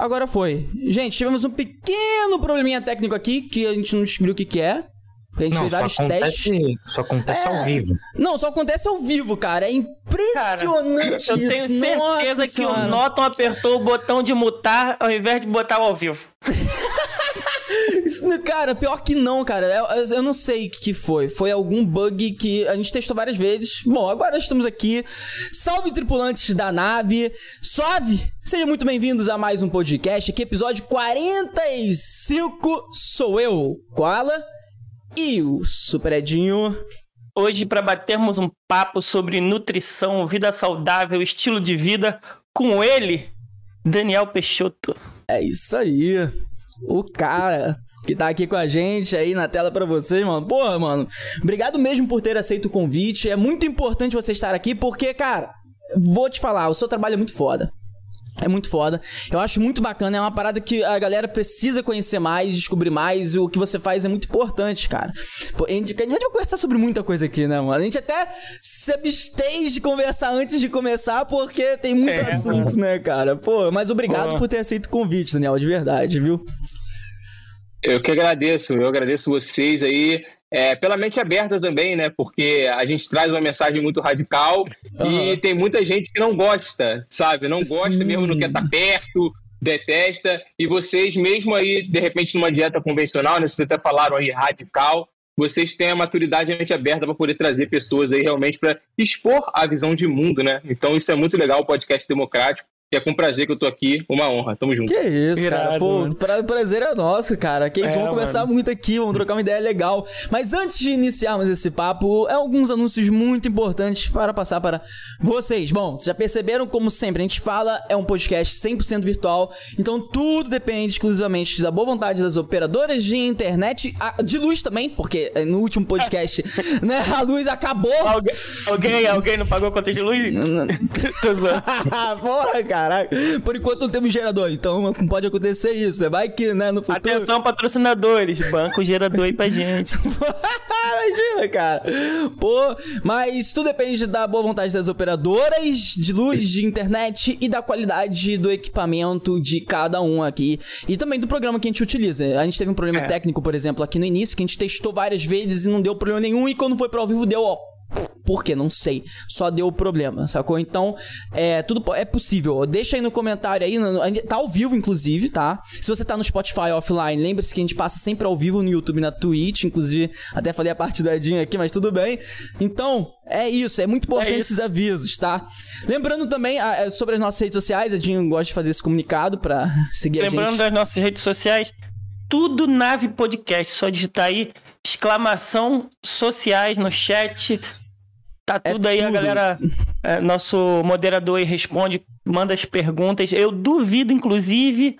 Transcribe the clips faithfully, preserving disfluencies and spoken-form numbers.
agora foi. Gente, tivemos um pequeno probleminha técnico aqui, que a gente não descobriu o que que é. Porque a gente não, fez vários acontece, testes. Só acontece É... ao vivo. Não, só acontece ao vivo, cara. É impressionante cara, eu isso. tenho certeza Nossa que senhora. o Norton apertou o botão de mutar ao invés de botar ao vivo. Isso, cara, pior que não, cara. Eu, eu não sei o que, que foi. Foi algum bug que a gente testou várias vezes. Bom, agora estamos aqui. Salve, tripulantes da nave. Suave! Sejam muito bem-vindos a mais um podcast. Aqui, episódio quarenta e cinco. Sou eu, Koala, e o Super Edinho. Hoje, para batermos um papo sobre nutrição, vida saudável, estilo de vida, com ele, Daniel Peixoto. É isso aí. O cara que tá aqui com a gente aí na tela pra vocês, mano. Porra, mano, obrigado mesmo por ter aceito o convite. É muito importante você estar aqui porque, cara, vou te falar, o seu trabalho é muito foda. É muito foda. Eu acho muito bacana. É uma parada que a galera precisa conhecer mais, descobrir mais. O que você faz é muito importante, cara. Pô, a gente, a gente vai conversar sobre muita coisa aqui, né, mano? A gente até se abstém de conversar antes de começar, porque tem muito é, assunto, mano. né, cara? Pô, mas obrigado Pô. por ter aceito o convite, Daniel, de verdade, viu? Eu que agradeço. Eu agradeço vocês aí. É, pela mente aberta também, né? Porque a gente traz uma mensagem muito radical uhum. e tem muita gente que não gosta, sabe? Não gosta Sim. mesmo, não quer estar perto, detesta. E vocês, mesmo aí, de repente, numa dieta convencional, né? Vocês até falaram aí radical, vocês têm a maturidade e a mente aberta para poder trazer pessoas aí realmente para expor a visão de mundo, né? Então isso é muito legal, o podcast democrático. E é com prazer que eu tô aqui, uma honra, tamo junto. Que isso, Irado, cara, pô, mano. pra, prazer é nosso, cara, que eles é, vão conversar mano. muito aqui, vão trocar uma ideia legal. Mas antes de iniciarmos esse papo, é alguns anúncios muito importantes para passar para vocês. Bom, vocês já perceberam, como sempre, a gente fala, é um podcast cem por cento virtual, então tudo depende exclusivamente da boa vontade das operadoras de internet, de luz também, porque no último podcast, né, a luz acabou. Alguém, alguém, alguém não pagou conta de luz? Tô zoando. Porra, cara. Caraca, por enquanto não temos gerador, então pode acontecer isso. Vai que, né, no futuro... Atenção, patrocinadores, banco gerador aí pra gente. Imagina, cara. Pô, mas tudo depende da boa vontade das operadoras de luz, de internet e da qualidade do equipamento de cada um aqui. E também do programa que a gente utiliza. A gente teve um problema é. técnico, por exemplo, aqui no início, que a gente testou várias vezes e não deu problema nenhum. E quando foi pro ao vivo, deu, ó... Por quê? Não sei. Só deu problema, sacou? Então, é, tudo é possível. Deixa aí no comentário aí. No, tá ao vivo, inclusive, tá? Se você tá no Spotify offline, lembre-se que a gente passa sempre ao vivo no YouTube e na Twitch. Inclusive, até falei a parte do Edinho aqui, mas tudo bem. Então, é isso. É muito importante é esses avisos, tá? Lembrando também a, sobre as nossas redes sociais. Edinho gosta de fazer esse comunicado pra seguir Lembrando a gente. Lembrando das nossas redes sociais, tudo Nave Podcast. Só digitar aí, exclamação sociais no chat. Tá tudo é aí, tudo. A galera, é, nosso moderador aí responde, manda as perguntas. Eu duvido, inclusive,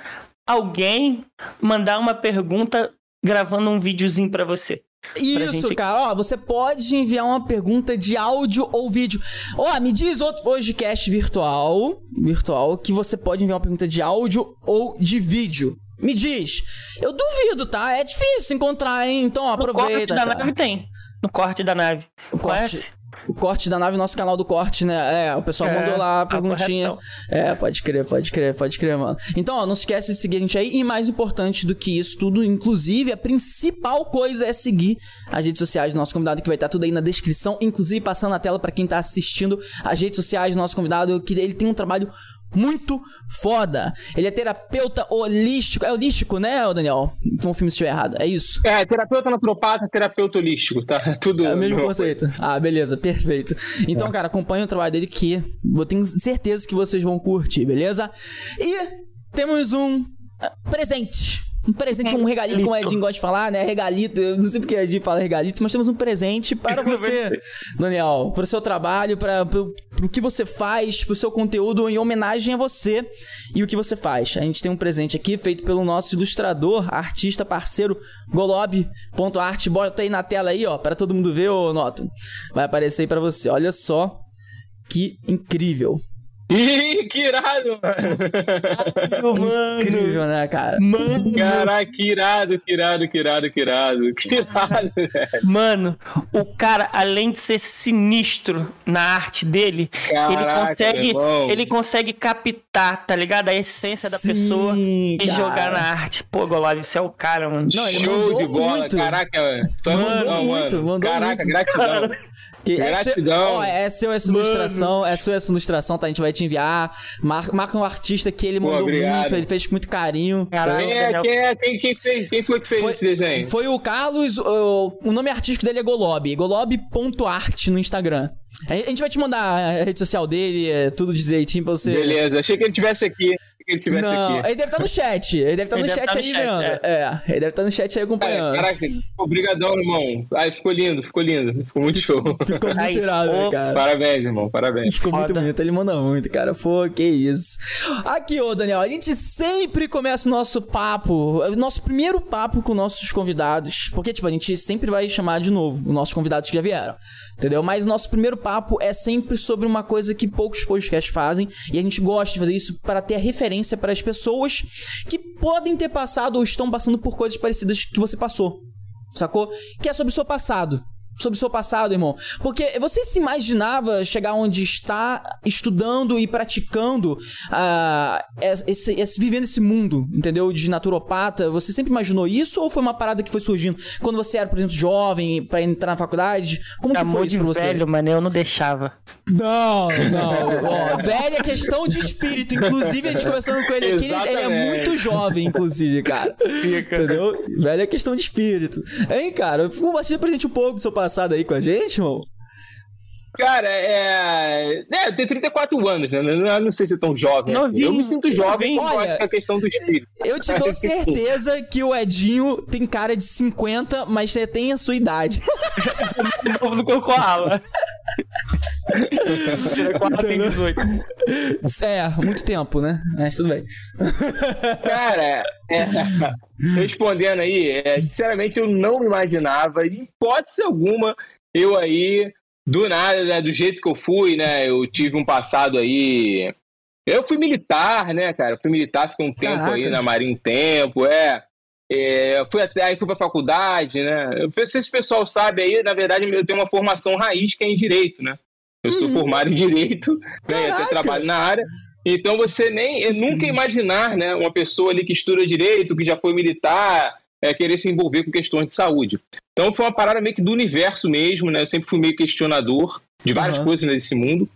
alguém mandar uma pergunta gravando um videozinho pra você. Isso, gente... cara, ó, você pode enviar uma pergunta de áudio ou vídeo. Ó, me diz outro podcast virtual, virtual, que você pode enviar uma pergunta de áudio ou de vídeo. Me diz. Eu duvido, tá? É difícil encontrar, hein? Então, ó, aproveita. No corte da cara. nave tem. No corte da nave. O Conhece? corte. O corte da nave, nosso canal do corte, né? É, o pessoal é, mandou lá a perguntinha. A é, pode crer, pode crer, pode crer, mano. Então, ó, não se esquece de seguir a gente aí. E mais importante do que isso tudo, inclusive, a principal coisa é seguir as redes sociais do nosso convidado, que vai estar tudo aí na descrição. Inclusive, passando na tela pra quem tá assistindo as redes sociais do nosso convidado, que ele tem um trabalho muito foda. Ele é terapeuta holístico. É holístico, né, Daniel? Então o filme se estiver errado. É isso? É, terapeuta naturopata, terapeuta holístico, tá? Tudo. É o mesmo conceito. Ah, beleza, perfeito. Então, é. cara, acompanha o trabalho dele que eu tenho certeza que vocês vão curtir, beleza? E temos um presente. Um presente, um regalito, como o Edinho gosta de falar, né? Regalito, eu não sei porque a Edinho fala regalito, mas temos um presente para você, Daniel, para o seu trabalho, para o que você faz, para o seu conteúdo em homenagem a você e o que você faz. A gente tem um presente aqui feito pelo nosso ilustrador, artista, parceiro, golob ponto art. Bota aí na tela aí, ó, para todo mundo ver, ô Noto. Vai aparecer aí para você. Olha só que incrível. Ih, que irado, mano. Mano. Incrível, né, cara? Mano. Caraca, que irado, que irado, que irado, que irado. Que irado, velho. Mano, o cara, além de ser sinistro na arte dele, Caraca, ele consegue, meu irmão. ele consegue captar, tá ligado? A essência da Sim, pessoa e cara. jogar na arte. Pô, Golov, você é o cara, mano. Não, ele Show mandou de bola, muito. caraca, mano. Só Mandou emoção, muito, mano. mandou Caraca, muito. gratidão. Que essa, Gratidão. ó, essa é essa ilustração, essa é essa ilustração, tá? A gente vai te enviar. Mar, marca um artista que ele Pô, mandou obrigado. muito, ele fez com muito carinho. Caralho. Quem é, quem é, quem, quem fez? Quem foi que fez Foi, esse desenho? foi o Carlos, o, o nome artístico dele é Golob, golob ponto art no Instagram. A gente vai te mandar a rede social dele, é, tudo direitinho pra você. Beleza, achei que ele tivesse aqui. Que ele tivesse Não, aqui. ele deve estar no chat. Ele deve estar Ele no deve chat tá no aí chat, vendo. é. É, ele deve estar no chat aí É, acompanhando. caraca, obrigadão, irmão. Ai, ficou lindo, ficou lindo. Ficou muito show. Ficou muito Aí, irado, né, ô, cara. Parabéns, irmão, parabéns. Ficou muito Foda. bonito, ele manda muito, cara. Pô, que isso. Aqui, ô Daniel, a gente sempre começa o nosso papo, o nosso primeiro papo com nossos convidados. Porque, tipo, a gente sempre vai chamar de novo os nossos convidados que já vieram. Entendeu? Mas o nosso primeiro papo é sempre sobre uma coisa que poucos podcasts fazem. E a gente gosta de fazer isso para ter a referência para as pessoas que podem ter passado ou estão passando por coisas parecidas que você passou. Sacou? Que é sobre o seu passado. Sobre o seu passado, irmão. Porque você se imaginava chegar onde está, estudando e praticando, uh, esse, esse, vivendo esse mundo, entendeu? De naturopata. Você sempre imaginou isso ou foi uma parada que foi surgindo quando você era, por exemplo, jovem, pra entrar na faculdade? Como que Amor foi isso de pra você? velho, mano, eu não deixava. Não, não. Ó, velho é questão de espírito. Inclusive, a gente conversando com ele aqui, ele, ele é Exatamente. muito jovem, inclusive, cara. Entendeu? Velho é questão de espírito. Hein, cara? Compartilha pra gente um pouco do seu passado aí com a gente, irmão. Cara, é. É, eu tenho trinta e quatro anos, né? Eu não sei se é tão jovem assim. Novinho, Eu me sinto jovem, novinho. eu Olha, acho que é a questão do espírito. Eu te dou certeza que o Edinho tem cara de cinquenta, mas você tem a sua idade. Novo do Cocoala. quatro tem dezoito. É, muito tempo, né? Mas tudo bem. Cara, é, respondendo aí, é, sinceramente eu não me imaginava, em hipótese alguma, eu aí, do nada, né, do jeito que eu fui, né, eu tive um passado aí, eu fui militar, né, cara, eu fui militar, fiquei um tempo Caraca. aí na Marinha, um tempo, é, é eu fui até, aí fui pra faculdade, né, eu não sei se o pessoal sabe aí, na verdade eu tenho uma formação raiz que é em Direito, né, eu sou Uhum. formado em Direito, né, eu Caraca. trabalho na área. Então você nem, eu nunca imaginar, né, uma pessoa ali que estuda direito, que já foi militar, é, querer se envolver com questões de saúde. Então foi uma parada meio que do universo mesmo, né? Eu sempre fui meio questionador de várias Uhum. coisas nesse mundo.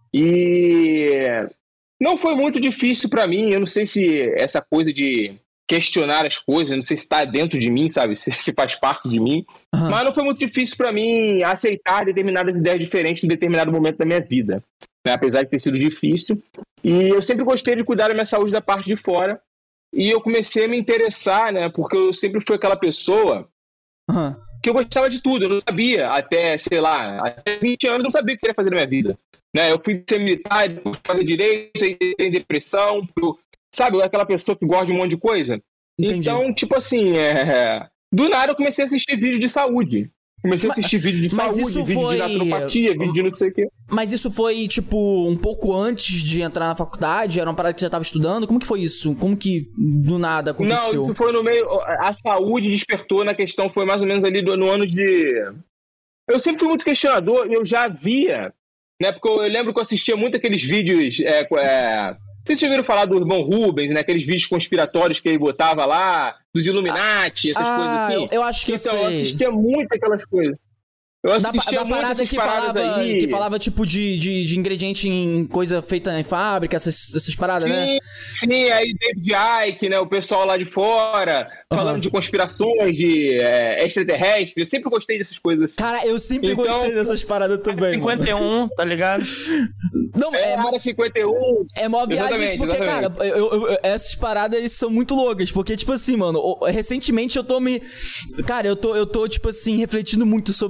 E não foi muito difícil pra mim. Eu não sei se essa coisa de questionar as coisas, não sei se está dentro de mim, sabe? Se, se faz parte de mim. Uhum. Mas não foi muito difícil pra mim aceitar determinadas ideias diferentes em determinado momento da minha vida, né? Apesar de ter sido difícil. E eu sempre gostei de cuidar da minha saúde da parte de fora. E eu comecei a me interessar, né? Porque eu sempre fui aquela pessoa Uhum. que eu gostava de tudo. Eu não sabia, até, sei lá, até vinte anos, eu não sabia o que eu queria fazer na minha vida. Né? Eu fui ser militar, depois fazer direito, aí tem depressão. Eu, sabe, aquela pessoa que gosta de um monte de coisa. Entendi. Então, tipo assim, é... do nada eu comecei a assistir vídeo de saúde. Comecei a assistir vídeo de mas saúde, isso vídeo foi- de naturopatia, vídeo de não sei o quê. Mas isso foi, tipo, um pouco antes de entrar na faculdade? Era uma parada que você já tava estudando? Como que foi isso? Como que do nada aconteceu? Não, isso foi no meio. A saúde despertou na questão, foi mais ou menos ali do- no ano de. Eu sempre fui muito questionador e eu já via, né? Porque eu lembro que eu assistia muito aqueles vídeos. É, é... Vocês já ouviram falar do irmão Rubens, né? Aqueles vídeos conspiratórios que ele botava lá, dos Illuminati, essas Ah, coisas assim. eu, eu acho que Então, eu eu sei. assistia muito aquelas coisas. Eu Da, assistia da muito parada essas que paradas falava, aí. que falava, tipo, de, de, de ingrediente em coisa feita em fábrica, essas, essas paradas, né? Sim, sim, aí David Icke, né, o pessoal lá de fora, falando Aham. de conspirações, de é, extraterrestres. Eu sempre gostei dessas coisas assim. Cara, eu sempre Então- gostei dessas paradas também, mano. cinquenta e um, tá ligado? Não, É, é, Área cinquenta e um. é mó viagem isso, Exatamente, porque, exatamente. cara, eu, eu- eu- essas paradas são muito loucas, porque, tipo assim, mano, o- recentemente eu tô me... Cara, eu tô, eu tô, tipo assim, refletindo muito sobre as coisas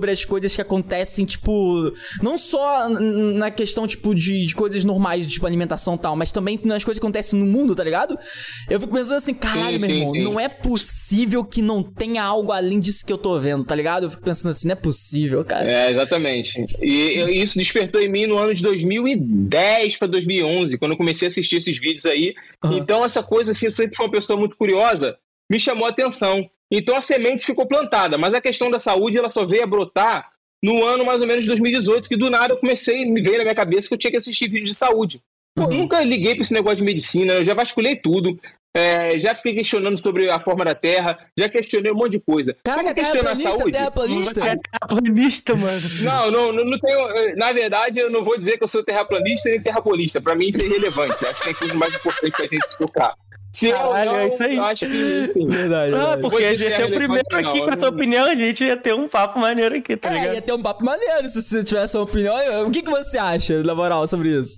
coisas que acontecem, tipo, não só na questão, tipo, de, de coisas normais, tipo, alimentação e tal, mas também nas coisas que acontecem no mundo, tá ligado? Eu fico pensando assim, caralho, sim, meu sim, irmão, sim. não é possível que não tenha algo além disso que eu tô vendo, tá ligado? Eu fico pensando assim, não é possível, cara. É, exatamente. E, e isso despertou em mim no ano de dois mil e dez pra dois mil e onze, quando eu comecei a assistir esses vídeos aí. Uhum. Então, essa coisa, assim, eu sempre fui uma pessoa muito curiosa, me chamou a atenção. Então, a semente ficou plantada, mas a questão da saúde, ela só veio a brotar no ano mais ou menos de dois mil e dezoito, que do nada eu comecei, me veio na minha cabeça que eu tinha que assistir vídeo de saúde. Pô, uhum. Nunca liguei pra esse negócio de medicina, eu já vasculhei tudo. É, já fiquei questionando sobre a forma da Terra, já questionei um monte de coisa. Caraca, terraplanista, terraplanista? Você é terraplanista, mano. Não, não, não, não tenho. Na verdade, eu não vou dizer que eu sou terraplanista nem terraplanista. Pra mim, isso é irrelevante. Acho que tem coisa mais importante pra gente se focar. Se Caralho, eu não, é isso aí. Eu acho que. Enfim, verdade, ah, verdade. porque a gente ia ser o primeiro não, aqui com essa não... opinião, a gente ia ter um papo maneiro aqui, tá é, ligado? Ia ter um papo maneiro se você tivesse uma opinião. O que, que você acha, na moral, sobre isso?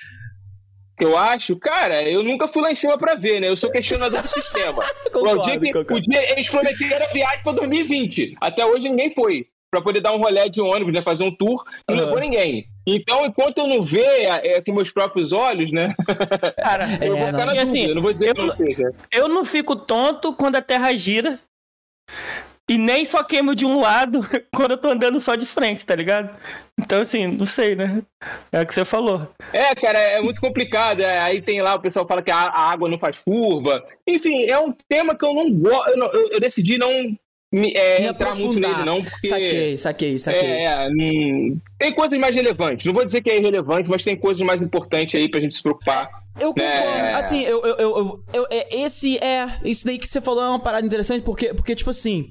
Eu acho, cara, eu nunca fui lá em cima pra ver, né? Eu sou questionador do sistema. Concordo, o dia que concordo. o dia, eles prometeram a viagem pra dois mil e vinte. Até hoje ninguém foi. Pra poder dar um rolê de ônibus, né? Fazer um tour. Não uhum. levou ninguém. Então, enquanto eu não ver é, com meus próprios olhos, né? Cara, eu vou é, ficar não. na dúvida. Assim, eu não vou dizer eu, que não seja. Eu não fico tonto quando a Terra gira. E nem só queimo de um lado quando eu tô andando só de frente, tá ligado? Então, assim, não sei, né? É o que você falou. É, cara, é muito complicado. É, aí tem lá, o pessoal fala que a, a água não faz curva. Enfim, é um tema que eu não gosto. Eu, eu, eu decidi não me, é, me entrar muito nele, não. Porque, saquei, saquei, saquei. É, é, hum, tem coisas mais relevantes. Não vou dizer que é irrelevante, mas tem coisas mais importantes aí pra gente se preocupar. Eu concordo, é... assim, eu, eu, eu, eu, eu, esse é, isso daí que você falou é uma parada interessante, porque, porque tipo assim,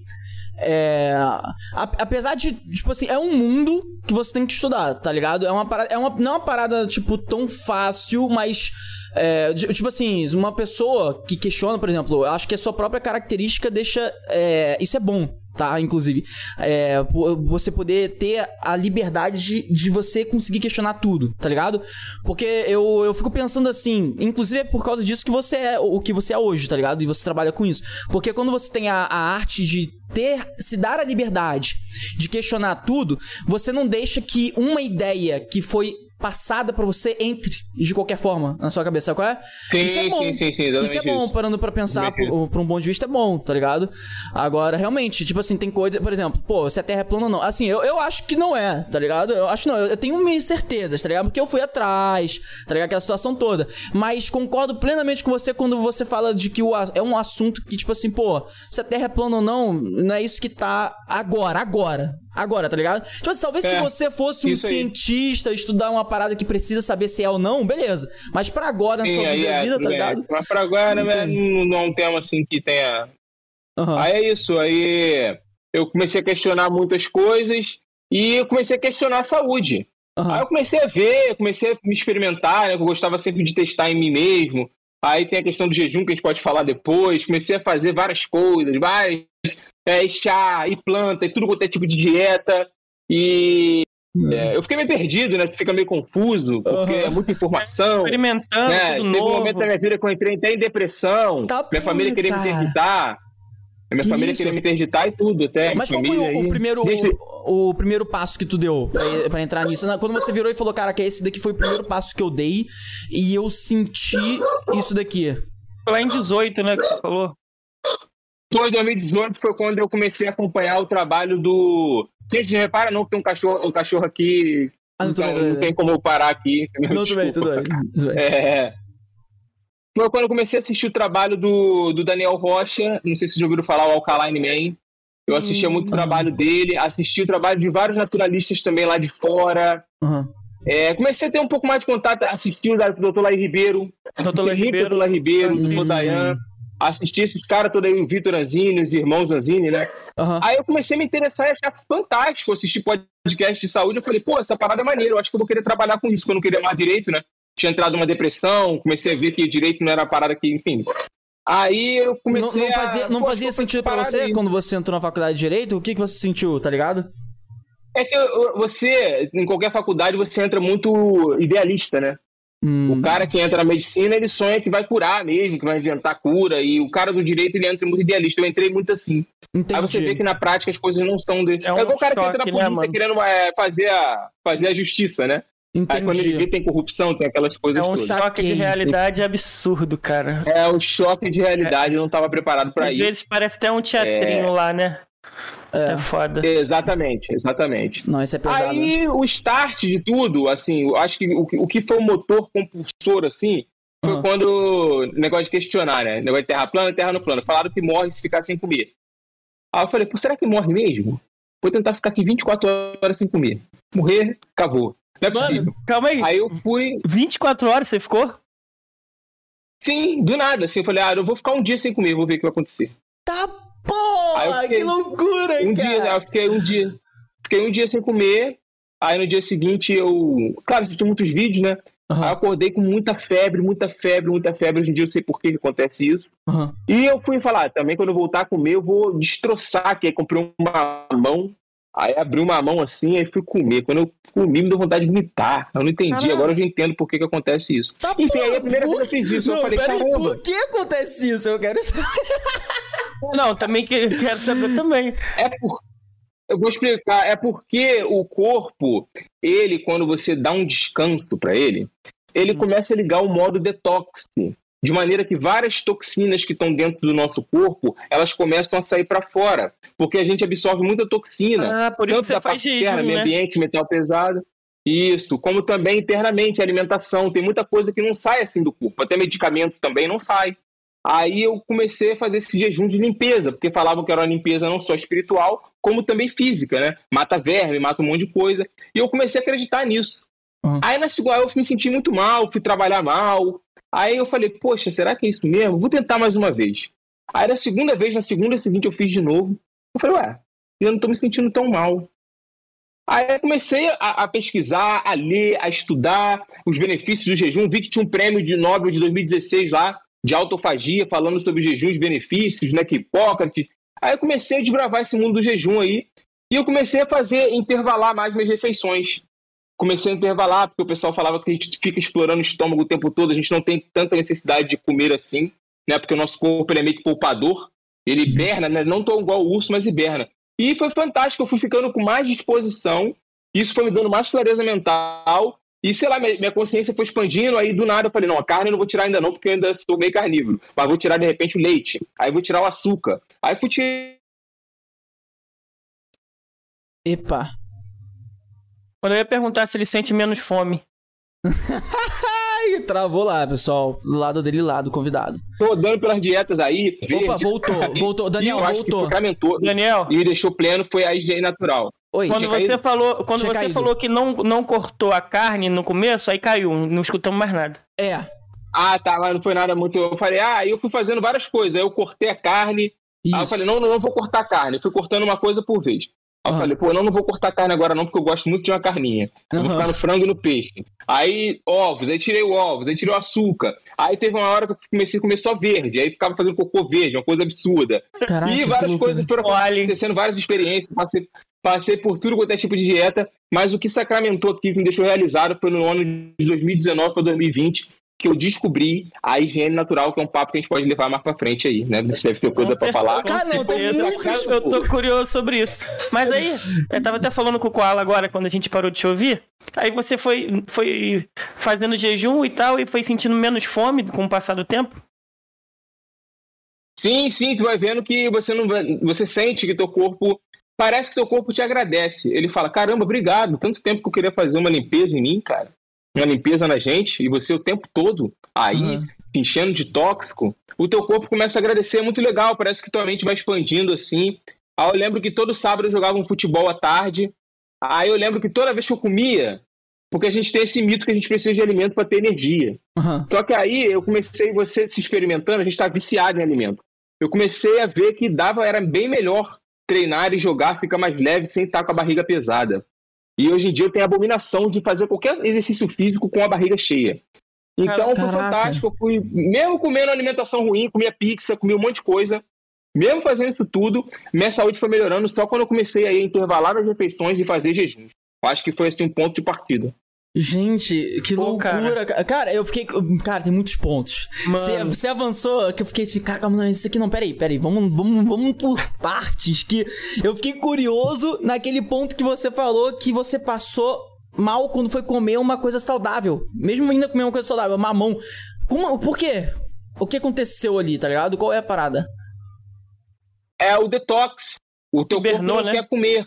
é, apesar de, tipo assim, é um mundo que você tem que estudar, tá ligado? É uma parada, é uma, não é uma parada, tipo, tão fácil, mas, é, tipo assim, uma pessoa que questiona, por exemplo, eu acho que a sua própria característica deixa, é, isso é bom. Tá, inclusive, é, você poder ter a liberdade de, de você conseguir questionar tudo, tá ligado? Porque eu, eu fico pensando assim, inclusive é por causa disso que você é o que você é hoje, tá ligado? E você trabalha com isso. Porque quando você tem a, a arte de ter, se dar a liberdade de questionar tudo, você não deixa que uma ideia que foi passada pra você entre de qualquer forma na sua cabeça, qual é? Sim, isso é bom. sim, sim, sim, isso é bom, isso. parando pra pensar por, por um ponto de vista, é bom, tá ligado? Agora, realmente, tipo assim, tem coisa, por exemplo, pô, se a Terra é plana ou não. Assim, eu, eu acho que não é, tá ligado? Eu acho não, eu, eu tenho minhas certezas, tá ligado? Porque eu fui atrás, tá ligado? Aquela situação toda. Mas concordo plenamente com você quando você fala de que o, é um assunto que, tipo assim, pô, se a Terra é plana ou não, não é isso que tá agora, agora. Agora, tá ligado? Tipo assim, talvez é, se você fosse um cientista, estudar uma parada que precisa saber se é ou não, beleza. Mas pra agora, na Sim, sua vida, é, vida tá ligado? Mas pra agora não, não, não é um tema assim que tenha... Uhum. Aí é isso, aí eu comecei a questionar muitas coisas e eu comecei a questionar a saúde. Uhum. Aí eu comecei a ver, eu comecei a me experimentar, né? Eu gostava sempre de testar em mim mesmo. Aí tem a questão do jejum que a gente pode falar depois. Comecei a fazer várias coisas, várias... É, e chá, e planta, e tudo quanto é tipo de dieta. E hum. é, eu fiquei meio perdido, né? Tu fica meio confuso, porque uhum. é muita informação. Experimentando, né? tudo Teve novo. um momento da minha vida que eu entrei até em depressão. Tá minha porra, família queria cara. me interditar. Minha que família isso? queria me interditar e tudo, até. Mas qual foi o, o primeiro, o, o primeiro passo que tu deu pra, pra entrar nisso? Quando você virou e falou, cara, que esse daqui foi o primeiro passo que eu dei e eu senti isso daqui. Foi lá em dezoito, né, que você falou? Foi em dois mil e dezoito, foi quando eu comecei a acompanhar o trabalho do... Gente, repara não que tem um cachorro, um cachorro aqui, ah, não, então, não tem como eu parar aqui. Não, tudo bem, tudo bem. É... Foi quando eu comecei a assistir o trabalho do, do Daniel Rocha, não sei se vocês já ouviram falar, o Alkaline Man. Eu assistia muito o trabalho dele, assisti o trabalho de vários naturalistas também lá de fora. Uhum. É, comecei a ter um pouco mais de contato, assisti o doutor Lai Ribeiro, doutor Lai Ribeiro, Lai Ribeiro, o doutor Dayan. Assisti esses caras todos aí, o Vitor Anzini, os irmãos Anzini, né? Uhum. Aí eu comecei a me interessar e achar fantástico assistir podcast de saúde. Eu falei, pô, essa parada é maneira, eu acho que eu vou querer trabalhar com isso, porque eu não queria mais direito, né? Tinha entrado numa depressão, comecei a ver que direito não era a parada que, enfim. Aí eu comecei não, não fazia, a... Não fazia Poxa, sentido pra você aí. Quando você entrou na faculdade de Direito? O que, que você sentiu, tá ligado? É que você, em qualquer faculdade, você entra muito idealista, né? Hum. O cara que entra na medicina, ele sonha que vai curar mesmo, que vai inventar cura, e o cara do direito, ele entra muito idealista. Eu entrei muito assim. Entendi. Aí você vê que na prática as coisas não são... De... É, um é igual o cara choque, que entra na polícia, né, querendo é, fazer, a, fazer a justiça, né? Entendi. Aí quando ele vê tem corrupção, tem aquelas coisas É um todas. choque de realidade absurdo, cara. É o choque de realidade, é. Eu não estava preparado para isso. Às vezes parece até um teatrinho é... lá, né? É. é foda. Exatamente, exatamente. Não, isso é pesado. Aí o start de tudo, assim, eu acho que o, o que foi o motor compulsor, assim, foi uhum. quando o negócio de questionar, né? Negócio de terra plana e terra no plano. Falaram que morre se ficar sem comer. Aí eu falei, pô, será que morre mesmo? Vou tentar ficar aqui vinte e quatro horas sem comer. Morrer, acabou. Não é possível. Mano, calma aí. Aí eu fui... vinte e quatro horas você ficou? Sim, do nada, assim. Eu falei, ah, eu vou ficar um dia sem comer, vou ver o que vai acontecer. Tá, porra, que loucura, um cara. Dia, eu fiquei um dia... Fiquei um dia sem comer, aí no dia seguinte eu... Claro, assisti muitos vídeos, né? Uhum. Aí eu acordei com muita febre, muita febre, muita febre. Hoje em dia eu sei por que acontece isso. Uhum. E eu fui falar, também quando eu voltar a comer, eu vou destroçar, que aí comprei uma mão, aí abri uma mão assim, aí fui comer. Quando eu comi, me deu vontade de vomitar. Eu não entendi, caramba. Agora eu já entendo por que, que acontece isso. Tá, Enfim, porra, aí a primeira por... vez eu fiz isso, não, eu falei, peraí, caramba. Por que acontece isso? Eu quero saber. Não, também que, quero saber também. É por... Eu vou explicar. É porque o corpo, ele, quando você dá um descanso para ele, ele hum. começa a ligar o modo detox. De maneira que várias toxinas que estão dentro do nosso corpo, elas começam a sair para fora. Porque a gente absorve muita toxina. Ah, por isso tanto você da faz parte jejum, interna, meio né? ambiente, metal pesado. Isso. Como também internamente, alimentação. Tem muita coisa que não sai assim do corpo. Até medicamento também não sai. Aí eu comecei a fazer esse jejum de limpeza, porque falavam que era uma limpeza não só espiritual, como também física, né? Mata verme, mata um monte de coisa. E eu comecei a acreditar nisso. Uhum. Aí na segunda eu me senti muito mal, fui trabalhar mal. Aí eu falei, poxa, será que é isso mesmo? Vou tentar mais uma vez. Aí na segunda vez, na segunda seguinte eu fiz de novo. Eu falei, ué, eu não tô me sentindo tão mal. Aí eu comecei a, a pesquisar, a ler, a estudar os benefícios do jejum. Vi que tinha um prêmio de Nobel de dois mil e dezesseis lá, de autofagia, falando sobre jejum, os benefícios, né, que Hipócrates. Aí eu comecei a desbravar esse mundo do jejum aí, e eu comecei a fazer, intervalar mais minhas refeições. Comecei a intervalar, porque o pessoal falava que a gente fica explorando o estômago o tempo todo, a gente não tem tanta necessidade de comer assim, né, porque o nosso corpo ele é meio que poupador, ele hiberna, né, não tão igual o urso, mas hiberna. E foi fantástico, eu fui ficando com mais disposição, isso foi me dando mais clareza mental. E, sei lá, minha consciência foi expandindo, aí do nada eu falei, não, a carne eu não vou tirar ainda não, porque eu ainda sou meio carnívoro, mas vou tirar, de repente, o leite, aí vou tirar o açúcar, aí fui tirar... Epa. Quando eu ia perguntar se ele sente menos fome. Travou lá, pessoal, do lado dele lá, do convidado. Tô dando pelas dietas aí. Opa, verde, voltou, aí, voltou, Daniel, voltou. Que Daniel. E me deixou pleno foi a higiene natural. Oi, quando você caído? falou, quando você caído. falou que não, não cortou a carne no começo, aí caiu, não escutamos mais nada. É. Ah, tá, mas não foi nada muito... Eu falei, ah, eu fui fazendo várias coisas, aí eu cortei a carne, Isso. aí eu falei, não, não, não vou cortar a carne, eu fui cortando uma coisa por vez. Aí eu uhum. falei, pô, não, não vou cortar a carne agora não, porque eu gosto muito de uma carninha. Eu uhum. vou ficar no frango e no peixe. Aí, ovos, aí tirei o ovos, aí tirei o açúcar. Aí teve uma hora que eu comecei a comer só verde, aí ficava fazendo cocô verde, uma coisa absurda. Caraca, e várias coisas foram acontecendo, várias experiências, passei, passei por tudo quanto é tipo de dieta, mas o que sacramentou aqui, que me deixou realizado, foi no ano de dois mil e dezenove para dois mil e vinte, que eu descobri a higiene natural, que é um papo que a gente pode levar mais pra frente aí, né? Você deve ter coisa pra falar. Cara, não, tem muitas... Eu tô curioso sobre isso. Mas aí, eu tava até falando com o Koala agora, quando a gente parou de te ouvir. Aí você foi, foi fazendo jejum e tal, e foi sentindo menos fome com o passar do tempo? Sim, sim, tu vai vendo que você não você sente que teu corpo... Parece que teu corpo te agradece. Ele fala, caramba, obrigado. Tanto tempo que eu queria fazer uma limpeza em mim, cara. Uma limpeza na gente, e você o tempo todo aí, uhum. enchendo de tóxico, o teu corpo começa a agradecer, é muito legal, parece que tua mente vai expandindo assim. Aí eu lembro que todo sábado eu jogava um futebol à tarde, aí eu lembro que toda vez que eu comia, porque a gente tem esse mito que a gente precisa de alimento para ter energia. Uhum. Só que aí eu comecei, você se experimentando, a gente tá viciado em alimento. Eu comecei a ver que dava, era bem melhor treinar e jogar, fica mais leve, sem estar com a barriga pesada. E hoje em dia eu tenho a abominação de fazer qualquer exercício físico com a barriga cheia. Então Caraca. foi fantástico. Eu fui, mesmo comendo alimentação ruim, comia pizza, comia um monte de coisa. Mesmo fazendo isso tudo, minha saúde foi melhorando só quando eu comecei a intervalar as refeições e fazer jejum. Eu acho que foi assim um ponto de partida. Gente, que Pô, loucura. Cara. cara, eu fiquei... Cara, tem muitos pontos. Você, você avançou, que eu fiquei assim... Cara, calma, não, isso aqui não... Peraí, peraí. Vamos, vamos, vamos por partes. Que eu fiquei curioso naquele ponto que você falou que você passou mal quando foi comer uma coisa saudável. Mesmo ainda comer uma coisa saudável, mamão. Como, por quê? O que aconteceu ali, tá ligado? Qual é a parada? É o detox. O teu Hibernou, corpo não né? quer comer.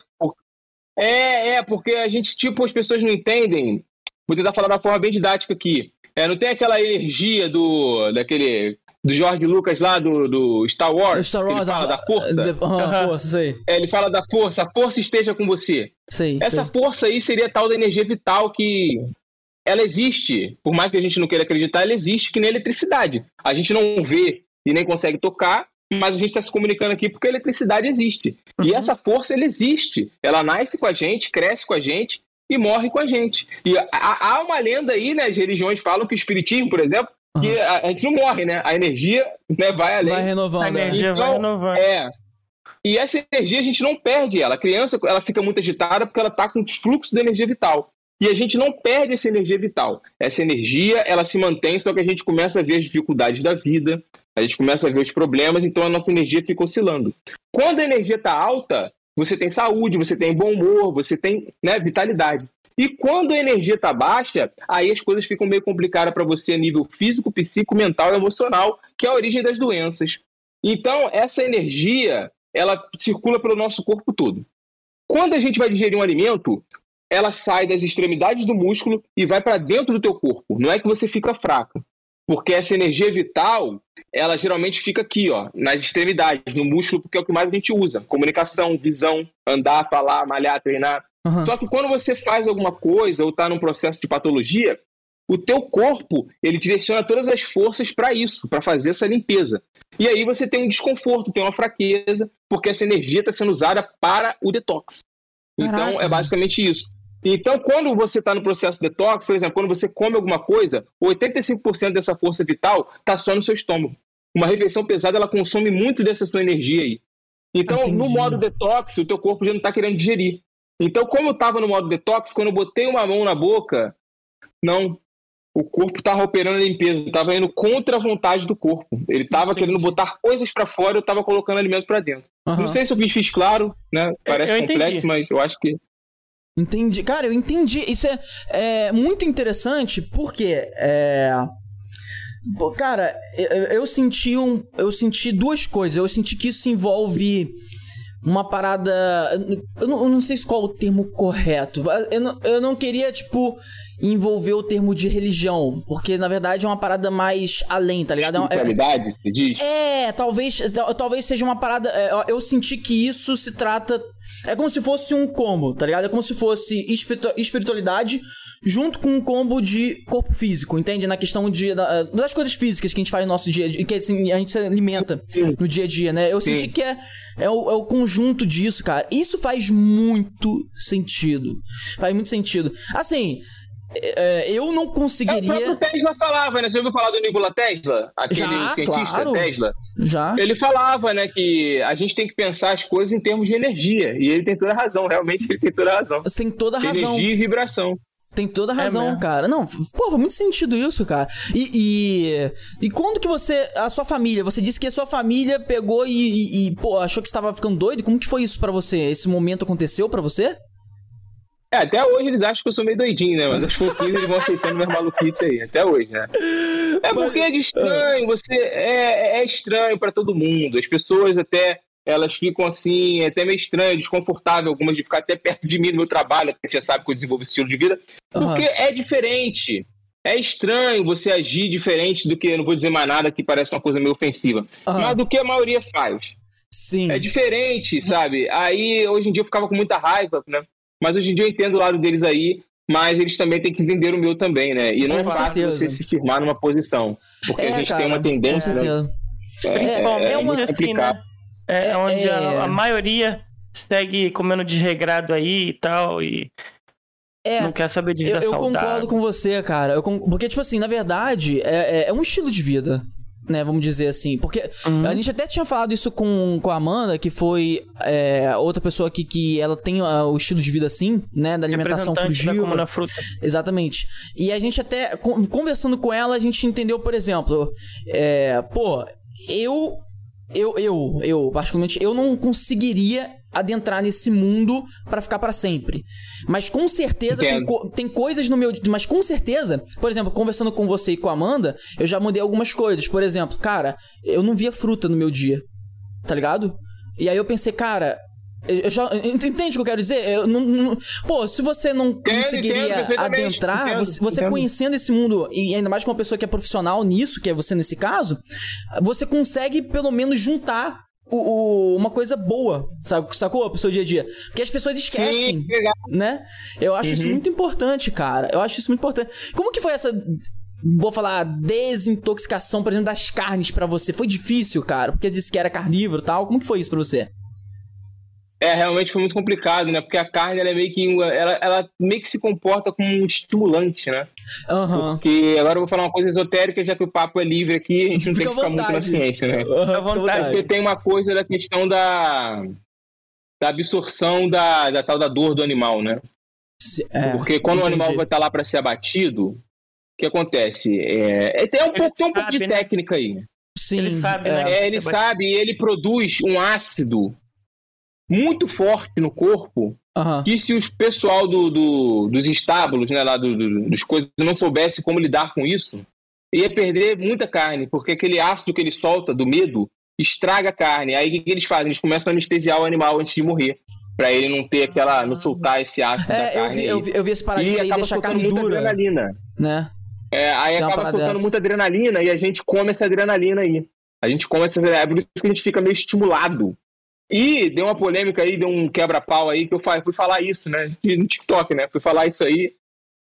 É, é, porque a gente, tipo, as pessoas não entendem. Vou tentar falar de uma forma bem didática aqui. É, não tem aquela energia do, daquele, do George Lucas lá, do, do Star Wars, Star Wars, que ele fala a, da força? A, a, a força, sei. É, ele fala da força, a força esteja com você. Sei, Essa sei. força aí seria tal da energia vital que ela existe. Por mais que a gente não queira acreditar, ela existe que nem eletricidade. A gente não vê e nem consegue tocar, mas a gente está se comunicando aqui porque a eletricidade existe. Uhum. E essa força, ela existe. Ela nasce com a gente, cresce com a gente e morre com a gente. E há, há uma lenda aí, né? As religiões falam que o espiritismo, por exemplo, uhum. que a, a gente não morre, né? A energia, né, vai além. Vai renovando. A energia então, vai renovando. É. E essa energia a gente não perde ela. A criança, ela fica muito agitada porque ela está com fluxo de energia vital. E a gente não perde essa energia vital. Essa energia, ela se mantém, só que a gente começa a ver as dificuldades da vida, a gente começa a ver os problemas, então a nossa energia fica oscilando. Quando a energia está alta, você tem saúde, você tem bom humor, você tem, né, vitalidade. E quando a energia está baixa, aí as coisas ficam meio complicadas para você a nível físico, psíquico, mental e emocional, que é a origem das doenças. Então, essa energia, ela circula pelo nosso corpo todo. Quando a gente vai digerir um alimento, ela sai das extremidades do músculo e vai para dentro do teu corpo. Não é que você fica fraco, porque essa energia vital, ela geralmente fica aqui, ó, nas extremidades, no músculo, porque é o que mais a gente usa. Comunicação, visão, andar, falar, malhar, treinar. Uhum. Só que quando você faz alguma coisa ou está num processo de patologia, o teu corpo, ele direciona todas as forças para isso, para fazer essa limpeza. E aí você tem um desconforto, tem uma fraqueza, porque essa energia está sendo usada para o detox. Então, Caraca. É basicamente isso. Então, quando você está no processo de detox, por exemplo, quando você come alguma coisa, oitenta e cinco por cento dessa força vital está só no seu estômago. Uma refeição pesada, ela consome muito dessa sua energia aí. Então, Entendi. No modo detox, o teu corpo já não está querendo digerir. Então, como eu estava no modo detox, quando eu botei uma mão na boca, não, o corpo estava operando a limpeza, estava indo contra a vontade do corpo. Ele estava querendo botar coisas para fora, eu estava colocando alimento para dentro. Uhum. Não sei se eu me fiz claro, né? Parece eu complexo, entendi. Mas eu acho que... Entendi. Cara, eu entendi. Isso é, é muito interessante porque, é... cara, eu, eu senti um, eu senti duas coisas. Eu senti que isso envolve uma parada... Eu não, eu não sei qual é o termo correto. Eu não, eu não queria, tipo, envolver o termo de religião, porque, na verdade, é uma parada mais além, tá ligado? Espiritualidade, é, você diz? É, talvez, talvez seja uma parada... Eu senti que isso se trata... É como se fosse um combo, tá ligado? É como se fosse espiritualidade junto com um combo de corpo físico, entende? Na questão de, das coisas físicas que a gente faz no nosso dia a dia, que assim, a gente se alimenta no dia a dia, né? Eu Sim. senti que é, é, o, é o conjunto disso, cara. Isso faz muito sentido. Faz muito sentido. Assim... É, eu não conseguiria... É, o próprio Tesla falava, né? Você ouviu falar do Nikola Tesla? Aquele Já, cientista claro. Tesla? Já. Ele falava, né, que a gente tem que pensar as coisas em termos de energia. E ele tem toda a razão, realmente ele tem toda a razão. Você tem toda a razão. Energia e vibração. Tem toda a razão, é cara. Não, pô, faz muito sentido isso, cara. E, e, e quando que você... A sua família, você disse que a sua família pegou e, e, e pô, achou que você tava ficando doido? Como que foi isso pra você? Esse momento aconteceu pra você? É, até hoje eles acham que eu sou meio doidinho, né? Mas aos pouquinhos eles vão aceitando minhas maluquices aí, até hoje, né? É porque é de estranho, você... É, é estranho pra todo mundo. As pessoas até, elas ficam assim, é até meio estranho, desconfortável, algumas de ficar até perto de mim no meu trabalho, porque já sabe que eu desenvolvo esse estilo de vida, porque uhum. é diferente. É estranho você agir diferente do que, não vou dizer mais nada que parece uma coisa meio ofensiva, uhum. mas do que a maioria faz. Sim. É diferente, sabe? Aí, hoje em dia eu ficava com muita raiva, né? Mas hoje em dia eu entendo o lado deles aí, mas eles também têm que entender o meu também, né? E não é fácil você se firmar numa posição, porque é, a gente cara, tem uma tendência... Com certeza. Né? Principalmente é, é uma, assim, né? É, é onde é... A, a maioria segue comendo desregrado aí e tal, e é, não quer saber de vida eu, eu saudável. Eu concordo com você, cara. Eu, porque, tipo assim, na verdade, é, é um estilo de vida. né, vamos dizer assim, porque Uhum. a gente até tinha falado isso com, com a Amanda, que foi é, outra pessoa aqui que ela tem uh, o estilo de vida assim, né, da alimentação Representante da frugívora. Comuna Fruta. Exatamente. E a gente até, con- conversando com ela, a gente entendeu, por exemplo, é, pô, eu, eu, eu, eu, particularmente, eu não conseguiria adentrar nesse mundo pra ficar pra sempre. Mas com certeza tem, Entendo. co- tem coisas no meu... Mas com certeza, por exemplo, conversando com você e com a Amanda, eu já mudei algumas coisas. Por exemplo, cara, eu não via fruta no meu dia, tá ligado? E aí eu pensei, cara... Eu já, entende o que eu quero dizer? Eu não, não- pô, se você não Entendo, conseguiria entendo, perfeitamente, adentrar, entendo, você, você entendo. conhecendo esse mundo, e ainda mais com uma pessoa que é profissional nisso, que é você nesse caso, você consegue pelo menos juntar o, o- uma coisa boa, sabe, sacou? Pro seu dia a dia. Porque as pessoas esquecem, Sim, legal. né? Eu acho isso Uhum. muito importante, cara. Eu acho isso muito importante. Como que foi essa, vou falar, desintoxicação, por exemplo, das carnes pra você? Foi difícil, cara? Porque disse que era carnívoro e tal. Como que foi isso pra você? É, realmente foi muito complicado, né? Porque a carne, ela é meio que... Ela, ela meio que se comporta como um estimulante, né? Aham. Porque agora eu vou falar uma coisa esotérica, já que o papo é livre aqui, a gente não Fica tem que à ficar muito na vontade. ciência, né? Aham, fica à vontade. Porque tem uma coisa da questão da, da absorção da, da tal da dor do animal, né? Se- é, Porque quando o entendi. animal vai estar lá para ser abatido, o que acontece? É, é, tem um, Ele pouco, tem um pouco de sabe, né? técnica aí. Sim, Ele sabe, é. né? É, ele É sabe e ele produz um ácido muito forte no corpo Aham. que se o pessoal do, do- dos estábulos, né, lá do, do- dos coisas, não soubesse como lidar com isso, ia perder muita carne, porque aquele ácido que ele solta do medo estraga a carne. Aí o que, que eles fazem? Eles começam a anestesiar o animal antes de morrer, pra ele não ter aquela, não soltar esse ácido da É, eu carne. vi, eu, vi, eu vi esse aí. parada E aí, acaba deixar a soltando carne muita dura, adrenalina. né? É, aí Tem uma acaba parada soltando dessa. muita adrenalina e a gente come essa adrenalina aí. A gente come essa adrenalina, é por isso que a gente fica meio estimulado. E deu uma polêmica aí, deu um quebra-pau aí, que eu fa- fui falar isso, né? No TikTok, né? Fui falar isso aí.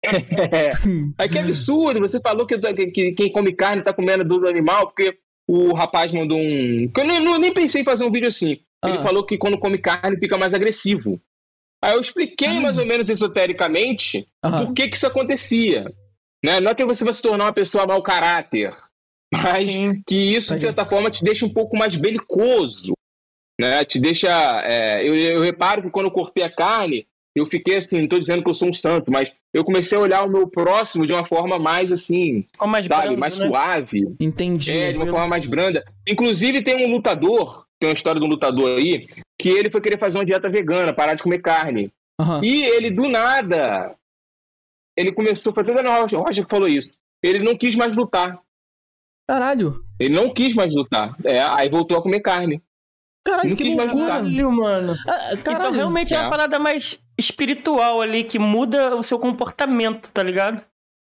Aí que absurdo, você falou que, que- que quem come carne tá comendo do animal, porque o rapaz mandou um... que Eu nem, não- nem pensei em fazer um vídeo assim. Ele Ah. falou que quando come carne fica mais agressivo. Aí eu expliquei mais ou menos esotericamente Aham. por que que isso acontecia. Né? Não é que você vai se tornar uma pessoa mau caráter, mas que isso, de certa forma, te deixa um pouco mais belicoso. Né? Te deixa... é, eu, eu reparo que quando eu cortei a carne, eu fiquei assim, não tô dizendo que eu sou um santo, mas eu comecei a olhar o meu próximo de uma forma mais assim, Ficou mais sabe, brando, mais né? suave. Entendi. É, de uma forma mais branda. Inclusive tem um lutador, tem uma história de um lutador aí, que ele foi querer fazer uma dieta vegana, parar de comer carne. Aham. E ele, do nada, ele começou, foi até o Roger que falou isso, ele não quis mais lutar. Caralho. Ele não quis mais lutar. É, aí voltou a comer carne. Caralho, Não que quis mais loucura. lutar. Caralho, mano. Ah, caralho. Então realmente é uma É. parada mais espiritual ali, que muda o seu comportamento, tá ligado?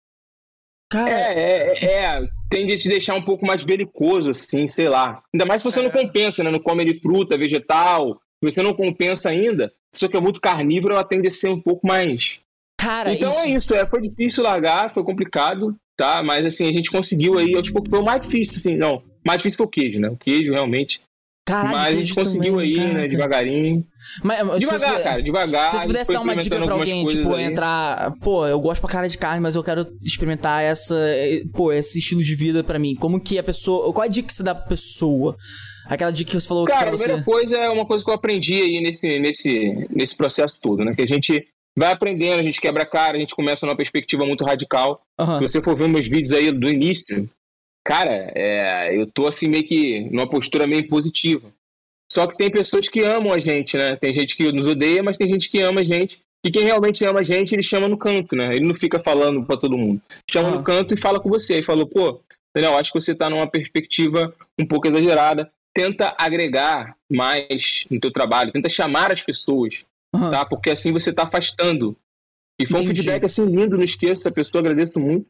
Cara, É, é, é, tende a te deixar um pouco mais belicoso, assim, sei lá. Ainda mais se você não compensa, né? Não come de fruta, vegetal. Se você não compensa ainda, só que é muito carnívoro, ela tende a ser um pouco mais... cara, Então isso... é isso, é, foi difícil largar, foi complicado, tá? Mas assim, a gente conseguiu aí, aos poucos, foi o mais difícil, assim, não. O mais difícil foi o queijo, né? O queijo, realmente. Caralho, Mas a gente queijo conseguiu também, aí, né? caraca. Devagarinho. Mas, mas, se Devagar, você- cara, devagar. Se a você gente pudesse foi dar uma dica implementando pra algumas alguém, coisas tipo, aí. entrar... Pô, eu gosto pra cara de carne, mas eu quero experimentar essa... Pô, esse estilo de vida pra mim. Como que a pessoa... Qual é a dica que você dá pra pessoa? Aquela dica que você falou Cara, pra a você... primeira coisa é uma coisa que eu aprendi aí nesse, nesse, nesse processo todo, né? Que a gente vai aprendendo, a gente quebra a cara, a gente começa numa perspectiva muito radical. Aham. Se você for ver meus vídeos aí do início, cara, é, eu tô assim meio que numa postura meio positiva. Só que tem pessoas que amam a gente, né? Tem gente que nos odeia, mas tem gente que ama a gente. E quem realmente ama a gente, ele chama no canto, né? Ele não fica falando pra todo mundo. Chama Aham. no canto e fala com você. E falou, pô, Daniel, acho que você tá numa perspectiva um pouco exagerada. Tenta agregar mais no teu trabalho. Tenta chamar as pessoas, Aham. tá? Porque assim você tá afastando. E foi um Entendi. feedback assim lindo, não esqueço essa pessoa, agradeço muito.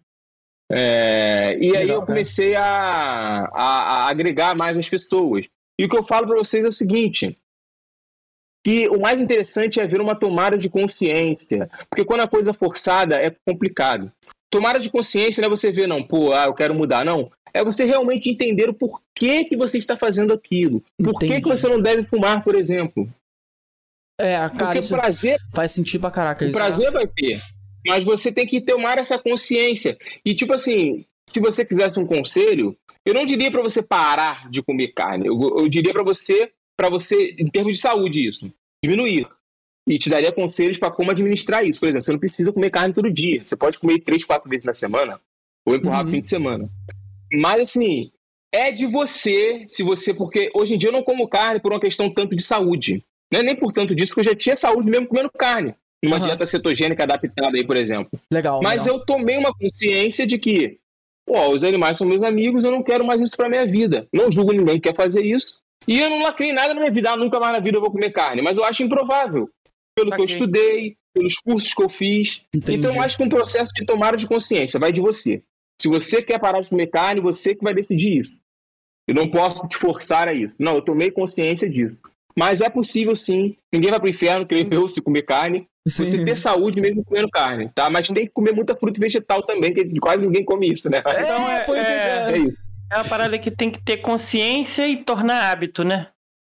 É, e aí Legal, eu comecei a, a, a agregar mais as pessoas. E o que eu falo para vocês é o seguinte, que o mais interessante é ver uma tomada de consciência, porque quando a coisa é forçada é complicado. Tomada de consciência não é você ver, não, pô, ah, eu quero mudar, não. É você realmente entender o porquê que você está fazendo aquilo. Por que Entendi. que você não deve fumar, por exemplo? É, cara, Porque isso o prazer faz sentido pra caraca. O Isso. prazer vai ter, mas você tem que tomar essa consciência. E, tipo assim, se você quisesse um conselho, eu não diria para você parar de comer carne. Eu, eu diria para você, para você, em termos de saúde, isso, diminuir. E te daria conselhos para como administrar isso. Por exemplo, você não precisa comer carne todo dia. Você pode comer três, quatro vezes na semana, ou empurrar uhum. fim de semana. Mas, assim, é de você, se você... Porque hoje em dia eu não como carne por uma questão tanto de saúde. Não é nem por tanto disso, que eu já tinha saúde mesmo comendo carne. Numa uhum. dieta cetogênica adaptada aí, por exemplo. Legal. Mas legal. eu tomei uma consciência de que, pô, os animais são meus amigos, eu não quero mais isso pra minha vida. Não julgo ninguém que quer fazer isso. E eu não lacrei nada na minha vida. Ah, nunca mais na vida eu vou comer carne. Mas eu acho improvável. Pelo okay. que eu estudei, pelos cursos que eu fiz. Entendi. Então eu acho que um processo de tomada de consciência vai de você. Se você quer parar de comer carne, você que vai decidir isso. Eu não posso te forçar a isso. Não, eu tomei consciência disso. Mas é possível sim. Ninguém vai pro inferno, creio eu, se comer carne. Sim. Você ter saúde mesmo comendo carne, tá? Mas tem que comer muita fruta e vegetal também, que quase ninguém come isso, né? É, então é, foi é, é isso. É uma parada que tem que ter consciência e tornar hábito, né?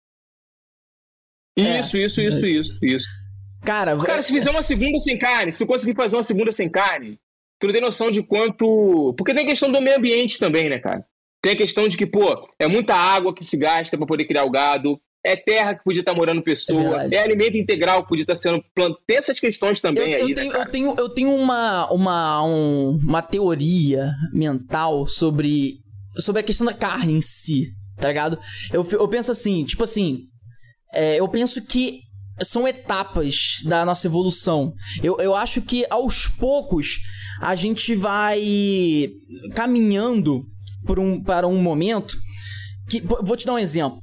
Isso, é, isso, isso, isso, isso, isso. Cara, Cara, se fizer uma segunda sem carne, se tu conseguir fazer uma segunda sem carne, tu não tem noção de quanto... Porque tem questão do meio ambiente também, né, cara? Tem a questão de que, pô, é muita água que se gasta pra poder criar o gado, é terra que podia estar morando pessoa, é, é alimento integral que podia estar sendo plantado. Tem essas questões também eu, aí, eu tenho, né, eu tenho, eu tenho uma, uma, um, uma teoria mental sobre, sobre a questão da carne em si, tá ligado? Eu, eu penso assim, tipo assim, é, eu penso que são etapas da nossa evolução. Eu, eu acho que aos poucos a gente vai caminhando por um, para um momento que... Vou te dar um exemplo.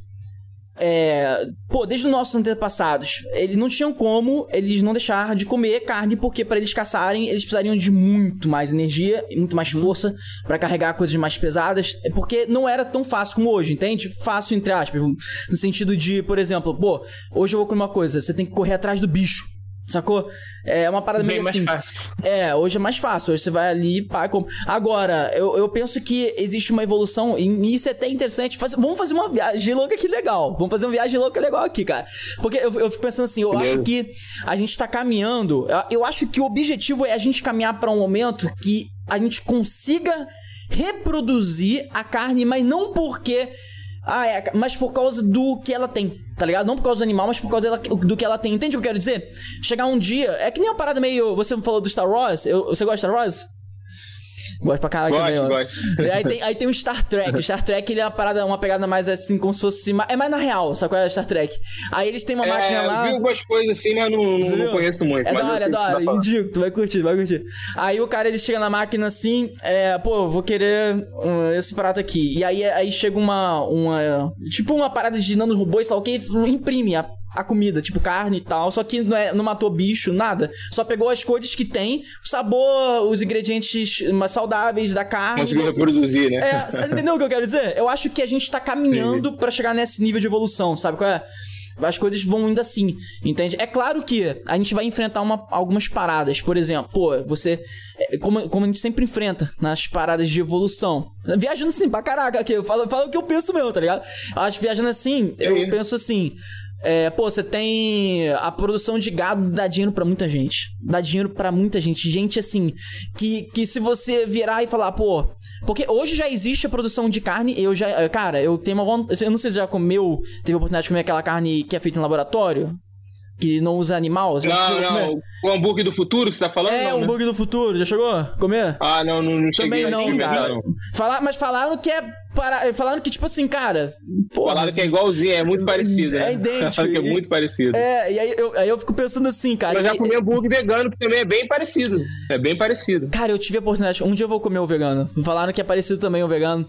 É, pô, desde os nossos antepassados, eles não tinham como eles não deixar de comer carne, porque para eles caçarem, eles precisariam de muito mais energia e muito mais força para carregar coisas mais pesadas, porque não era tão fácil como hoje, entende? Fácil entre aspas, no sentido de, por exemplo, pô, hoje eu vou comer uma coisa, você tem que correr atrás do bicho, sacou? É uma parada bem meio assim. mais fácil. É, hoje é mais fácil. Hoje você vai ali, pá, como... Agora, eu, eu penso que existe uma evolução, e isso é até interessante. Faz... Vamos fazer uma viagem louca aqui legal. Vamos fazer uma viagem louca legal aqui, cara. Porque eu, eu fico pensando assim, eu Meu. acho que a gente tá caminhando. Eu, eu acho que o objetivo é a gente caminhar pra um momento que a gente consiga reproduzir a carne, mas não porque... Ah, é, mas por causa do que ela tem, tá ligado? Não por causa do animal, mas por causa dela, do que ela tem. Entende o que eu quero dizer? Chegar um dia... É que nem uma parada meio... Você falou do Star Wars. Eu, você gosta de Star Wars? Gosto pra caralho também, gosto. Aí tem, aí tem o Star Trek. O Star Trek, ele é uma parada, uma pegada mais assim, como se fosse... É mais na real, sabe qual é o Star Trek? Aí eles têm uma é, máquina lá... Eu vi algumas coisas assim, mas não, não, não conheço muito. É da hora, é da hora. Indico, tu vai curtir, vai curtir. Aí o cara, ele chega na máquina assim... É, pô, vou querer um, esse prato aqui. E aí, aí chega uma, uma... Tipo uma parada de nanorobô, sei lá o que, imprime a... a comida, tipo carne e tal, só que não, é, não matou bicho, nada. Só pegou as coisas que tem, o sabor, os ingredientes mais saudáveis da carne. Conseguiu reproduzir, né? É, entendeu o que eu quero dizer? Eu acho que a gente tá caminhando pra chegar nesse nível de evolução, sabe qual é? As coisas vão indo assim, entende? É claro que a gente vai enfrentar uma, algumas paradas, por exemplo, pô, você... Como, como a gente sempre enfrenta nas paradas de evolução. Viajando assim, pra caraca, aqui, eu falo, falo o que eu penso mesmo, tá ligado? Eu acho que viajando assim, eu é. penso assim... É, pô, você tem a produção de gado, dá dinheiro pra muita gente. Dá dinheiro pra muita gente. Gente, assim, que, que se você virar e falar, pô... Porque hoje já existe a produção de carne. Eu já... Cara, eu tenho uma vontade... Eu não sei se você já comeu... Teve a oportunidade de comer aquela carne que é feita em laboratório? Que não usa animal? Não, não. O hambúrguer do futuro que você tá falando? É, o hambúrguer né? do futuro. Já chegou a comer? Ah, não, não, não cheguei. Também não, cara. Não. Falar, mas falaram que é... Para... Falaram que, tipo assim, cara... Porra, falaram que é igualzinho, é muito parecido, né? É idêntico. Falaram que é muito parecido. É, e aí eu, aí eu fico pensando assim, cara... Eu já e... comi hambúrguer vegano, que também é bem parecido. É bem parecido. Cara, eu tive a oportunidade... Um dia eu vou comer o vegano. Falaram que é parecido também o vegano.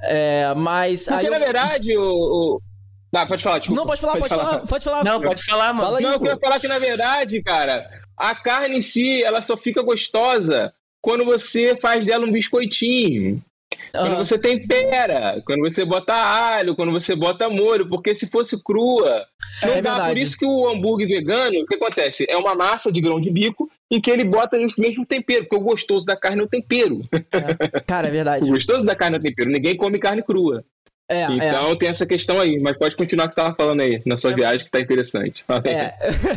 É, mas... Porque, aí na eu... verdade, o... o... Ah, pode falar, desculpa. Não, pode falar, pode, pode falar. falar. Pode falar. Não, pode falar, mano. Fala aí, não, eu pô. queria falar que, na verdade, cara, a carne em si, ela só fica gostosa quando você faz dela um biscoitinho. Quando uhum. você tempera, quando você bota alho, quando você bota molho, porque se fosse crua, não é dá. verdade. Por isso que o hambúrguer vegano, o que acontece? É uma massa de grão de bico em que ele bota o mesmo tempero, porque o gostoso da carne é o tempero. É. Cara, é verdade. O gostoso da carne é o tempero. Ninguém come carne crua. É, então é. tem essa questão aí, mas pode continuar o que você estava falando aí, na sua viagem, que tá interessante. É.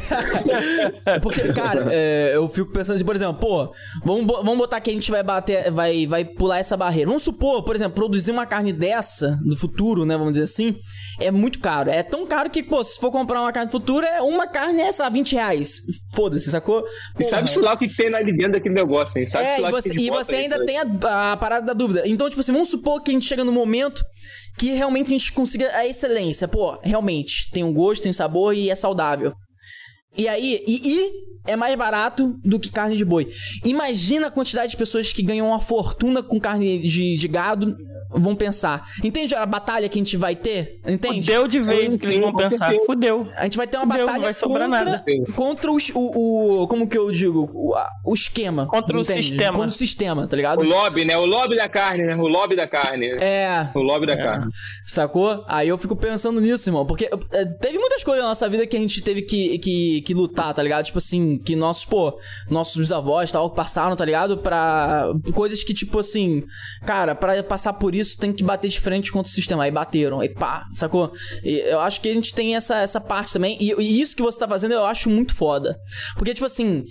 Porque, cara, é, eu fico pensando assim, por exemplo, pô, vamos, vamos botar que a gente vai bater, vai, vai pular essa barreira. Vamos supor, por exemplo, produzir uma carne dessa, do futuro, né, vamos dizer assim, é muito caro. É tão caro que, pô, se for comprar uma carne do futuro, é uma carne, é, sei lá, vinte reais. Foda-se, sacou? E sabe-se lá o que tem ali dentro daquele negócio, hein? Sabe É, lá e você, que tem e você aí, ainda né? tem a, a parada da dúvida. Então, tipo assim, vamos supor que a gente chega no momento que realmente a gente consiga a excelência. Pô, realmente, tem um gosto, tem um sabor e é saudável. E aí, e, e é mais barato do que carne de boi. Imagina a quantidade de pessoas que ganham uma fortuna com carne de, de gado vão pensar. Entende a batalha que a gente vai ter? Entende? Fudeu de vez Sim, que eles sim, vão com pensar. certeza. Fudeu. A gente vai ter uma Fudeu, batalha não vai sobrar contra, nada. contra os, o, o... Como que eu digo? O, a- o esquema. Contra o entende? sistema. Contra o sistema, tá ligado? O lobby, né? O lobby da carne, né? O lobby da carne. É... O lobby da carne. Sacou? Aí eu fico pensando nisso, irmão. Porque é, teve muitas coisas na nossa vida que a gente teve que, que, que lutar, tá ligado? Tipo assim, que nossos, pô, nossos bisavós tal, passaram, tá ligado? Pra coisas que, tipo assim, cara, pra passar por isso tem que bater de frente contra o sistema. Aí bateram, aí pá, sacou? E eu acho que a gente tem essa, essa parte também. E, e isso que você tá fazendo eu acho muito foda. Porque, tipo assim.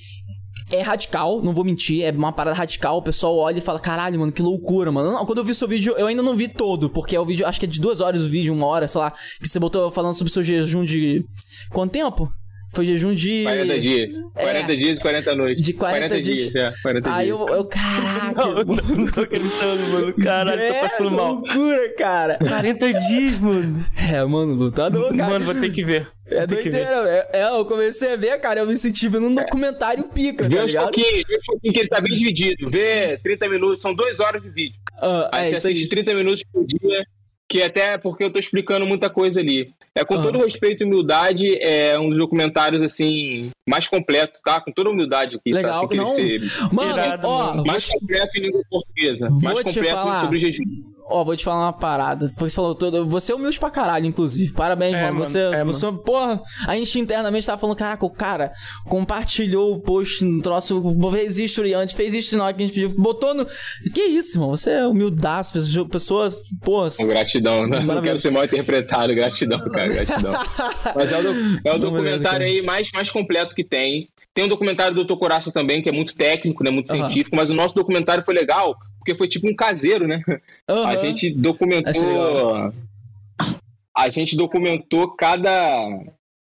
É radical, não vou mentir, é uma parada radical. O pessoal olha e fala, caralho, mano, que loucura, mano. Não, quando eu vi seu vídeo, eu ainda não vi todo, porque é o vídeo, acho que é de duas horas o vídeo, uma hora, sei lá, que você botou falando sobre o seu jejum de... Quanto tempo? Foi jejum de... quarenta dias. quarenta É. dias e quarenta noites. De quarenta dias. é. quarenta Aí dias. eu, eu caraca. Não, não, não tô acreditando, mano. Caralho, é, tô passando mal. loucura, cara. quarenta dias, mano. É, mano, lutador, cara. Mano, vou ter que ver. É Vou ter que ver. doideira, velho. É, eu comecei a ver, cara, eu me senti vendo um documentário pica, Vê tá uns ligado? pouquinhos, vê uns pouquinhos que ele tá bem dividido. Vê trinta minutos, são duas horas de vídeo. Ah, Aí é você isso aí. assiste trinta minutos por dia, que até porque eu tô explicando muita coisa ali. É, com Aham. todo respeito e humildade, é um dos documentários, assim, mais completo, tá? Com toda humildade aqui, Legal, tá? Sem querer não. ser- Mano, Irado, ó, mano. vou Mais te, completo em língua portuguesa. Vou mais te completo falar. sobre jejum. ó, vou te falar uma parada. Você falou todo. Você é humilde pra caralho, inclusive. Parabéns, É, mano. mano, Você, é, você, porra, a gente internamente tava falando, caraca, o cara compartilhou o post no troço, fez history antes, fez history na hora que a gente pediu, botou no. Que isso, irmão? Você é humildaço, pessoas, pessoas porra. Com gratidão, né? Não Maravilhoso. quero ser mal interpretado, gratidão, cara, gratidão. Mas é o, do- é o Não, beleza, documentário cara. aí mais, mais completo que tem. Tem um documentário do doutor Coraça também, que é muito técnico, né? Muito Aham. científico, mas o nosso documentário foi legal, porque foi tipo um caseiro, né? Aham. A gente Achei documentou. A gente documentou cada.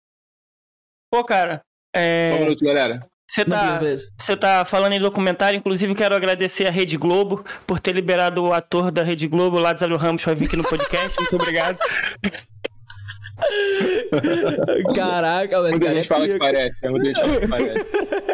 Pô, cara, Só um é, minuto, galera. você Não, tá, beleza, beleza. você tá falando em documentário, inclusive quero agradecer a Rede Globo por ter liberado o ator da Rede Globo, Lázaro Ramos, pra vir aqui no podcast. Muito obrigado. Caraca, mas Muita cara, é gente fala que pica. parece, né? Muita gente fala que parece.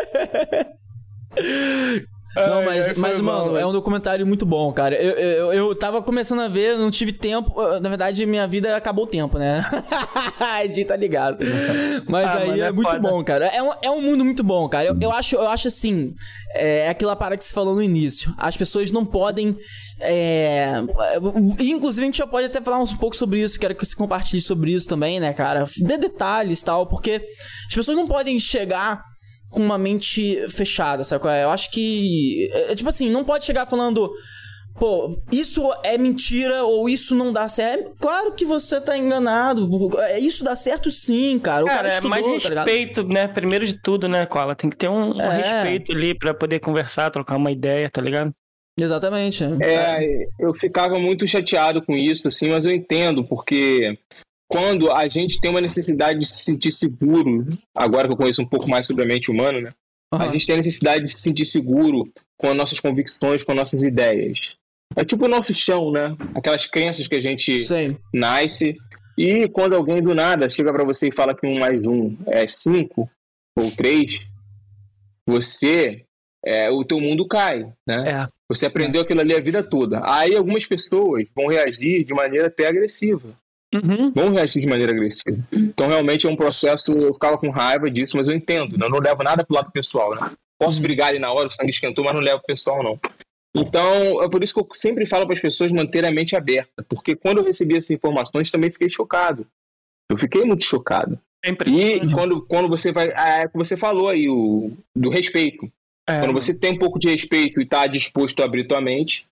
Não, Ai, mas, ai, mas foi mano, mal, é um documentário muito bom, cara. Eu, eu, eu tava começando a ver, não tive tempo. Na verdade, minha vida acabou o tempo, né? A gente tá ligado. Mas Ah, aí mano, é, é muito foda. bom, cara. É um, é um mundo muito bom, cara. Eu, eu, acho, eu acho assim. É aquela parada que você falou no início. As pessoas não podem. É... Inclusive, a gente já pode até falar um pouco sobre isso. Quero que você compartilhe sobre isso também, né, cara? Dê detalhes e tal, porque as pessoas não podem chegar com uma mente fechada, sabe qual é? Eu acho que... É, tipo assim, não pode chegar falando... Pô, isso é mentira ou isso não dá certo. É claro que você tá enganado. É, isso dá certo sim, cara. O cara, Cara, é estudou, mais tá ligado? respeito, né? Primeiro de tudo, né, Cola? Tem que ter um, um É. respeito ali pra poder conversar, trocar uma ideia, tá ligado? Exatamente. É, eu ficava muito chateado com isso, assim, mas eu entendo, porque quando a gente tem uma necessidade de se sentir seguro, agora que eu conheço um pouco mais sobre a mente humana, né? Aham. A gente tem a necessidade de se sentir seguro com as nossas convicções, com as nossas ideias. É tipo o nosso chão, né? Aquelas crenças que a gente Sei. nasce. E quando alguém do nada chega pra você e fala que um mais um é cinco ou três, você, é, o teu mundo cai, né? É. Você aprendeu aquilo ali a vida toda. Aí algumas pessoas vão reagir de maneira até agressiva. Uhum. Vão reagir de maneira agressiva. Então realmente é um processo, eu ficava com raiva disso, mas eu entendo, né? Eu não levo nada pro lado pessoal, né? Posso brigar ali na hora, o sangue esquentou, mas não levo pro pessoal, não. Então, é por isso que eu sempre falo para as pessoas manterem a mente aberta, porque quando eu recebi essas informações, também fiquei chocado. Eu fiquei muito chocado. Sempre. E quando, quando você vai... É o que você falou aí, o, do respeito. É, Quando você tem um pouco de respeito e está disposto a abrir tua mente,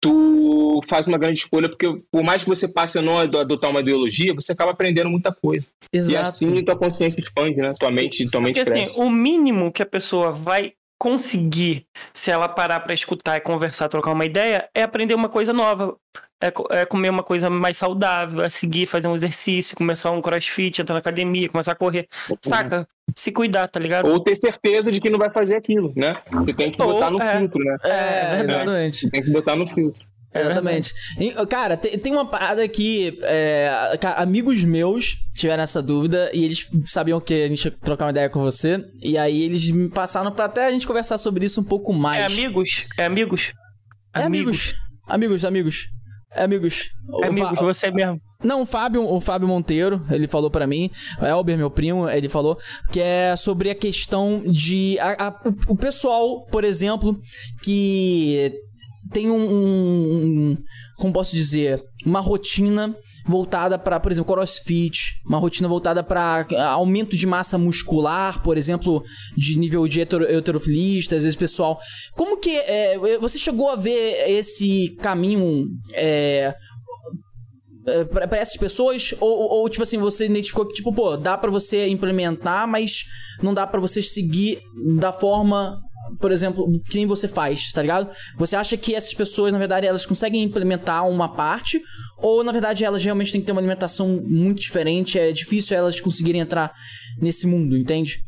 tu faz uma grande escolha, porque por mais que você passe a não adotar uma ideologia, você acaba aprendendo muita coisa. Exato. E assim tua consciência expande, né? Tua mente, tua mente Porque, cresce. assim, o mínimo que a pessoa vai conseguir, se ela parar pra escutar e conversar, trocar uma ideia, é aprender uma coisa nova. É, é comer uma coisa mais saudável, é seguir, fazer um exercício, começar um crossfit, entrar na academia, começar a correr. Saca? Se cuidar, tá ligado? Ou ter certeza de que não vai fazer aquilo, né? Você tem que Ou, botar no é. filtro, né? É, é exatamente. Você tem que botar no filtro. É Exatamente. E, cara, tem, tem uma parada que é, cara, amigos meus tiveram essa dúvida e eles sabiam que a gente ia trocar uma ideia com você. E aí eles me passaram pra até a gente conversar sobre isso um pouco mais. É amigos? É amigos? É amigos. Amigos, amigos. É amigos. É O amigos, Fa- você mesmo. Não, o Fábio, o Fábio Monteiro, ele falou pra mim, o Elber, meu primo, ele falou que é sobre a questão de... A, a- o, o pessoal, por exemplo, que tem um, um... Como posso dizer? Uma rotina voltada pra, por exemplo, crossfit. Uma rotina voltada pra aumento de massa muscular, por exemplo, de nível de hetero, heterofilista, às vezes pessoal. Como que... é, você chegou a ver esse caminho... É, Pra, pra essas pessoas, ou, ou, ou, tipo assim, você identificou que, tipo, pô, dá pra você implementar, mas não dá pra você seguir da forma, por exemplo, que nem você faz, tá ligado? Você acha que essas pessoas, na verdade, elas conseguem implementar uma parte, ou, na verdade, elas realmente têm que ter uma alimentação muito diferente, é difícil elas conseguirem entrar nesse mundo, entende?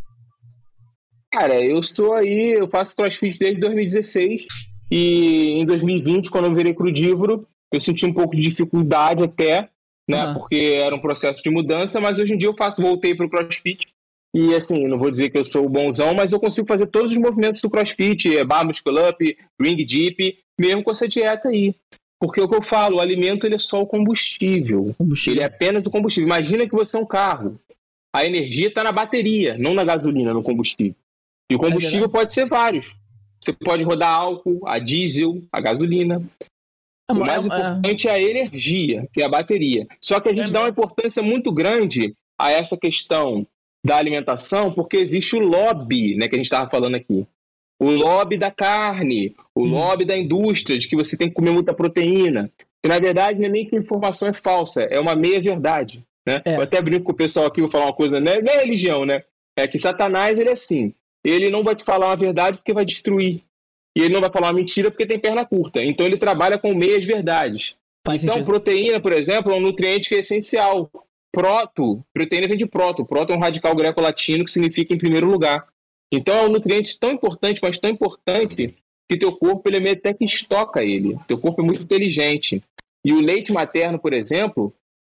Cara, eu sou aí, eu faço crossfit desde dois mil e dezesseis, e em dois mil e vinte, quando eu virei crudívoro, eu senti um pouco de dificuldade até, né, Uhum. porque era um processo de mudança, mas hoje em dia eu faço, voltei pro crossfit, e assim, não vou dizer que eu sou o bonzão, mas eu consigo fazer todos os movimentos do crossfit, bar muscle up, ring dip, mesmo com essa dieta aí. Porque o que eu falo, o alimento ele é só o combustível, Combustível. ele é apenas o combustível. Imagina que você é um carro, a energia está na bateria, não na gasolina, no combustível. E o combustível verdade. pode ser vários. Você pode rodar álcool, a diesel, a gasolina. É, O mais é, importante é a energia, que é a bateria. Só que a gente É dá uma mesmo. importância muito grande a essa questão da alimentação, porque existe o lobby, né, que a gente estava falando aqui. O lobby da carne, o Hum. lobby da indústria, de que você tem que comer muita proteína. Que na verdade não é nem que a informação é falsa, é uma meia-verdade. Né? É. Eu até brinco com o pessoal aqui, vou falar uma coisa, né? Não é religião, né? É que Satanás, ele é assim. Ele não vai te falar uma verdade porque vai destruir. E ele não vai falar uma mentira porque tem perna curta. Então ele trabalha com meias verdades. Faz Então, sentido. proteína, por exemplo, é um nutriente que é essencial. Proto, proteína vem de proto. Proto é um radical greco-latino que significa em primeiro lugar. Então é um nutriente tão importante, mas tão importante, que teu corpo ele meio até que estoca ele. Teu corpo é muito inteligente. E o leite materno, por exemplo,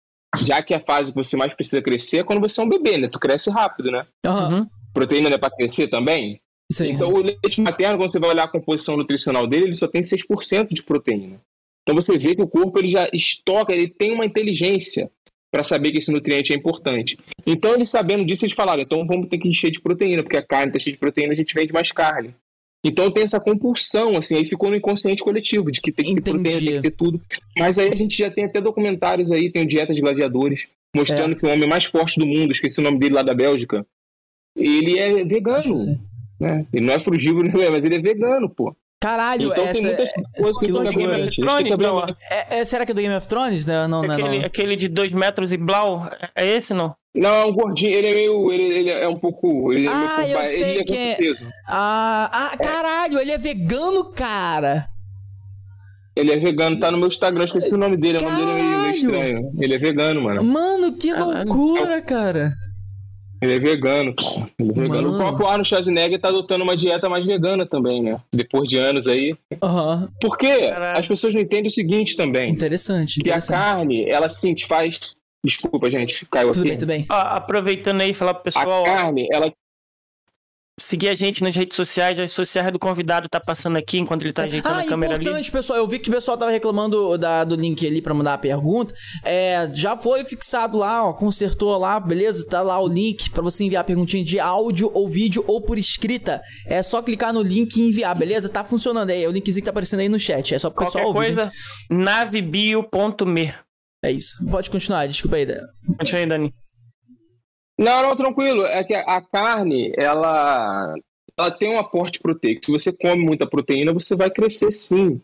já que a fase que você mais precisa crescer é quando você é um bebê, né? Tu cresce rápido, né? Aham. Uhum. Proteína não é para crescer também? Isso aí. Então, o leite materno, quando você vai olhar a composição nutricional dele, ele só tem seis por cento de proteína. Então, você vê que o corpo ele já estoca, ele tem uma inteligência para saber que esse nutriente é importante. Então, eles sabendo disso, eles falaram, então vamos ter que encher de proteína, porque a carne está cheia de proteína, a gente vende mais carne. Então, tem essa compulsão, assim, aí ficou no inconsciente coletivo, de que tem que ter Entendi. proteína, tem que ter tudo. Mas aí a gente já tem até documentários aí, tem o Dieta de Gladiadores, mostrando É. que o homem mais forte do mundo, esqueci o nome dele lá da Bélgica, ele é Acho que vegano. sim. Né? Ele não é frugívoro, mas ele é vegano, pô. Caralho, Então essa tem muitas coisas que que estão loucura. diferentes. Game of Thrones, não, é, é- será que é do Game of Thrones? Não, não, não, Aquele, não. aquele de dois metros e blau, é esse não? Não, é um gordinho, ele é meio. Ele, ele é um pouco. Ele é Ah, meio eu compa- sei ele é quem é. com peso. Ah, ah, caralho, ele é vegano, cara. Ele é vegano, tá no meu Instagram, esqueci o nome dele, o nome dele é meio, meio Caralho. estranho. Ele é vegano, mano. Mano, que Caralho. loucura, cara. Ele é vegano, cara. Ele é vegano. Mano. O próprio Arnold Schwarzenegger tá adotando uma dieta mais vegana também, né? Depois de anos aí. Aham. Porque Caralho. as pessoas não entendem o seguinte também. Interessante, Que a interessante. carne, ela sim te faz. Desculpa, gente, caiu Tudo aqui. bem, tudo bem. Ó, aproveitando aí, falar pro A pessoal, ó, carne, ela. seguir a gente nas redes sociais, as redes sociais do convidado tá passando aqui enquanto ele tá ajeitando Ah, a câmera ali. importante, pessoal. Eu vi que o pessoal tava reclamando da, do link ali pra mandar a pergunta. É, já foi fixado lá, ó. Consertou lá, beleza? Tá lá o link pra você enviar a perguntinha de áudio ou vídeo ou por escrita. É só clicar no link e enviar, beleza? Tá funcionando aí. É o linkzinho que tá aparecendo aí no chat. É só pro Qualquer pessoal ouvir. coisa, navebio ponto me. É isso. Pode continuar, desculpa aí. Dé. Continua aí, Dani. Não, não, tranquilo. É que a carne, ela, ela tem um aporte proteico. Se você come muita proteína, você vai crescer sim.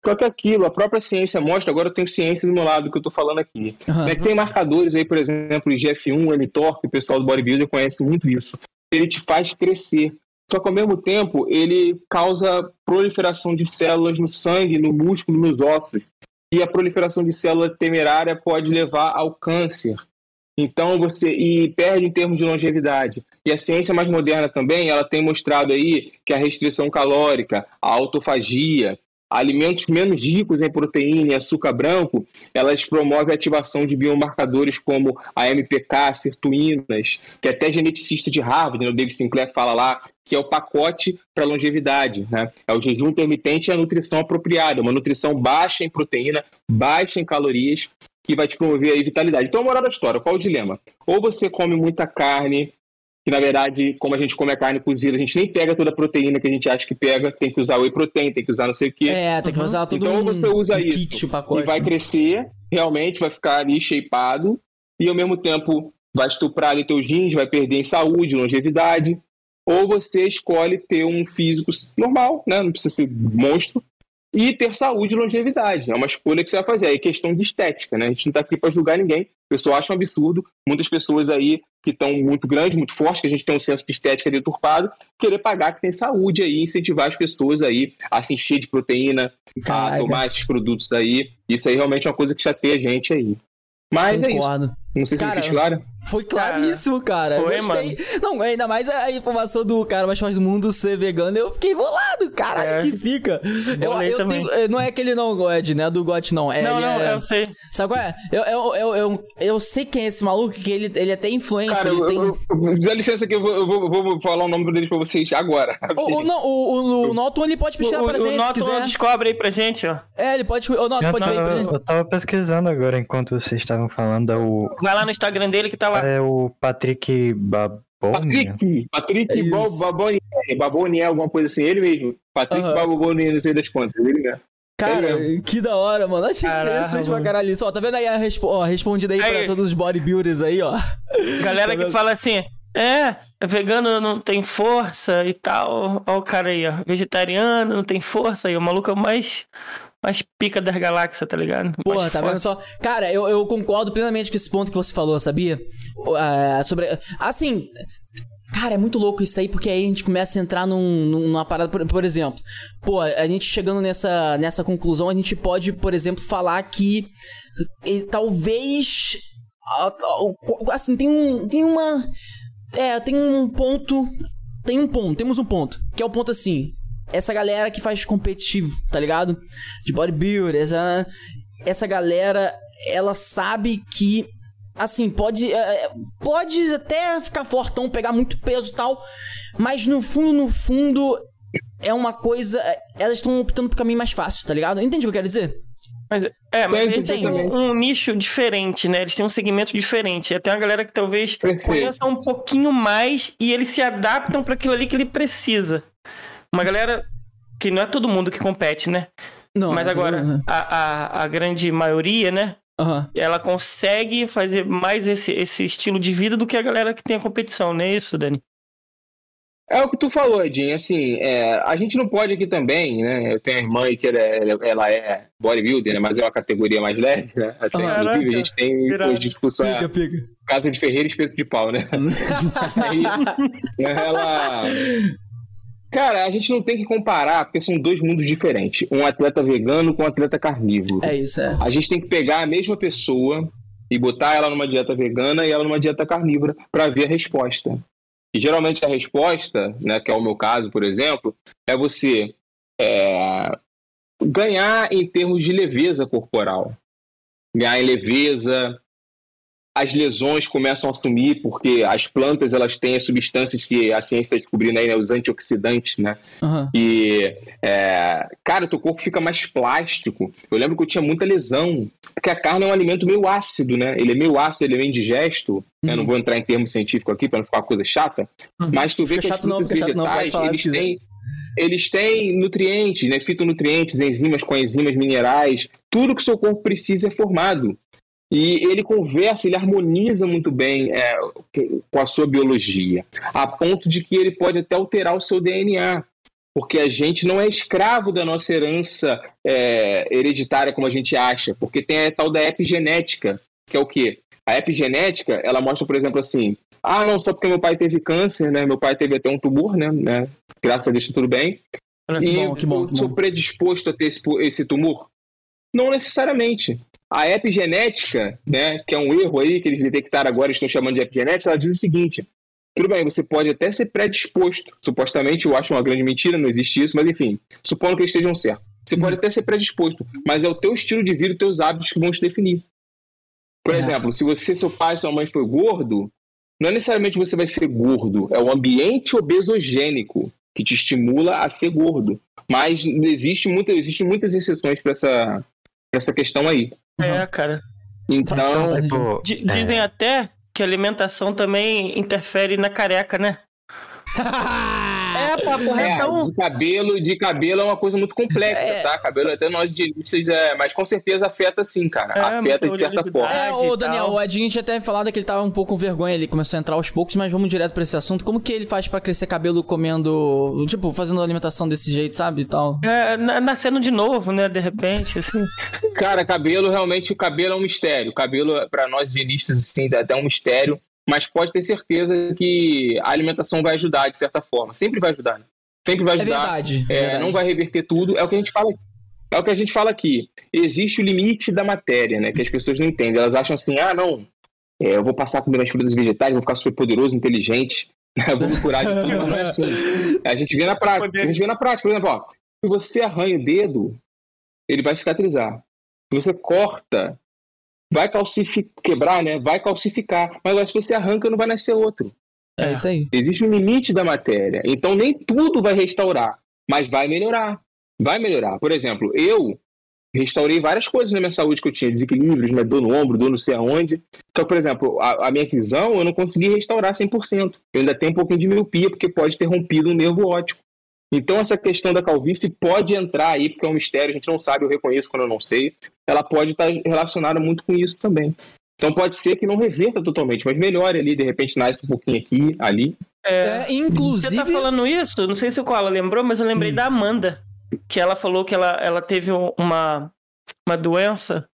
Só que aquilo, a própria ciência mostra, agora eu tenho ciência do meu lado que eu tô falando aqui. Uhum. Né, tem marcadores aí, por exemplo, o G F um, o mTOR, que o pessoal do bodybuilder conhece muito isso. Ele te faz crescer. Só que ao mesmo tempo, ele causa proliferação de células no sangue, no músculo, nos ossos. E a proliferação de célula temerária pode levar ao câncer. Então você e perde em termos de longevidade. E a ciência mais moderna também, ela tem mostrado aí que a restrição calórica, a autofagia, alimentos menos ricos em proteína e açúcar branco, elas promovem a ativação de biomarcadores como a M P K, sirtuínas, que até geneticista de Harvard, né, o David Sinclair fala lá, que é o pacote para longevidade, né? É o jejum intermitente e a nutrição apropriada, uma nutrição baixa em proteína, baixa em calorias, que vai te promover aí vitalidade. Então, a moral da história, qual o dilema? Ou você come muita carne, que na verdade, como a gente come a carne cozida, a gente nem pega toda a proteína que a gente acha que pega, tem que usar whey protein, tem que usar não sei o quê. É, tem que usar uhum. tudo. Então, um, você usa um isso kit, pacote, e vai né? crescer, realmente vai ficar ali shapeado, e ao mesmo tempo vai estuprar ali teus rins, vai perder em saúde, longevidade. Ou você escolhe ter um físico normal, né? Não precisa ser monstro, e ter saúde e longevidade. É uma escolha que você vai fazer. É questão de estética, né? A gente não está aqui para julgar ninguém. O pessoal acha um absurdo. Muitas pessoas aí que estão muito grandes, muito fortes, que a gente tem um senso de estética deturpado, querer pagar que tem saúde aí, incentivar as pessoas aí a se encher de proteína, Caraca. a tomar esses produtos aí. Isso aí realmente é uma coisa que chateia a gente aí. Mas Concordo. é isso. Não sei se cara, eu fiz claro. Foi claríssimo, cara. Foi, Gostei. mano. Não, ainda mais a informação do cara mais forte do mundo ser vegano. Eu fiquei bolado, caralho, é. que fica. Eu, eu tenho, não é aquele não, Ed, né? Do Got, não. É, não, não, é, eu sei. Sabe qual é? Eu, eu, eu, eu, eu sei quem é esse maluco, que ele, ele até influencer. Cara, ele eu, tem... eu, eu, dá licença que eu vou, eu vou, vou falar o nome dele pra vocês agora. O, o, não, o, o, o Norton, ele pode pesquisar o, pra o, gente, o se quiser. descobre aí pra gente, ó. É, ele pode... O Norton pode tava, ver aí pra gente. Eu tava pesquisando agora, enquanto vocês estavam falando, é o... Vai lá no Instagram dele que tá lá. É o Patrick Baboni. Patrick, Patrick é Baboni, Baboni, alguma coisa assim, ele mesmo. Patrick uhum. Baboni, não sei das contas, ele mesmo. Cara, é que da hora, mano. Achei Caraca, interessante pra caralho isso. Ó, tá vendo aí a respo ó, respondida aí, aí pra todos os bodybuilders aí, ó. Galera tá que fala assim, é, vegano não tem força e tal. Ó o cara aí, ó. Vegetariano não tem força aí. O maluco é o mais... mais pica das galáxias, tá ligado? Porra, mais tá forte. vendo só? Cara, eu, eu concordo plenamente com esse ponto que você falou, sabia? Uh, sobre... Assim... Cara, é muito louco isso aí, porque aí a gente começa a entrar num, numa parada, por, por exemplo, pô, a gente chegando nessa, nessa conclusão, a gente pode, por exemplo, falar que e, talvez, assim, tem um, tem uma, é, tem um ponto, tem um ponto, temos um ponto, que é o ponto assim, essa galera que faz competitivo, tá ligado? De bodybuilder, essa, essa galera, ela sabe que assim, pode, pode até ficar fortão, pegar muito peso e tal, mas no fundo, no fundo, é uma coisa... Elas estão optando por caminho mais fácil, tá ligado? Entende o que eu quero dizer? Mas, é, mas eles têm também. um, um nicho diferente, né? Eles têm um segmento diferente. Até uma galera que talvez Perfeito. conheça um pouquinho mais e eles se adaptam para aquilo ali que ele precisa. Uma galera que não é todo mundo que compete, né? Não, mas é agora, todo mundo. a, a, a grande maioria, né? Uhum. Ela consegue fazer mais esse, esse estilo de vida do que a galera que tem a competição, não é isso, Dani? É o que tu falou, Edinho, assim, é, a gente não pode aqui também, né, eu tenho a irmã que ela é, ela é bodybuilder, né, mas é uma categoria mais leve, né, até, Caraca, inclusive a gente tem depois discussão, Fica, fica. casa de ferreiro e espeto de pau, né, aí ela... Cara, a gente não tem que comparar, porque são dois mundos diferentes. Um atleta vegano com um atleta carnívoro. É isso, é. A gente tem que pegar a mesma pessoa e botar ela numa dieta vegana e ela numa dieta carnívora para ver a resposta. E geralmente a resposta, né, que é o meu caso, por exemplo, é você é, ganhar em termos de leveza corporal. Ganhar em leveza... As lesões começam a sumir porque as plantas elas têm as substâncias que a ciência está descobrindo aí, né, os antioxidantes, né? Uhum. E, é, cara, o teu corpo fica mais plástico. Eu lembro que eu tinha muita lesão, porque a carne é um alimento meio ácido, né? Ele é meio ácido, ele é meio indigesto. Uhum. Eu não vou entrar em termo científico aqui para não ficar uma coisa chata, uhum. mas tu vê fica que chato as frutas não, vegetais, não, eles têm... Eles têm nutrientes, né? Fitonutrientes, enzimas, coenzimas, minerais. Tudo que o seu corpo precisa é formado. E ele conversa, ele harmoniza muito bem é, com a sua biologia, a ponto de que ele pode até alterar o seu D N A. porque a gente não é escravo da nossa herança é, hereditária como a gente acha, porque tem a tal da epigenética, que é o quê? A epigenética, ela mostra, por exemplo, assim, ah, não, só porque meu pai teve câncer, né? Meu pai teve até um tumor, né? né? Graças a Deus, tá tudo bem. Que e bom, que bom, que eu sou bom. predisposto a ter esse, esse tumor? Não necessariamente. A epigenética, né, que é um erro aí que eles detectaram agora, estão chamando de epigenética, ela diz o seguinte: tudo bem, você pode até ser predisposto, supostamente, eu acho uma grande mentira, não existe isso, mas enfim, supondo que eles estejam certos. Você pode até ser predisposto, mas é o teu estilo de vida, os teus hábitos que vão te definir. Por É. exemplo, se você, seu pai e sua mãe foi gordo, não é necessariamente você vai ser gordo, é o ambiente obesogênico que te estimula a ser gordo. Mas existe muita, existem muitas exceções para essa, pra essa questão aí. É, cara. Então, Tipo, D- dizem é, até que a alimentação também interfere na careca, né? É, papo é, retão. de cabelo, de cabelo é uma coisa muito complexa, É. tá? Cabelo até nós dietistas, é, mas com certeza afeta sim, cara. É, afeta de certa muita forma. É, e ô Daniel, tal. o Edinho tinha até falado que ele tava um pouco com vergonha, ele começou a entrar aos poucos, mas vamos direto pra esse assunto. Como que ele faz pra crescer cabelo comendo, tipo, fazendo alimentação desse jeito, sabe, e tal? É, na- nascendo de novo, né? De repente, assim. Cara, cabelo, realmente, o cabelo é um mistério. O cabelo, pra nós higienistas, assim, é até um mistério, mas pode ter certeza que a alimentação vai ajudar, de certa forma. Sempre vai ajudar, né? Sempre vai É ajudar. verdade. É, verdade. não vai reverter tudo. É o que a gente fala. É o que a gente fala aqui. Existe o limite da matéria, né? Que as pessoas não entendem. Elas acham assim, ah, não, é, eu vou passar a comer as frutas vegetais, vou ficar super poderoso, inteligente, eu vou me curar de tudo, mas não é assim. A gente vê na prática. A gente vê na prática, por exemplo, ó, se você arranha o dedo, ele vai cicatrizar. Se você corta, vai calcificar, quebrar, né? Vai calcificar. Mas agora, se você arranca, não vai nascer outro. É isso aí. Existe um limite da matéria. Então, nem tudo vai restaurar, mas vai melhorar. Vai melhorar. Por exemplo, eu restaurei várias coisas na minha saúde que eu tinha, desequilíbrios, né? Dor no ombro, dor não sei aonde. Então, por exemplo, a, a minha visão, eu não consegui restaurar cem por cento. Eu ainda tenho um pouquinho de miopia, porque pode ter rompido um nervo óptico. Então, essa questão da calvície pode entrar aí, porque é um mistério, a gente não sabe, eu reconheço quando eu não sei. Ela pode estar relacionada muito com isso também. Então, pode ser que não reverta totalmente, mas melhore ali, de repente nasce um pouquinho aqui, ali. É, Você inclusive... tá falando isso? Não sei se o Koala lembrou, mas eu lembrei Hum. da Amanda. Que ela falou que ela, ela teve uma, uma doença.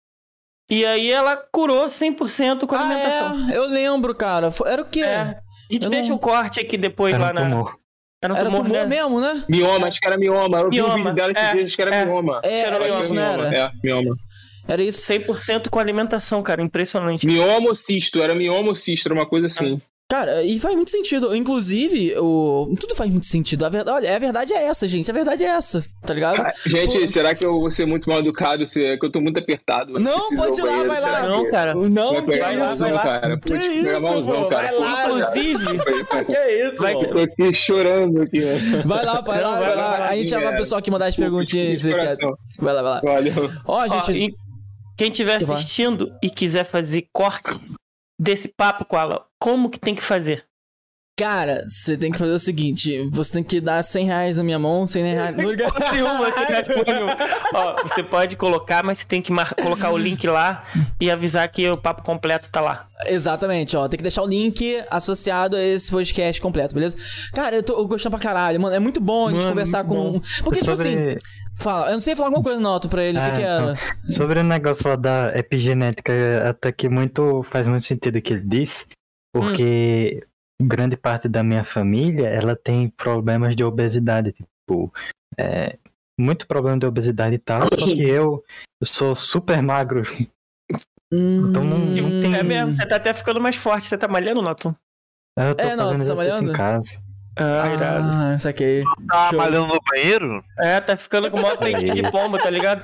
E aí ela curou cem por cento com a alimentação. Ah, é, eu lembro, cara. Foi- Era o quê? É. A gente Eu deixa não- o corte aqui depois era lá um na. tumor. Era um Era tumor, tumor né? mesmo, né? Mioma, acho que era mioma. Eu vi o Mioma, vídeo dela esses é, dias, acho que era é. mioma. É, Era era mioma, isso, não era? É, mioma. Era isso. cem por cento com alimentação, cara. Impressionante. Mioma ou cisto, era mioma ou cisto, era uma coisa assim. Cara, e faz muito sentido. Inclusive, o... tudo faz muito sentido. A verdade, olha, a verdade é essa, gente. A verdade é essa, tá ligado? Ah, gente, Pô. será que eu vou ser muito mal educado? Se é que eu tô muito apertado. eu Não, preciso pode ao ir lá, banheiro, vai lá. será Não, que- cara. Não, Vai que pegar vai lá, isso? vai malzão, lá. cara. Que Putz, isso, pegar malzão, pô, cara. vai lá. Inclusive, Que é isso, Vai- mano? Tô aqui chorando aqui. ó. Vai lá, vai lá, Não, vai vai lá. lá, A gente chama é. a pessoa que mandar as perguntinhas, de etcétera. coração. Vai lá, vai lá. Valeu. Ó, ó, gente... e quem estiver Vai. assistindo e quiser fazer corte desse papo com ela, como que tem que fazer? Cara, você tem que fazer o seguinte: você tem que dar cem reais na minha mão, cem reais no lugar. Nenhuma, você responde um. Ó, você pode colocar, mas você tem que mar- colocar o link lá e avisar que o papo completo tá lá. Exatamente, ó. Tem que deixar o link associado a esse podcast completo, beleza? Cara, eu tô eu gostando pra caralho, mano. É muito bom a gente Mano, conversar com. muito Porque, tipo Sobre- assim. Fala, eu não sei falar alguma coisa, Noto, pra ele. O que, Ah, que era? então, sobre o negócio lá da epigenética, até que muito faz muito sentido o que ele disse, porque grande parte da minha família, ela tem problemas de obesidade, tipo, é, muito problema de obesidade e tal, só que eu, eu sou super magro, então não, não tem... É mesmo, você tá até ficando mais forte. Você tá malhando, Noto? Eu tô É, não, fazendo você tá exercício malhando? em casa. Ah, irado. Ah, saquei. Tá Show. malhando no banheiro? É, tá ficando com o maior peitinho de pomba, tá ligado?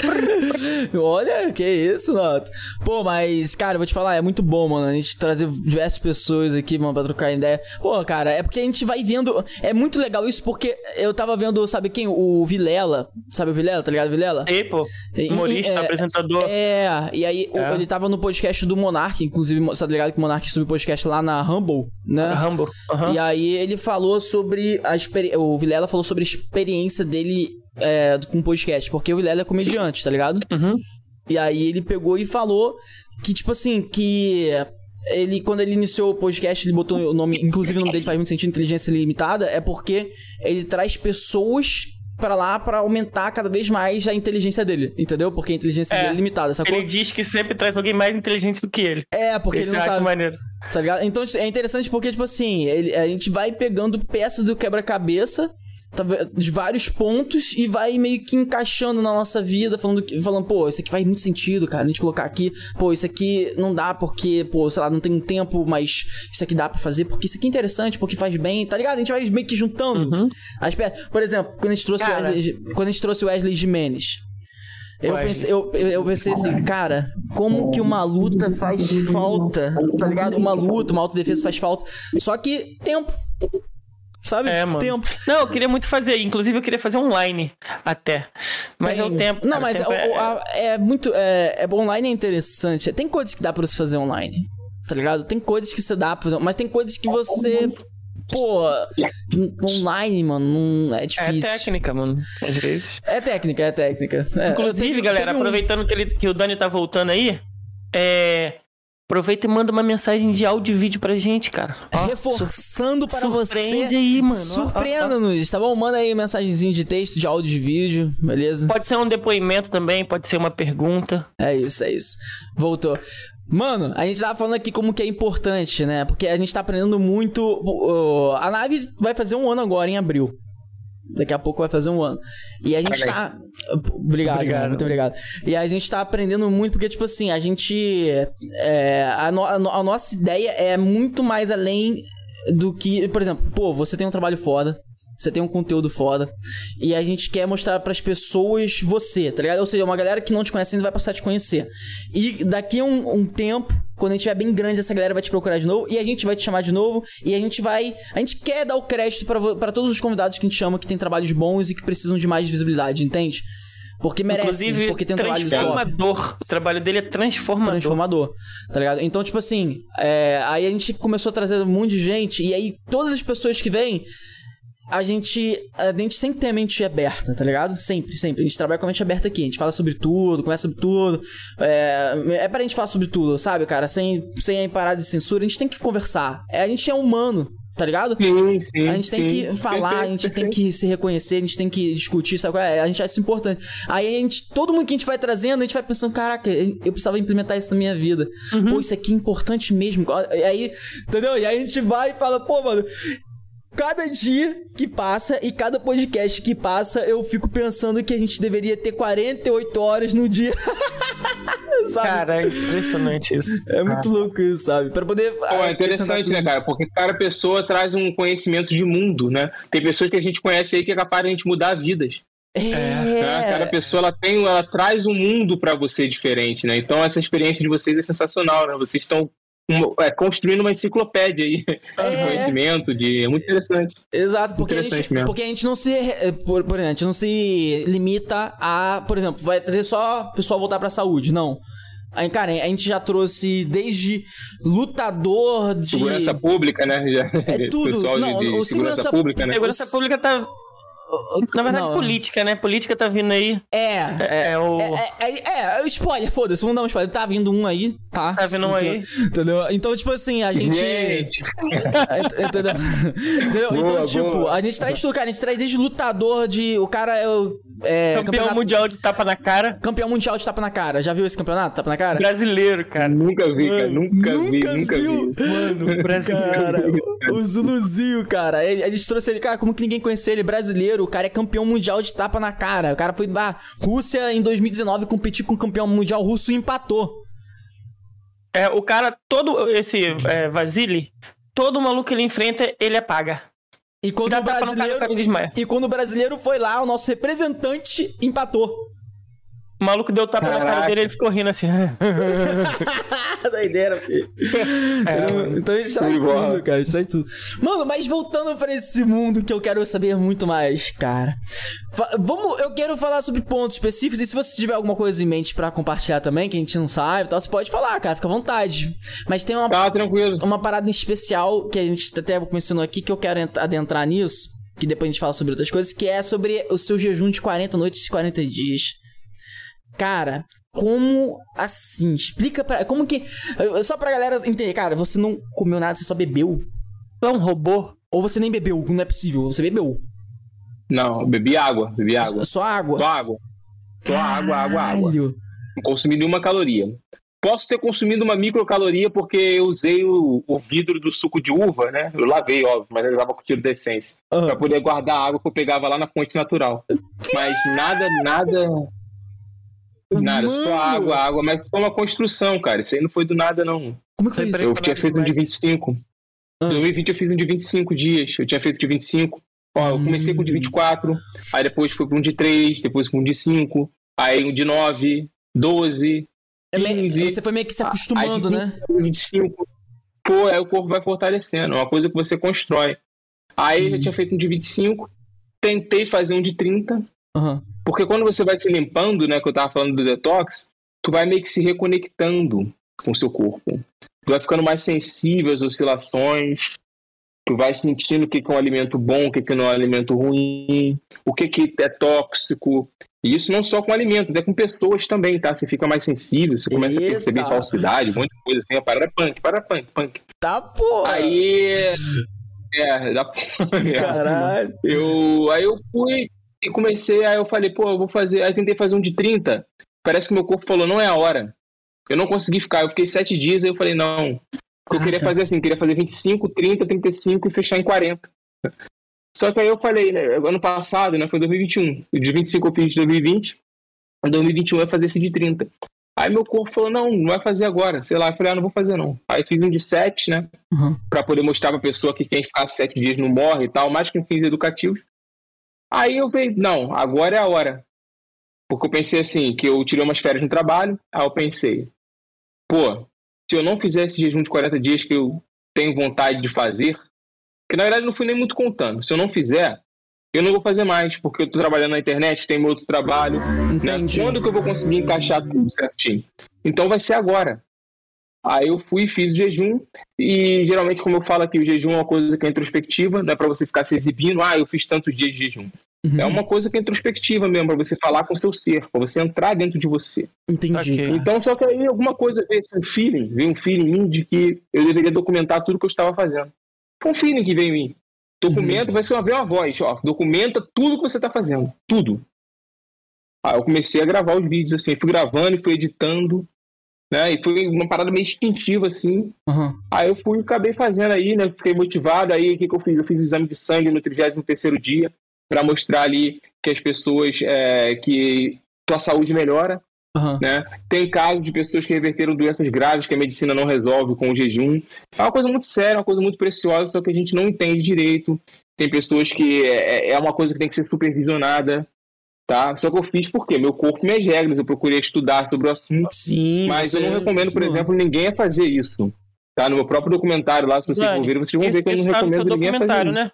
Olha, que isso, Noto. Pô, mas, cara, eu vou te falar, é muito bom, mano, a gente trazer diversas pessoas aqui, mano, pra trocar ideia. Pô, cara, é porque a gente vai vendo... É muito legal isso, porque eu tava vendo, sabe quem? O Vilela. Sabe o Vilela, tá ligado, Vilela? Ei, pô, humorista, É, apresentador. É, e aí o- É. ele tava no podcast do Monark, inclusive, você tá ligado que o Monark subiu podcast lá na Humble, né? Rambo. Aham. E aí ele falou sobre a experiência. O Vilela falou sobre a experiência dele é, com podcast, porque o Vilela é comediante, tá ligado? Uhum. E aí ele pegou e falou que, tipo assim, que ele, quando ele iniciou o podcast, ele botou o nome, inclusive o nome dele faz muito sentido, Inteligência Limitada, é porque ele traz pessoas pra lá pra aumentar cada vez mais a inteligência dele, entendeu? Porque a inteligência É, dele é limitada, sacou? Ele diz que sempre traz alguém mais inteligente do que ele. É, porque Esse ele não eu acho sabe. maneiro. Tá ligado? Então é interessante porque, tipo assim, ele, a gente vai pegando peças do quebra-cabeça tá, de vários pontos e vai meio que encaixando na nossa vida, falando, que- falando, pô, isso aqui faz muito sentido, cara, a gente colocar aqui, pô, isso aqui não dá porque, pô, sei lá, não tem tempo, mas isso aqui dá pra fazer porque isso aqui é interessante, porque faz bem, tá ligado? A gente vai meio que juntando Uhum. as peças. Por exemplo, quando a gente trouxe, o Cara. Wesley, quando a gente trouxe o Wesley Jimenez. Eu Wesley. pensei, eu, eu eu pensei assim, cara, como que uma luta faz falta, tá ligado? Uma luta, uma autodefesa faz falta. Só que tempo, sabe? É, mano. Tempo. Não, eu queria muito fazer. Inclusive, eu queria fazer online até. Mas é o Tem- tempo. Não, cara, mas o tempo é, o- a- é muito. É, é, online é interessante. Tem coisas que dá pra você fazer online, tá ligado? Tem coisas que você dá pra fazer, mas tem coisas que você. Pô, n- online, mano, não é É difícil. técnica, mano. Às vezes. É técnica, é técnica. É, Inclusive, teve- galera, teve um- aproveitando que, ele, que o Dani tá voltando aí, é. Aproveita e manda uma mensagem de áudio e vídeo pra gente, cara. Ó, Reforçando para surpreende você. aí, mano. Ó, ó, ó. Surpreenda-nos, tá bom? Manda aí mensagenzinha de texto, de áudio, de vídeo, beleza? Pode ser um depoimento também, pode ser uma pergunta. É isso, é isso. Voltou. Mano, a gente tava falando aqui como que é importante, né? Porque a gente tá aprendendo muito. uh, a nave vai fazer um ano agora, em abril. Daqui a pouco vai fazer um ano. E a gente tá. Obrigado, Obrigado. irmão, muito obrigado. E a gente tá aprendendo muito, porque, tipo assim, a gente. É, a, no- a no- a nossa ideia é muito mais além do que. Por exemplo, pô, você tem um trabalho foda. Você tem um conteúdo foda. E a gente quer mostrar pras pessoas você, tá ligado? Ou seja, uma galera que não te conhece ainda vai passar a te conhecer. E daqui a um, um tempo, quando a gente estiver bem grande, essa galera vai te procurar de novo. E a gente vai te chamar de novo. E a gente vai. A gente quer dar o crédito pra, vo- pra todos os convidados que a gente chama, que tem trabalhos bons e que precisam de mais visibilidade, entende? Porque merece, Inclusive, porque tem um trabalho top. transformador. O trabalho dele é transformador. Transformador, tá ligado? Então, tipo assim, é, aí a gente começou a trazer um monte de gente, e aí todas as pessoas que vêm, a gente, a gente sempre tem a mente aberta, tá ligado? Sempre, sempre. A gente trabalha com a mente aberta aqui, a gente fala sobre tudo, conversa sobre tudo. É, é pra gente falar sobre tudo, sabe, cara? Sem, sem a parada de censura, a gente tem que conversar. É, a gente é humano, tá ligado? Sim, sim, A gente tem sim. que falar, a gente tem que se reconhecer, a gente tem que discutir, sabe? qual é? A gente acha isso importante. Aí a gente, todo mundo que a gente vai trazendo, a gente vai pensando, caraca, eu precisava implementar isso na minha vida. Pô, isso aqui é importante mesmo. E aí, entendeu? E aí a gente vai e fala, pô, mano, cada dia que passa e cada podcast que passa, eu fico pensando que a gente deveria ter quarenta e oito horas no dia. Sabe? Cara, é impressionante isso. É muito louco isso, sabe? Pra poder. Pô, é interessante, né, cara? Porque cada pessoa traz um conhecimento de mundo, né? Tem pessoas que a gente conhece aí que é capaz de a gente mudar vidas. É. Né? Cada pessoa ela tem, ela traz um mundo pra você diferente, né? Então essa experiência de vocês é sensacional, né? Vocês estão um, é, construindo uma enciclopédia aí É. de conhecimento, de é muito interessante. Exato, porque a, Interessante gente, mesmo. porque a gente não se. eh, Por, por exemplo, a gente não se limita a. Por exemplo, vai trazer só o pessoal voltar pra saúde. Não. Aí, cara, a gente já trouxe desde lutador de. Segurança pública, né? Já, É tudo. Pessoal Não, de, de o segurança, segurança- pública, né? Segurança pública tá. Na verdade, Não. política, né? Política tá vindo aí. É, é. É o. É, é, é, spoiler, foda-se, vamos dar um spoiler. Tá vindo um aí, tá? Tá vindo um aí. Entendeu? Então, tipo assim, a gente. Gente, Entendeu? Entendeu? Boa, então, tipo, boa. a gente traz tudo, cara. A gente traz desde lutador de. O cara é o. É, campeão campeonato- mundial de tapa na cara. Campeão mundial de tapa na cara. Já viu esse campeonato? Tapa na cara? Brasileiro, cara. nunca vi, cara. Nunca, vi, nunca viu? vi. Mano, brasileiro. Cara, o Zuluzinho, cara. Ele- A gente trouxe ele, cara, como que ninguém conhecia ele? Brasileiro. O cara é campeão mundial de tapa na cara. O cara foi pra Rússia em dois mil e dezenove competir com o campeão mundial russo e empatou. É, o cara, todo esse é, Vasily, todo maluco que ele enfrenta, ele apaga. E quando Dá o tapa no cara, o brasileiro. cara desmaia. E quando o brasileiro foi lá, o nosso representante empatou. O maluco deu tapa na cara Caraca. dele, ele ficou rindo assim. Doideira, filho. É, Entendeu? Então a gente traz Show de bola. tudo, cara. A gente traz tudo. Mano, mas voltando pra esse mundo que eu quero saber muito mais, cara. Fa- vamos, eu quero falar sobre pontos específicos. E se você tiver alguma coisa em mente pra compartilhar também, que a gente não sabe e tal, você pode falar, cara. Fica à vontade. Mas tem uma, Tá, tranquilo. uma parada em especial que a gente até mencionou aqui, que eu quero ent- adentrar nisso. Que depois a gente fala sobre outras coisas, que é sobre o seu jejum de quarenta noites e quarenta dias. Cara, como assim? Explica pra... Como que... Só pra galera entender, cara, você não comeu nada, você só bebeu? Tu é um robô? Ou você nem bebeu? Não é possível, você bebeu. Não, eu bebi água, bebi água. Só água? Só água. Só água, água, água. Não consumi nenhuma caloria. Posso ter consumido uma microcaloria porque eu usei o, o vidro do suco de uva, né? Eu lavei, óbvio, mas eu usava com tiro de essência. Uhum. Pra poder guardar a água que eu pegava lá na fonte natural. Que? Mas nada, nada... Nada, Mano. Só água, água. Mas foi uma construção, cara. Isso aí não foi do nada, não. Como que foi isso? Eu tinha feito um de vinte e cinco. Em uhum. dois mil e vinte eu fiz um de vinte e cinco dias. Eu tinha feito de vinte e cinco. Ó, eu comecei com um de vinte e quatro. Aí depois foi para um de três. Depois com um de cinco. Aí um de nove. doze. quinze. Você foi meio que se acostumando, aí, né? vinte e cinco. Pô, aí o corpo vai fortalecendo. É uma coisa que você constrói. Aí uhum. eu tinha feito um de vinte e cinco. Tentei fazer um de trinta. Uhum. Porque quando você vai se limpando, né? Que eu tava falando do detox. Tu vai meio que se reconectando com o seu corpo. Tu vai ficando mais sensível às oscilações. Tu vai sentindo o que é um alimento bom, o que não é um alimento ruim. O que é tóxico. E isso não só com alimento, até com pessoas também, tá? Você fica mais sensível, você começa Eita. a perceber falsidade, um monte de coisa assim. A parada é punk, para punk, punk. Tá, porra! Aí... É, dá porra. Caralho. Eu, aí eu fui e comecei, aí eu falei, pô, eu vou fazer... Aí eu tentei fazer um de trinta. Parece que meu corpo falou, não é a hora. Eu não consegui ficar, eu fiquei sete dias, aí eu falei, não. Eu queria fazer assim, queria fazer vinte e cinco, trinta, trinta e cinco e fechar em quarenta. Só que aí eu falei, né, ano passado, né, foi dois mil e vinte e um. De vinte e cinco eu fiz de dois mil e vinte. Em dois mil e vinte e um eu ia fazer esse de trinta. Aí meu corpo falou, não, não vai fazer agora. Sei lá, eu falei, ah, não vou fazer não. Aí fiz um de sete, né, uhum. pra poder mostrar pra pessoa que quem ficar sete dias não morre e tal, mais que um fins educativos. Aí eu falei, não, agora é a hora. Porque eu pensei assim, que eu tirei umas férias no trabalho, aí eu pensei, pô, se eu não fizer esse jejum de quarenta dias que eu tenho vontade de fazer, que na verdade não fui nem muito contando, se eu não fizer, eu não vou fazer mais, porque eu tô trabalhando na internet, tem meu outro trabalho, né? Quando que eu vou conseguir encaixar tudo certinho? Então vai ser agora. Aí eu fui e fiz o jejum, e geralmente, como eu falo aqui, o jejum é uma coisa que é introspectiva, não é pra você ficar se exibindo, ah, eu fiz tantos dias de jejum. Uhum. É uma coisa que é introspectiva mesmo, pra você falar com o seu ser, pra você entrar dentro de você. Entendi. Okay. Então, só que aí alguma coisa veio assim, um feeling, veio um feeling em mim de que eu deveria documentar tudo que eu estava fazendo. Foi um feeling que veio em mim. Documenta, uhum. vai ser uma, uma voz, ó, documenta tudo que você tá fazendo, tudo. Aí eu comecei a gravar os vídeos, assim, fui gravando e fui editando, né, e foi uma parada meio instintiva, assim. Uhum. Aí eu fui e acabei fazendo aí, né, fiquei motivado, aí o que que eu fiz? Eu fiz exame de sangue no trigésimo terceiro dia, para mostrar ali que as pessoas, é, que tua saúde melhora, uhum. né? Tem casos de pessoas que reverteram doenças graves que a medicina não resolve com o jejum. É uma coisa muito séria, uma coisa muito preciosa, só que a gente não entende direito. Tem pessoas que é, é uma coisa que tem que ser supervisionada, tá? Só que eu fiz porque meu corpo, minhas regras, eu procurei estudar sobre o assunto. Sim, mas eu não recomendo, por exemplo, ninguém a fazer isso. Tá? No meu próprio documentário lá, se vocês vão ver, vocês vão ver que eu não recomendo ninguém a fazer isso. Né?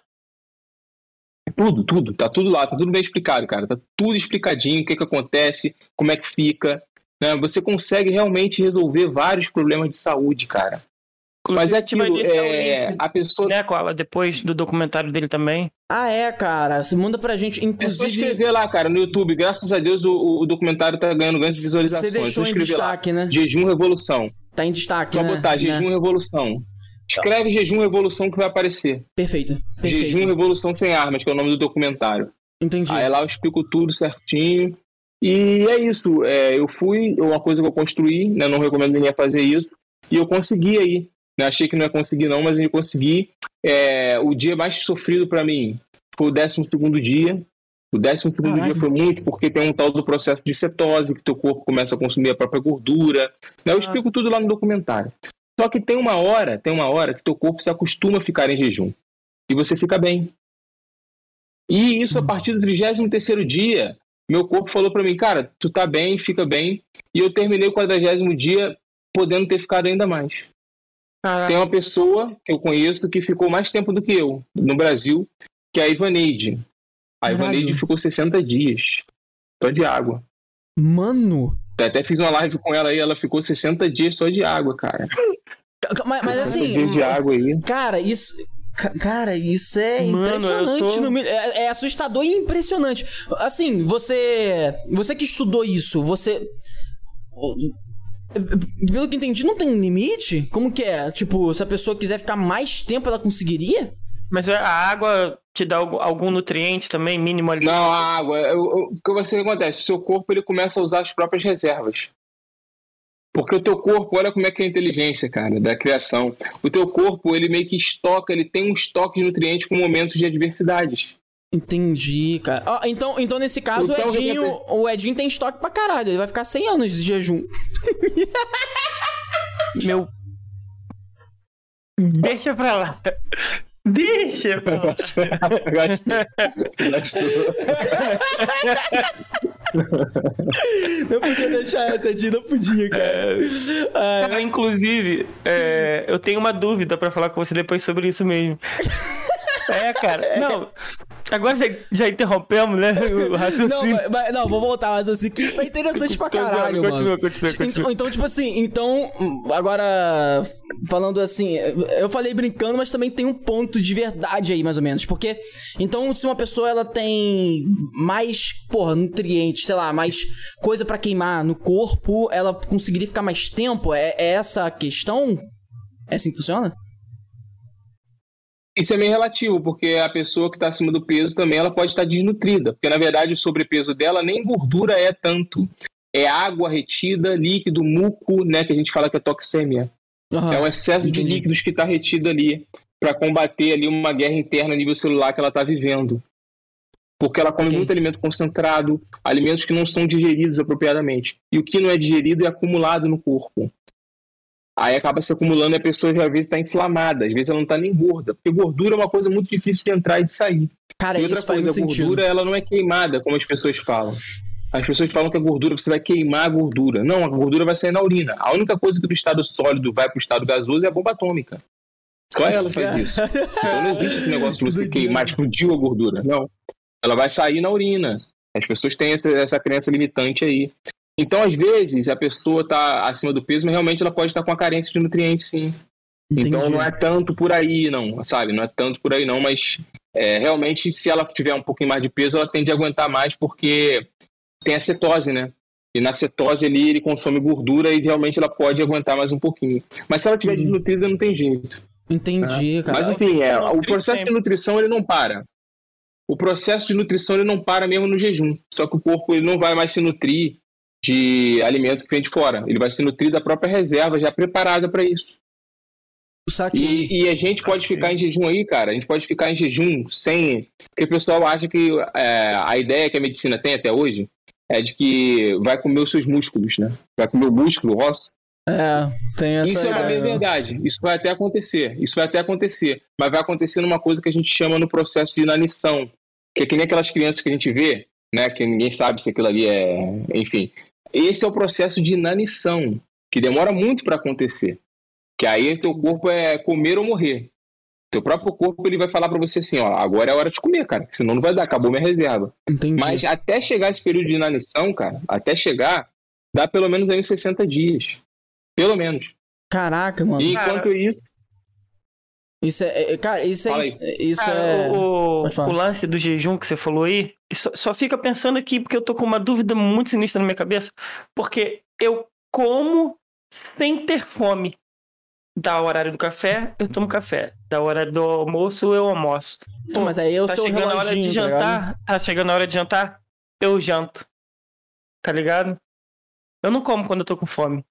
Tudo, tudo, tá tudo lá, tá tudo bem explicado, cara, tá tudo explicadinho, o que que acontece, como é que fica, né? Você consegue realmente resolver vários problemas de saúde, cara. Mas é aquilo, é, a pessoa... Né, Koala, depois do documentário dele também. Ah, é, cara, você manda pra gente, inclusive... É só escrever lá, cara, no YouTube, graças a Deus o, o documentário tá ganhando grandes visualizações. Você deixou em destaque, lá, né? Jejum Revolução. Tá em destaque, só né? Só botar Jejum né? Revolução. Escreve Jejum Revolução que vai aparecer. Perfeito, perfeito. Jejum Revolução Sem Armas, que é o nome do documentário. Entendi. Aí lá eu explico tudo certinho. E é isso. É, eu fui, uma coisa que eu construí, né, não recomendo ninguém fazer isso. E eu consegui aí. Né, achei que não ia conseguir não, mas eu consegui. É, o dia mais sofrido pra mim foi o décimo segundo dia. O décimo segundo dia foi muito, porque tem um tal do processo de cetose, que teu corpo começa a consumir a própria gordura. Né, eu explico tudo lá no documentário. Só que tem uma hora, tem uma hora que teu corpo se acostuma a ficar em jejum. E você fica bem. E isso a partir do trigésimo terceiro dia, meu corpo falou pra mim, cara, tu tá bem, fica bem. E eu terminei o quadragésimo dia podendo ter ficado ainda mais. Caraca. Tem uma pessoa que eu conheço que ficou mais tempo do que eu, no Brasil, que é a Ivaneide. A Caralho. Ivaneide ficou sessenta dias. Só de água. Mano... Eu até fiz uma live com ela aí, ela ficou sessenta dias só de água, cara. Mas, mas assim, dias de água aí. Cara, isso... Cara, isso é Mano, impressionante. Tô... No, é, é assustador e impressionante. Assim, você... Você que estudou isso, você... Pelo que entendi, não tem limite? Como que é? Tipo, se a pessoa quiser ficar mais tempo, ela conseguiria? Mas a água te dá algum, algum nutriente também, mínimo ali? Não, a água. O que você acontece? O seu corpo ele começa a usar as próprias reservas. Porque o teu corpo, olha como é que é a inteligência, cara, da criação. O teu corpo, ele meio que estoca, ele tem um estoque de nutrientes com momentos de adversidades. Entendi, cara. Ó, então, então, nesse caso, Então, o, Edinho, repente- o Edinho tem estoque pra caralho. Ele vai ficar cem anos de jejum. Meu... Deixa pra lá. Deixa pra lá. Não podia deixar essa, Edinho. Não podia, cara. Ah, Cara, inclusive, é, eu tenho uma dúvida pra falar com você depois sobre isso mesmo. É, cara. Não, agora já, já interrompemos, né? O não, raciocínio. mas- mas- não, vou voltar, mas assim, que isso tá interessante pra caralho, Continua, mano. continua, continua. Então, então, tipo assim, então, agora, falando assim, eu falei brincando, mas também tem um ponto de verdade aí, mais ou menos, porque, então, se uma pessoa, ela tem mais, porra, nutrientes, sei lá, mais coisa pra queimar no corpo, ela conseguiria ficar mais tempo? É, é essa a questão? É assim que funciona? Isso é meio relativo, porque a pessoa que está acima do peso também ela pode estar desnutrida, porque na verdade o sobrepeso dela nem gordura é tanto, é água retida, líquido, muco, né, que a gente fala que é toxemia. Aham, É um excesso entendi. de líquidos que está retido ali para combater ali uma guerra interna a nível celular que ela está vivendo. Porque ela come Ok. muito alimento concentrado, alimentos que não são digeridos apropriadamente. E o que não é digerido é acumulado no corpo. Aí acaba se acumulando e a pessoa já às vezes está inflamada, às vezes ela não está nem gorda, porque gordura é uma coisa muito difícil de entrar e de sair. Cara, E outra isso faz coisa, a muito sentido. gordura ela não é queimada, como as pessoas falam. As pessoas falam que a gordura, você vai queimar a gordura. Não, a gordura vai sair na urina. A única coisa que do estado sólido vai para o estado gasoso é a bomba atômica. Só ela faz isso. Então não existe esse negócio de você queimar, explodir a gordura. Não. Ela vai sair na urina. As pessoas têm essa, essa crença limitante aí. Então, às vezes, a pessoa está acima do peso, mas realmente ela pode estar com a carência de nutrientes, sim. Entendi. Então não é tanto por aí, não, sabe? Não é tanto por aí, não, mas é, realmente, se ela tiver um pouquinho mais de peso, ela tende a aguentar mais, porque tem a cetose, né? E na cetose ali ele consome gordura e realmente ela pode aguentar mais um pouquinho. Mas se ela tiver Uhum. desnutrida, não tem jeito. Entendi, cara. Mas enfim, é, Não, o processo de nutrição ele não para. O processo de nutrição ele não para mesmo no jejum. Só que o corpo ele não vai mais se nutrir de alimento que vem de fora. Ele vai se nutrir da própria reserva já preparada para isso. Saquei. E, e a gente pode ficar em jejum aí, cara. A gente pode ficar em jejum sem... Porque o pessoal acha que é, a ideia que a medicina tem até hoje é de que vai comer os seus músculos, né? Vai comer o músculo, o osso. É, tem essa Isso é uma ideia. verdade. Isso vai até acontecer. Isso vai até acontecer. Mas vai acontecer numa coisa que a gente chama no processo de inanição. Que é que nem aquelas crianças que a gente vê, né? Que ninguém sabe se aquilo ali é... Enfim. Esse é o processo de inanição, que demora muito para acontecer. Que aí teu corpo é comer ou morrer. Teu próprio corpo ele vai falar para você assim, ó, agora é hora de comer, cara, senão não vai dar, acabou minha reserva. Entendi. Mas até chegar esse período de inanição, cara, até chegar, dá pelo menos aí uns sessenta dias. Pelo menos. Caraca, mano. E enquanto isso... Isso é, é- cara, isso Fala é, aí. isso Cara, é... o, Pode falar. o lance do jejum que você falou aí, só, só fica pensando aqui porque eu tô com uma dúvida muito sinistra na minha cabeça. Porque eu como sem ter fome. Da horário do café, eu tomo café. Da hora do almoço, eu almoço. Pô, Mas aí é o tá seu chegando a hora reloginho, de tá ligado? jantar, tá chegando a hora de jantar, eu janto. Tá ligado? Eu não como quando eu tô com fome.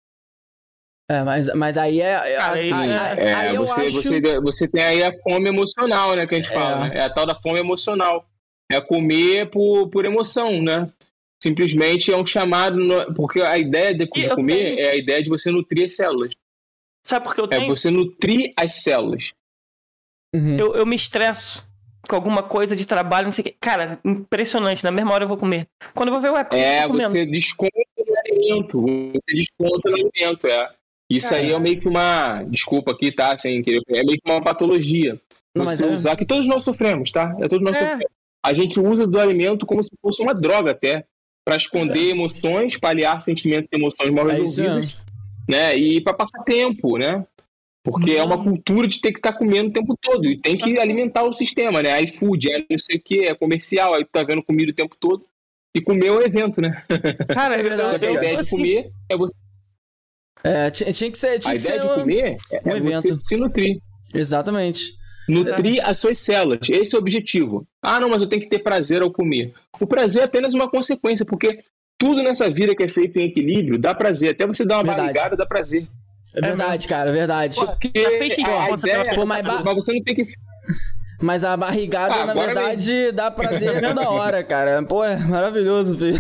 É, mas, mas aí é... é- Cara, aí, aí aí, é- aí É, eu você, acho... você, você tem aí a fome emocional, né, que a gente É. fala, né? É a tal da fome emocional. É comer por, por emoção, né? Simplesmente é um chamado, no- porque a ideia de, de E eu comer tenho- é a ideia de você nutrir as células. Sabe por que eu É tenho? você nutrir as células. Uhum. Eu, eu me estresso com alguma coisa de trabalho, não sei o que. Cara, impressionante. Na mesma hora eu vou comer. Quando eu vou ver, ué, por que É, eu tô comendo? você desconta no alimento. Você desconta no alimento, é. Isso aí é meio que uma... Desculpa aqui, tá? Sem querer. É meio que uma patologia. Não, mas Você é- usar... Que todos nós sofremos, tá? É todos nós É. sofremos. A gente usa do alimento como se fosse uma droga até. Pra esconder emoções, paliar sentimentos e emoções mal É isso resolvidas. Né? E pra passar tempo, né? Porque é uma cultura de ter que estar comendo o tempo todo. E tem que alimentar o sistema, né? iFood, é não sei o que, é comercial, aí tu tá vendo comida o tempo todo. E comer é um evento, né? Cara, É verdade, Só que a eu cara. ideia sou de assim. comer é você. É, tinha, tinha que ser... Tinha A que ideia ser de um- comer é, um é evento. você se nutrir. Exatamente. Nutrir as suas células. Esse é o objetivo. Ah, não, mas eu tenho que ter prazer ao comer. O prazer é apenas uma consequência, porque tudo nessa vida que é feito em equilíbrio dá prazer. Até você dar uma Verdade. barrigada dá prazer. É verdade, cara, é verdade. Porque Já fez xixi a quando você ideia, tava- Pô, mas ba- mas você não tem que... Mas a barrigada, Ah, na agora verdade, dá prazer toda hora, cara. Pô, é maravilhoso, filho.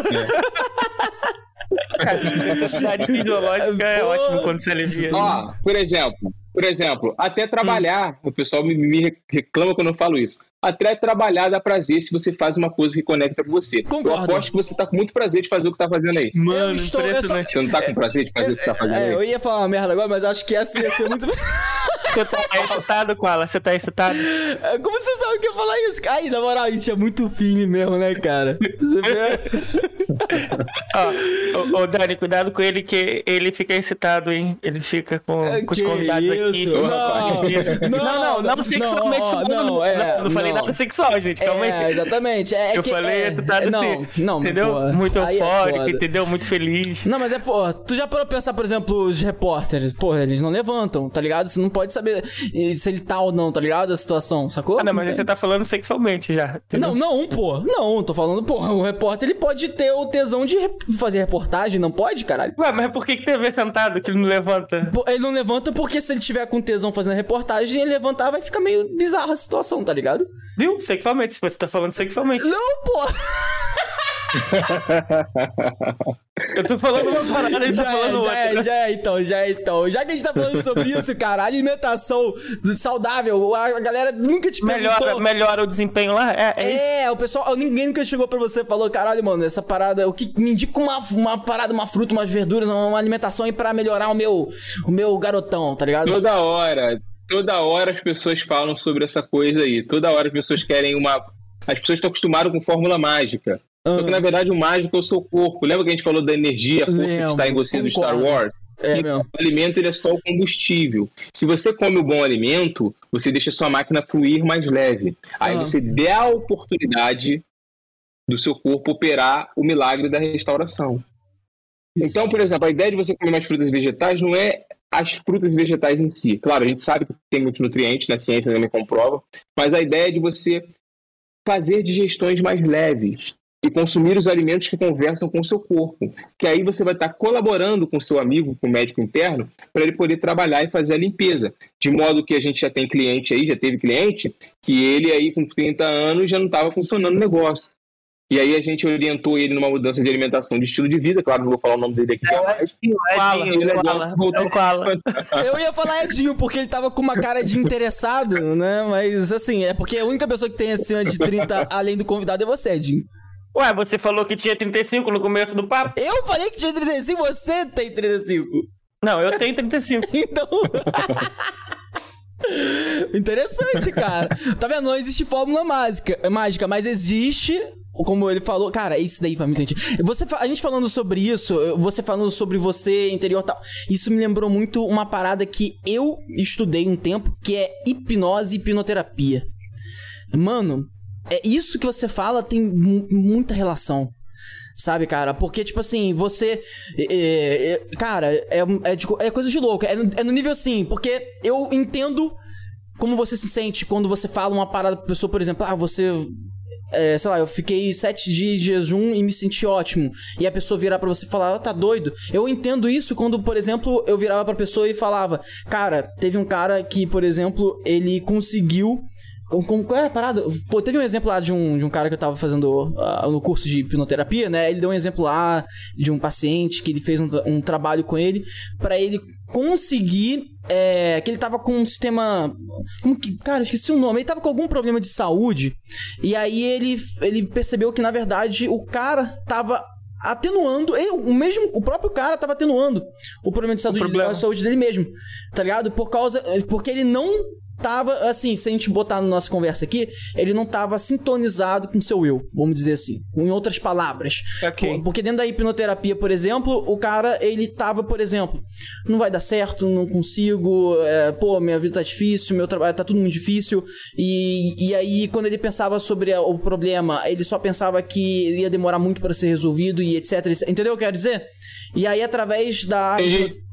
A necessidade fisiológica é Pô. ótimo quando você alivia. Ó, por exemplo, por exemplo, até trabalhar, o pessoal me, me reclama quando eu falo isso. Até trabalhar dá prazer se você faz uma coisa que conecta com você. Concordo. Eu aposto que você tá com muito prazer de fazer o que tá fazendo aí. Eu Mano, estou- eu impressionante. Você não tá com prazer de fazer o que você tá fazendo É, aí? eu ia falar uma merda agora, mas acho que essa ia ser muito... Você tá excitado, Koala? Você tá excitado? Como você sabe que eu ia falar isso? Ai, na moral, a gente é muito feeling mesmo, né, cara? Você vê? Ó, ô, ô, Dani, cuidado com ele que ele fica excitado, hein? Ele fica com, com os Que convidados aqui. isso? Ô, Não, rapaz. Não, não, não, sexualmente não, falando. não, Não, é, não falei não. nada sexual, gente. Calma É, aí. exatamente. É, é Eu que, falei é, excitado não, assim. não, Entendeu? pô, Muito aí é eufórico, foda. entendeu? Muito feliz. Não, mas é, pô, tu já parou pra pensar, por exemplo, os repórteres, pô, eles não levantam, tá ligado? Você não pode saber se ele tá ou não, tá ligado? A situação, sacou? Ah, não, mas aí você tá falando sexualmente já. Entendeu? Não, não, pô. Não, tô falando, porra, o repórter, ele pode ter o tesão de re- fazer reportagem, não pode, caralho? Ué, mas por que que tem a ver sentado que ele não levanta? Pô, ele não levanta porque se ele tiver com tesão fazendo reportagem, ele levantar vai ficar meio bizarra a situação, tá ligado? Viu? Sexualmente, se você tá falando sexualmente. Não, pô! Eu tô falando uma parada, ele tá Já falando é, já outra. é, já é, então, já é, então. Já que a gente tá falando sobre isso, cara, alimentação saudável, a galera nunca te Melhora, perguntou... melhora o desempenho lá? É, é isso. É, o pessoal, ninguém nunca chegou pra você e falou, caralho, mano, essa parada, o que me indica uma, uma parada, uma fruta, umas verduras, uma, uma alimentação aí pra melhorar o meu, o meu garotão, tá ligado? Toda hora, toda hora as pessoas falam sobre essa coisa aí. Toda hora as pessoas querem uma... As pessoas estão acostumadas com fórmula mágica. Só que, na verdade, o mágico é o seu corpo. Lembra que a gente falou da energia, a força Lembro, que está em você do Star concordo. Wars? É, E meu. o alimento ele é só o combustível. Se você come um bom alimento, você deixa a sua máquina fluir mais leve. Aí Ah. você dá a oportunidade do seu corpo operar o milagre da restauração. Isso. Então, por exemplo, a ideia de você comer mais frutas e vegetais não é as frutas e vegetais em si. Claro, a gente sabe que tem muitos nutrientes, na ciência também comprova, mas a ideia é de você fazer digestões mais leves e consumir os alimentos que conversam com o seu corpo, que aí você vai estar colaborando com o seu amigo, com o médico interno, para ele poder trabalhar e fazer a limpeza. De modo que a gente já tem cliente aí, já teve cliente, que ele aí com trinta anos já não estava funcionando o negócio. E aí a gente orientou ele numa mudança de alimentação, de estilo de vida, claro, não vou falar o nome dele aqui jamais. Koala, Ele é o agora Koala, se voltou é o Koala. Eu ia falar Edinho, porque ele tava com uma cara de interessado, né? Mas, assim, é porque a única pessoa que tem acima de trinta, além do convidado, é você, Edinho. Ué, você falou que tinha trinta e cinco no começo do papo? Eu falei que tinha trinta e cinco, você tem trinta e cinco. Não, eu tenho trinta e cinco. Então... Interessante, cara. Tá vendo? Não existe fórmula mágica, mágica, mas existe, como ele falou, cara, isso daí pra mim, gente. Você, a gente falando sobre isso, você falando sobre você interior e tal, isso me lembrou muito uma parada que eu estudei um tempo, que é hipnose e hipnoterapia. Mano, é isso que você fala tem mu- muita relação. Sabe, cara? Porque, tipo assim, você... é, é, cara, é, é, de- é coisa de louco. É, no- é no nível assim, porque eu entendo como você se sente quando você fala uma parada pra pessoa, por exemplo, ah, você... É, sei lá, eu fiquei sete dias de jejum e me senti ótimo. E a pessoa virar pra você e falar, ah, tá doido. Eu entendo isso quando, por exemplo, eu virava pra pessoa e falava, cara, teve um cara que, por exemplo, ele conseguiu... Com, com, qual é a parada? Pô, teve um exemplo lá de um, de um cara que eu tava fazendo uh, no curso de hipnoterapia, né? Ele deu um exemplo lá de um paciente que ele fez um, tra- um trabalho com ele pra ele conseguir... É, que ele tava com um sistema... Como que... Cara, eu esqueci o nome. Ele tava com algum problema de saúde. E aí ele, ele percebeu que, na verdade, o cara tava... atenuando, ele, o mesmo, o próprio cara tava atenuando o problema de saúde, problema. a saúde dele mesmo, tá ligado? Por causa, porque ele não tava, assim, se a gente botar na nossa conversa aqui, ele não tava sintonizado com o seu eu, vamos dizer assim, em outras palavras. Ok. Por- Porque dentro da hipnoterapia, por exemplo, o cara, ele tava, por exemplo, não vai dar certo, não consigo, é, pô, minha vida tá difícil, meu trabalho tá tudo muito difícil, e, e aí quando ele pensava sobre a- o problema, ele só pensava que ia demorar muito para ser resolvido e etc, entendeu o que eu quero dizer? E aí através da... Entendi.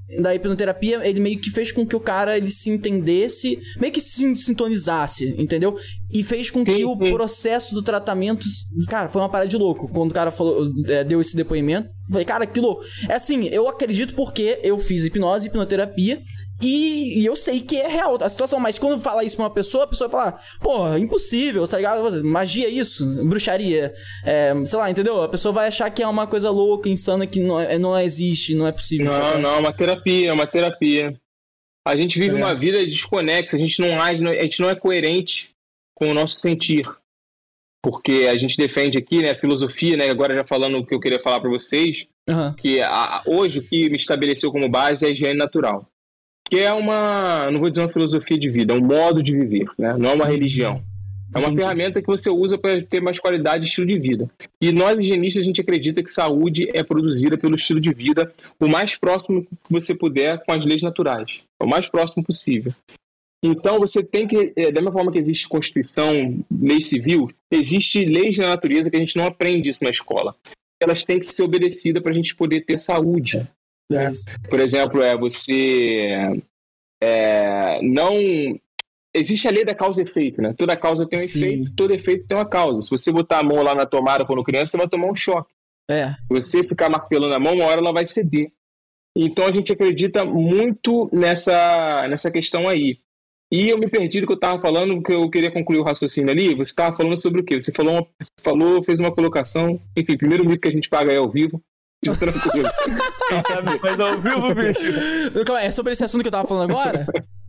da hipnoterapia, ele meio que fez com que o cara, ele se entendesse, meio que se sintonizasse, entendeu? E fez com sim, que sim. o processo do tratamento, cara, foi uma parada de louco. Quando o cara falou, é, deu esse depoimento, eu falei, cara, que louco. É assim, eu acredito porque eu fiz hipnose, hipnoterapia, e, e eu sei que é real a situação, mas quando fala isso pra uma pessoa, a pessoa vai falar, pô, impossível, tá ligado? Magia é isso, bruxaria, é, sei lá, entendeu? A pessoa vai achar que é uma coisa louca, insana, que não, é, não existe, não é possível. Não, sabe? não, é uma terapia, é uma terapia. A gente vive é. uma vida desconexa, a gente não age, a gente não é coerente com o nosso sentir. Porque a gente defende aqui, né, a filosofia, né, agora já falando o que eu queria falar pra vocês, uhum. que a, hoje o que me estabeleceu como base é a higiene natural. Que é uma, não vou dizer uma filosofia de vida, é um modo de viver, né? Não é uma religião. É uma Entendi. ferramenta que você usa para ter mais qualidade de estilo de vida. E nós, higienistas, a gente acredita que saúde é produzida pelo estilo de vida o mais próximo que você puder com as leis naturais. O mais próximo possível. Então, você tem que, da mesma forma que existe Constituição, lei civil, existe leis da natureza que a gente não aprende isso na escola. Elas têm que ser obedecidas para a gente poder ter saúde. Né? Por exemplo, é você é, não... Existe a lei da causa e efeito, né? Toda causa tem um Sim. efeito, todo efeito tem uma causa. Se você botar a mão lá na tomada quando criança, você vai tomar um choque. É. Se você ficar martelando a mão, uma hora ela vai ceder. Então a gente acredita muito nessa, nessa questão aí. E eu me perdi do que eu estava falando, porque eu queria concluir o raciocínio ali. Você estava falando sobre o quê? Você falou, uma, você falou, fez uma colocação. Enfim, primeiro mico que a gente paga é ao vivo. Tranquilo. Mas ao vivo, bicho. É sobre esse assunto que eu tava falando agora?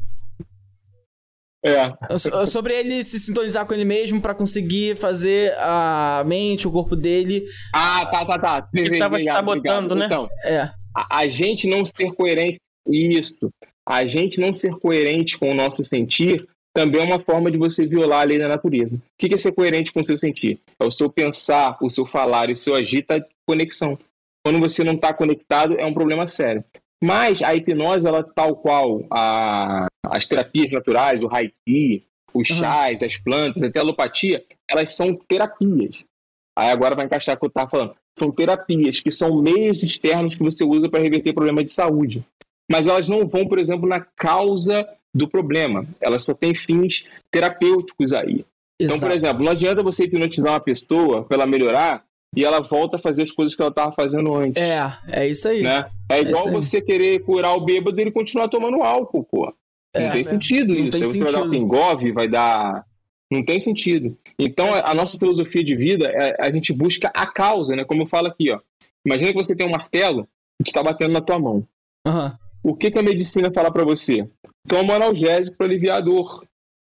É. So, sobre ele se sintonizar com ele mesmo pra conseguir fazer a mente, o corpo dele. Ah, tá, tá, tá. Ele tava obrigado, sabotando, obrigado. né? Então, é. a, a gente não ser coerente. Isso. A gente não ser coerente com o nosso sentir também é uma forma de você violar a lei da natureza. O que é ser coerente com o seu sentir? É o seu pensar, o seu falar e o seu agir tá conexão. Quando você não está conectado, é um problema sério. Mas a hipnose, ela tal qual a, as terapias naturais, o Reiki, os chás, uhum. as plantas, até a alopatia, elas são terapias. Aí agora vai encaixar o que eu estava falando. São terapias, que são meios externos que você usa para reverter problemas de saúde. Mas elas não vão, por exemplo, na causa do problema. Elas só têm fins terapêuticos aí. Exato. Então, por exemplo, não adianta você hipnotizar uma pessoa para ela melhorar e ela volta a fazer as coisas que ela estava fazendo antes. É, é isso aí. Né? É igual é você querer curar o bêbado e ele continuar tomando álcool, pô. Não é, tem é. sentido não isso. Tem aí você sentido. vai dar um pingove, vai dar... Não tem sentido. Então, a nossa filosofia de vida, é, a gente busca a causa, né? Como eu falo aqui, ó. Imagina que você tem um martelo que está batendo na tua mão. Uhum. O que, que a medicina fala para você? Toma um analgésico para aliviar a dor.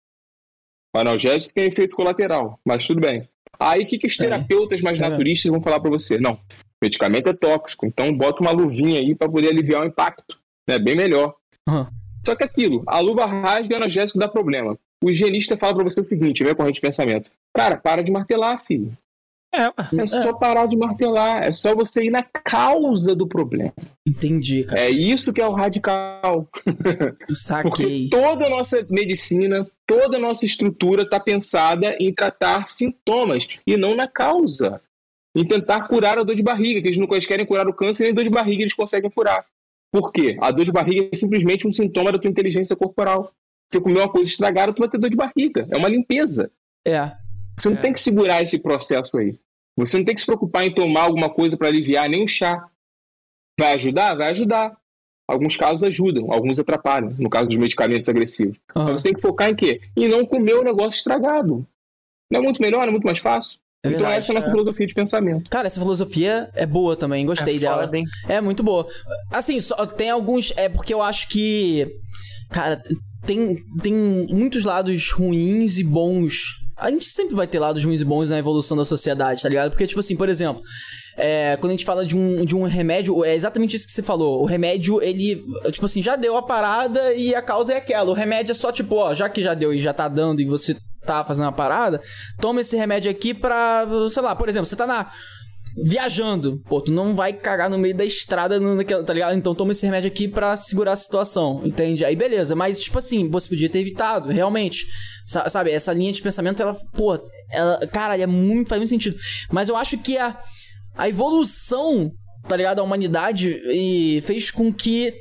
O analgésico tem efeito colateral, mas tudo bem. Aí o que, que os terapeutas mais é. naturistas vão falar para você? Não, o medicamento é tóxico, então bota uma luvinha aí para poder aliviar o impacto. É né? bem melhor. Uhum. Só que aquilo, a luva rasga e o analgésico dá problema. O higienista fala para você o seguinte, vem a corrente de pensamento. Cara, para de martelar, filho. É, é só parar de martelar, é só você ir na causa do problema. Entendi, cara. É isso que é o radical. Saquei. Porque toda a nossa medicina, toda a nossa estrutura está pensada em tratar sintomas e não na causa. Em tentar curar a dor de barriga, que eles não querem curar o câncer, nem dor de barriga eles conseguem curar. Por quê? A dor de barriga é simplesmente um sintoma da tua inteligência corporal. Você comeu uma coisa estragada, tu vai ter dor de barriga. É uma limpeza. É. Você não é. tem que segurar esse processo aí. Você não tem que se preocupar em tomar alguma coisa para aliviar, nem um chá. Vai ajudar? Vai ajudar. Alguns casos ajudam, alguns atrapalham, no caso dos medicamentos agressivos. Uhum. Mas você tem que focar em quê? Em não comer o negócio estragado. Não é muito melhor? Não é muito mais fácil? É então verdade, essa é a nossa é. filosofia de pensamento. Cara, essa filosofia é boa também, gostei é dela. Foda, hein? É muito boa. Assim, só, tem alguns... É porque eu acho que... Cara, tem, tem muitos lados ruins e bons... A gente sempre vai ter lados ruins e bons na evolução da sociedade, tá ligado? Porque, tipo assim, por exemplo, é, quando a gente fala de um, de um remédio, é exatamente isso que você falou. O remédio, ele, tipo assim, já deu a parada e a causa é aquela. O remédio é só, tipo, ó, já que já deu e já tá dando e você tá fazendo a parada, toma esse remédio aqui pra, sei lá, por exemplo, você tá na... viajando, pô, tu não vai cagar no meio da estrada, no, naquela, tá ligado? Então toma esse remédio aqui pra segurar a situação, entende? Aí beleza, mas tipo assim, você podia ter evitado, realmente, sabe? Essa linha de pensamento, ela, pô, ela, cara, é muito, faz muito sentido. Mas eu acho que a, a evolução, tá ligado? Da humanidade e fez com que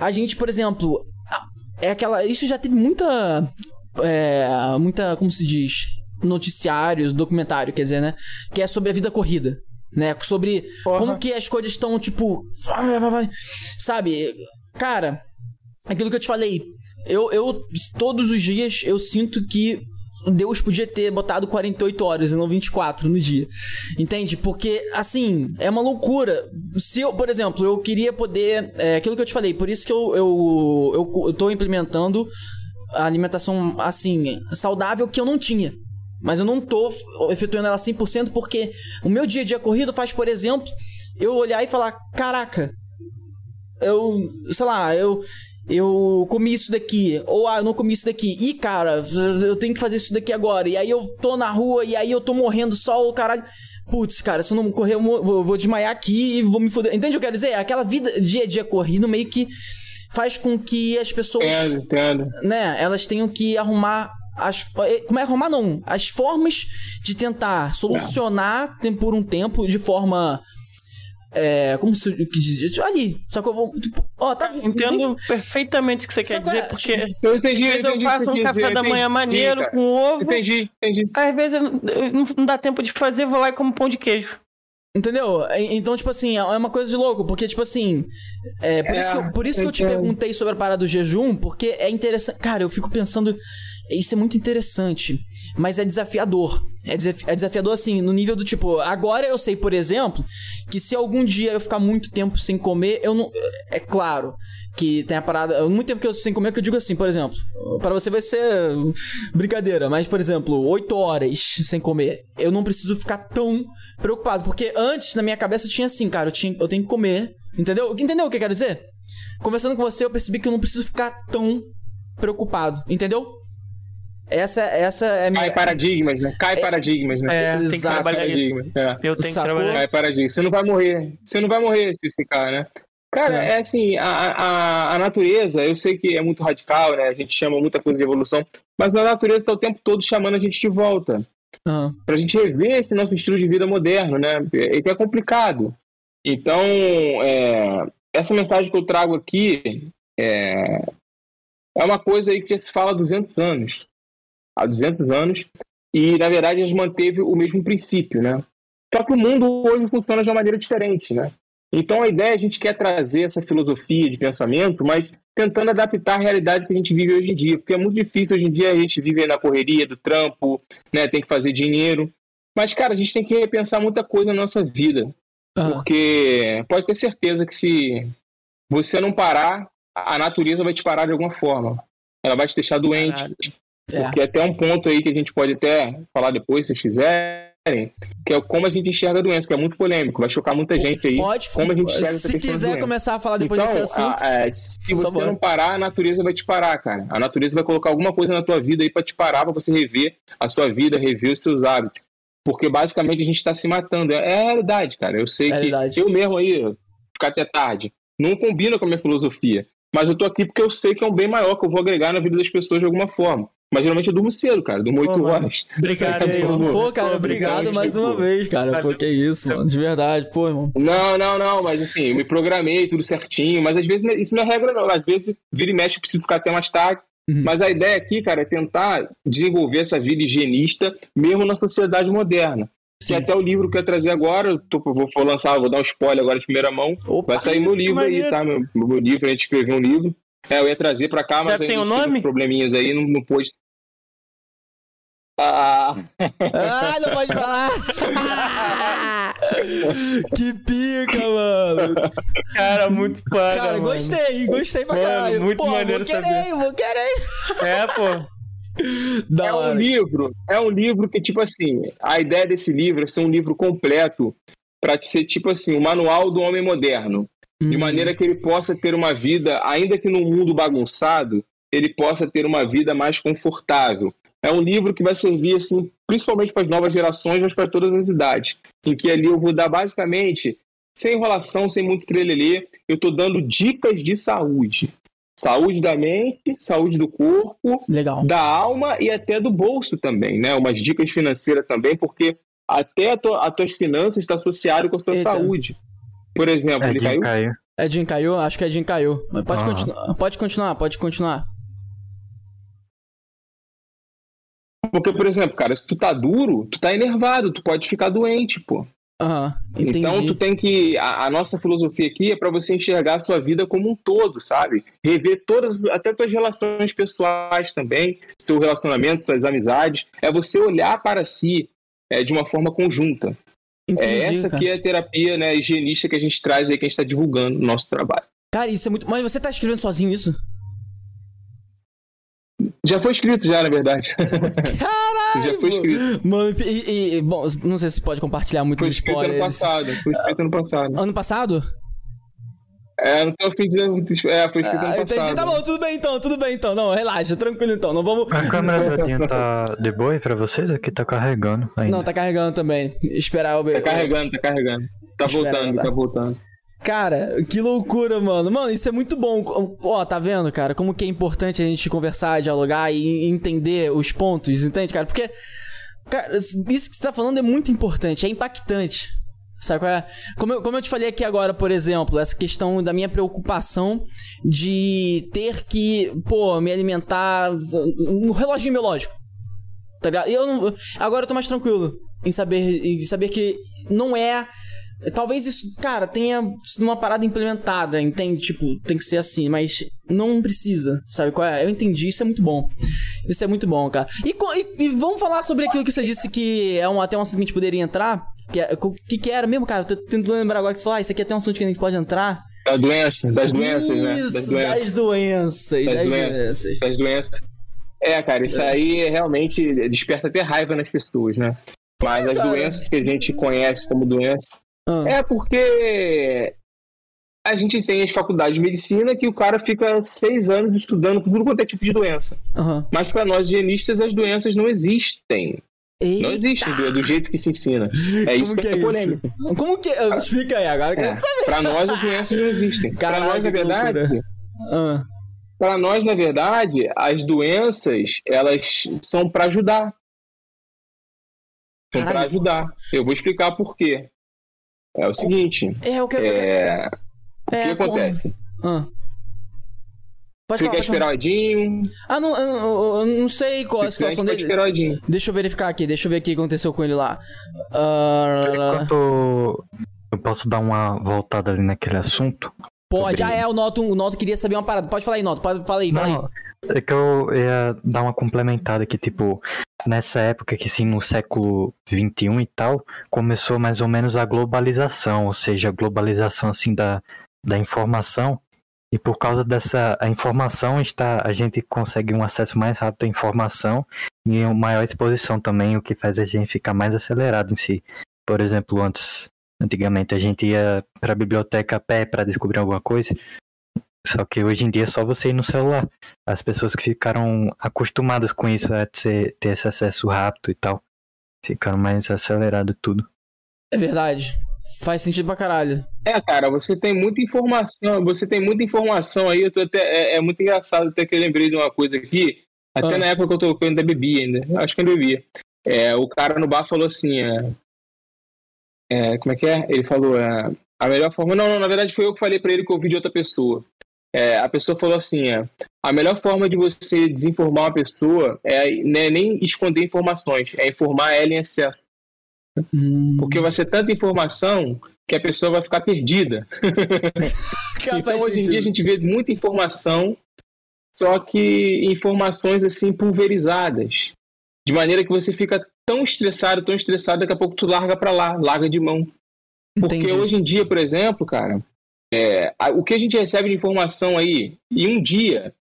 a gente, por exemplo, é aquela... Isso já teve muita... É, muita, como se diz... Noticiários, documentário, quer dizer, né? Que é sobre a vida corrida, né? Sobre Porra. como que as coisas estão, tipo... Vai, vai, vai. Sabe? Cara, aquilo que eu te falei... Eu, eu, todos os dias, eu sinto que Deus podia ter botado quarenta e oito horas e não vinte e quatro no dia. Entende? Porque, assim, é uma loucura. Se eu, por exemplo, eu queria poder... É aquilo que eu te falei, por isso que eu, eu, eu, eu tô implementando a alimentação, assim, saudável que eu não tinha. Mas eu não tô efetuando ela cem por cento porque o meu dia a dia corrido faz, por exemplo, eu olhar e falar, caraca, eu, sei lá, eu... Eu comi isso daqui, ou ah, eu não comi isso daqui. Ih, cara, eu tenho que fazer isso daqui agora. E aí eu tô na rua, e aí eu tô morrendo só, o caralho. Putz, cara, se eu não correr, eu vou, vou desmaiar aqui e vou me foder. Entende o que eu quero dizer? Aquela vida dia a dia corrido meio que faz com que as pessoas, entendo, entendo. né, elas tenham que arrumar as... Como é arrumar, não? As formas de tentar solucionar é. por um tempo de forma... É, como se que diz ali, só que eu vou tipo, ó, tá, entendo bem... perfeitamente o que você quer dizer, porque eu entendi, às vezes eu faço um café da manhã maneiro cara. com ovo, entendi, entendi. Às vezes eu, eu, não dá tempo de fazer, vou lá e como pão de queijo. Entendeu? Então, tipo assim, é uma coisa de louco, porque, tipo assim, é, por, é, isso que eu, por isso que eu te perguntei sobre a parada do jejum, porque é interessante, cara, eu fico pensando, isso é muito interessante, mas é desafiador, é, desafi- é desafiador assim, no nível do tipo, agora eu sei, por exemplo, que se algum dia eu ficar muito tempo sem comer, eu não, é claro que tem a parada, muito tempo que eu sem comer, que eu digo assim, por exemplo, para você vai ser brincadeira, mas, por exemplo, oito horas sem comer, eu não preciso ficar tão preocupado, porque antes, na minha cabeça, tinha assim, cara, eu, tinha, eu tenho que comer, entendeu? Entendeu o que eu quero dizer? Conversando com você, eu percebi que eu não preciso ficar tão preocupado, entendeu? Essa, essa é a minha... Cai paradigmas, né? Cai é... paradigmas, né? É, tem que trabalhar isso. É. Eu tenho Sacou? que trabalhar Cai paradigmas. Você não vai morrer. Você não vai morrer se ficar, né? Cara, é, é assim, a, a, a natureza, eu sei que é muito radical, né? A gente chama muita coisa de evolução, mas na natureza tá o tempo todo chamando a gente de volta. Uhum. Pra gente rever esse nosso estilo de vida moderno, né? É, é complicado. Então, é, essa mensagem que eu trago aqui é, é uma coisa aí que já se fala há duzentos anos. Há duzentos anos, e na verdade a gente manteve o mesmo princípio, né? Só que o mundo hoje funciona de uma maneira diferente, né? Então a ideia, a gente quer trazer essa filosofia de pensamento, mas tentando adaptar a realidade que a gente vive hoje em dia, porque é muito difícil hoje em dia, a gente vive na correria do trampo, né? Tem que fazer dinheiro, mas cara, a gente tem que repensar muita coisa na nossa vida, uhum. porque pode ter certeza que se você não parar, a natureza vai te parar de alguma forma, ela vai te deixar doente. Caralho. Porque é. até um ponto aí que a gente pode até falar depois, se vocês quiserem, que é como a gente enxerga a doença, que é muito polêmico, vai chocar muita gente aí. Pode, como a gente enxerga se quiser começar a falar depois então, desse assunto. A, a, se você não parar, a natureza vai te parar, cara. A natureza vai colocar alguma coisa na tua vida aí pra te parar, pra você rever a sua vida, rever os seus hábitos. Porque basicamente a gente tá se matando. É a realidade, cara. Eu sei é que realidade. eu mesmo aí, ficar até tarde, não combina com a minha filosofia. Mas eu tô aqui porque eu sei que é um bem maior que eu vou agregar na vida das pessoas de alguma forma. Mas geralmente eu durmo cedo, cara. Durmo oito horas. Obrigado aí, mano. Pô, cara, Pô, obrigado, obrigado mais uma vez, cara. Pô, que isso, mano. De verdade, pô, irmão. Não, não, não. Mas assim, eu me programei tudo certinho. Mas às vezes isso não é regra, não. Às vezes vira e mexe, eu preciso ficar até mais tarde. Uhum. Mas a ideia aqui, cara, é tentar desenvolver essa vida higienista mesmo na sociedade moderna. Sim. Que até o livro que eu ia trazer agora, eu tô, vou, vou lançar, vou dar um spoiler agora de primeira mão. Opa, vai sair meu livro aí, tá? Meu, meu livro, a gente escreveu um livro. É, eu ia trazer pra cá, mas já aí tem o nome? Probleminhas aí, não, não pôde. Ah. ah, não pode falar! Que pica, mano! Cara, muito paga, Cara, mano. gostei, gostei pra mano, caralho. Muito pô, maneiro vou querer, saber. vou querer. É, pô. Da é hora. um livro, é um livro que, tipo assim, a ideia desse livro é ser um livro completo pra ser, tipo assim, o manual do homem moderno. Hum. De maneira que ele possa ter uma vida, ainda que num mundo bagunçado, ele possa ter uma vida mais confortável. É um livro que vai servir, assim, principalmente para as novas gerações, mas para todas as idades. Em que ali eu vou dar, basicamente, sem enrolação, sem muito trelelê, eu estou dando dicas de saúde. Saúde da mente, saúde do corpo, Legal. da alma e até do bolso também, né? Umas dicas financeiras também, porque até a tua, as tuas finanças estão associadas com a sua Eita. saúde. Por exemplo, é, ele caiu? caiu. Edinho caiu? Acho que Edinho caiu. Mas pode, Ah. continuar, pode continuar, pode continuar. Porque, por exemplo, cara, se tu tá duro, tu tá enervado, tu pode ficar doente, pô. Aham, entendi. Então tu tem que... A, a nossa filosofia aqui é pra você enxergar a sua vida como um todo, sabe? Rever todas, até tuas relações pessoais também, seu relacionamento, suas amizades. É você olhar para si é, de uma forma conjunta. Entendi, É essa cara. que é a terapia, né, higienista que a gente traz aí, que a gente tá divulgando no nosso trabalho. Cara, isso é muito... Mas você tá escrevendo sozinho isso? Já foi escrito já, na verdade. Caralho! Já foi escrito. Mano, e, e- Bom, não sei se você pode compartilhar muitos Foi escrito ano spoilers. passado. Foi escrito ano passado. Ano passado? É, não tem o fim de... É, foi escrito Ah, ano entendi. passado. Tá bom, tudo bem então, tudo bem então. Não, relaxa, tranquilo então. Não vamos... A câmera do Edinho tá de boa aí pra vocês? Aqui tá carregando ainda. Não, tá carregando também. Esperar o... Tá carregando, tá carregando. Tá Espera, voltando, tá. tá voltando. Cara, que loucura, mano. Mano, isso é muito bom. Ó, tá vendo, cara? Como que é importante a gente conversar, dialogar e entender os pontos, entende, cara? Porque, cara, isso que você tá falando é muito importante, é impactante. Sabe qual é? Como eu, como eu te falei aqui agora, por exemplo, essa questão da minha preocupação de ter que, pô, me alimentar no reloginho biológico. Tá ligado? E eu não, agora eu tô mais tranquilo em saber, em saber que não é... Talvez isso, cara, tenha sido uma parada implementada, entende? Tipo, tem que ser assim, mas não precisa, sabe qual é? Eu entendi, isso é muito bom. Isso é muito bom, cara. E, co- e- e vamos falar sobre aquilo que você disse que é um, até um assunto que a gente poderia entrar. Que, é, o que que era mesmo, cara? Eu tô tentando lembrar agora que você falou, ah, isso aqui é até um assunto que a gente pode entrar. Da doença, das doenças, né? Isso, Das doenças. das doenças, Das das doenças. doenças. Das doenças. É, cara, isso aí realmente desperta até raiva nas pessoas, né? Mas as cara? doenças que a gente conhece como doença Ah, é porque a gente tem as faculdades de medicina que o cara fica seis anos estudando tudo quanto é tipo de doença. aham. Mas para nós higienistas as doenças não existem. Não Eita! existem do, do jeito que se ensina. É isso Como que que é, é polêmico. isso? Como que é? Explica aí agora, que eu É. quero saber. Para nós as doenças não existem. Para Caraca, nós, na que verdade, loucura. Ah, para nós, na verdade, as doenças, elas são para ajudar. São para Caralho. ajudar. Eu vou explicar por quê. É o seguinte, é, eu quero... eu quero- é... o que é, como- acontece? Ah. Pode Você falar, quer pode falar. esperar o Edinho? Ah, não, eu, eu- eu não sei qual é a Se quiser, situação pode dele. esperar o Edinho. Deixa eu verificar aqui, deixa eu ver o que aconteceu com ele lá. Ah, Enquanto eu posso dar uma voltada ali naquele assunto. pode, ah, é, o Noto, o Noto queria saber uma parada. Pode falar aí, Noto, pode, fala aí, fala aí. Não, é que eu ia dar uma complementada que, tipo, nessa época que, sim, no século vinte e um e tal, começou mais ou menos a globalização, ou seja, a globalização, assim, da, da informação. E por causa dessa a informação, está, a gente consegue um acesso mais rápido à informação e uma maior exposição também, o que faz a gente ficar mais acelerado em si. Por exemplo, antes, antigamente a gente ia para a biblioteca a pé para descobrir alguma coisa, só que hoje em dia é só você ir no celular. As pessoas que ficaram acostumadas com isso, a ter, ter esse acesso rápido e tal, ficaram mais acelerado tudo. É verdade. Faz sentido pra caralho. É, cara, você tem muita informação, você tem muita informação aí, eu tô até, é, é muito engraçado até que eu lembrei de uma coisa aqui, até Ah. na época que eu, tô, que eu ainda bebia ainda, acho que ainda bebia. É, o cara no bar falou assim, é, é, como é que é? Ele falou, é, a melhor forma, não, não, na verdade foi eu que falei pra ele que eu ouvi de outra pessoa. É, a pessoa falou assim, é, a melhor forma de você desinformar uma pessoa é né, nem esconder informações, é informar ela em excesso. Hum. Porque vai ser tanta informação que a pessoa vai ficar perdida. Cara, Então, faz hoje em dia, a sentido. gente vê muita informação, só que informações assim pulverizadas. De maneira que você fica tão estressado, tão estressado, daqui a pouco tu larga pra lá, larga de mão. Porque Entendi. hoje em dia, por exemplo, cara, é, a- o que a gente recebe de informação aí, em um dia,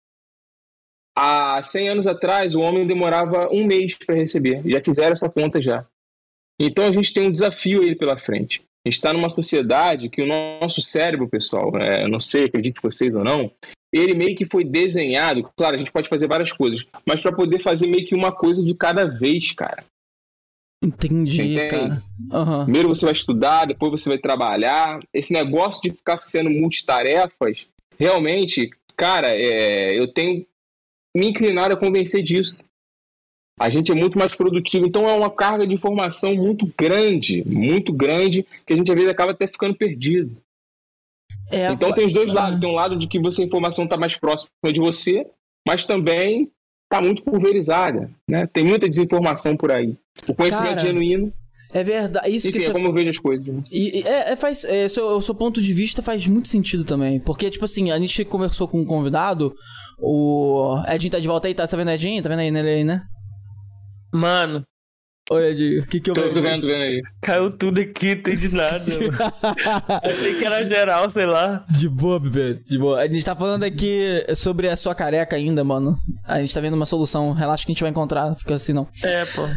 há cem anos atrás, o homem demorava um mês para receber. Já fizeram essa conta já. Então a gente tem um desafio aí pela frente. A gente está numa sociedade que o nosso cérebro, pessoal, é, eu não sei, acredito vocês ou não, ele meio que foi desenhado, claro, a gente pode fazer várias coisas, mas para poder fazer meio que uma coisa de cada vez, cara. Entendi, Entende? cara. Aham. Primeiro você vai estudar, depois você vai trabalhar. Esse negócio de ficar sendo multitarefas, realmente, cara, é, eu tenho me inclinado a convencer disso. A gente é muito mais produtivo, então é uma carga de informação muito grande, muito grande, que a gente às vezes acaba até ficando perdido. É, então tem os dois ah. lados. Tem um lado de que você, a informação está mais próxima de você, mas também está muito pulverizada, né? Tem muita desinformação por aí. O conhecimento Cara, genuíno. É verdade. Isso Enfim, que é você como eu vejo as coisas. Né? E, e é, é, faz, é, seu, o seu ponto de vista faz muito sentido também. Porque, tipo assim, a gente conversou com um convidado, o Edinho tá de volta aí, tá, tá vendo Edinho? Tá vendo aí nele aí, né? Mano. Oi, Edinho, o que que eu tô, vejo? Tô vendo, tô vendo aí. Caiu tudo aqui, não entendi nada. Achei que era geral, sei lá. De boa, bebê, de boa. A gente tá falando aqui sobre a sua careca ainda, mano. A gente tá vendo uma solução. Relaxa que a gente vai encontrar, fica assim não. É, pô.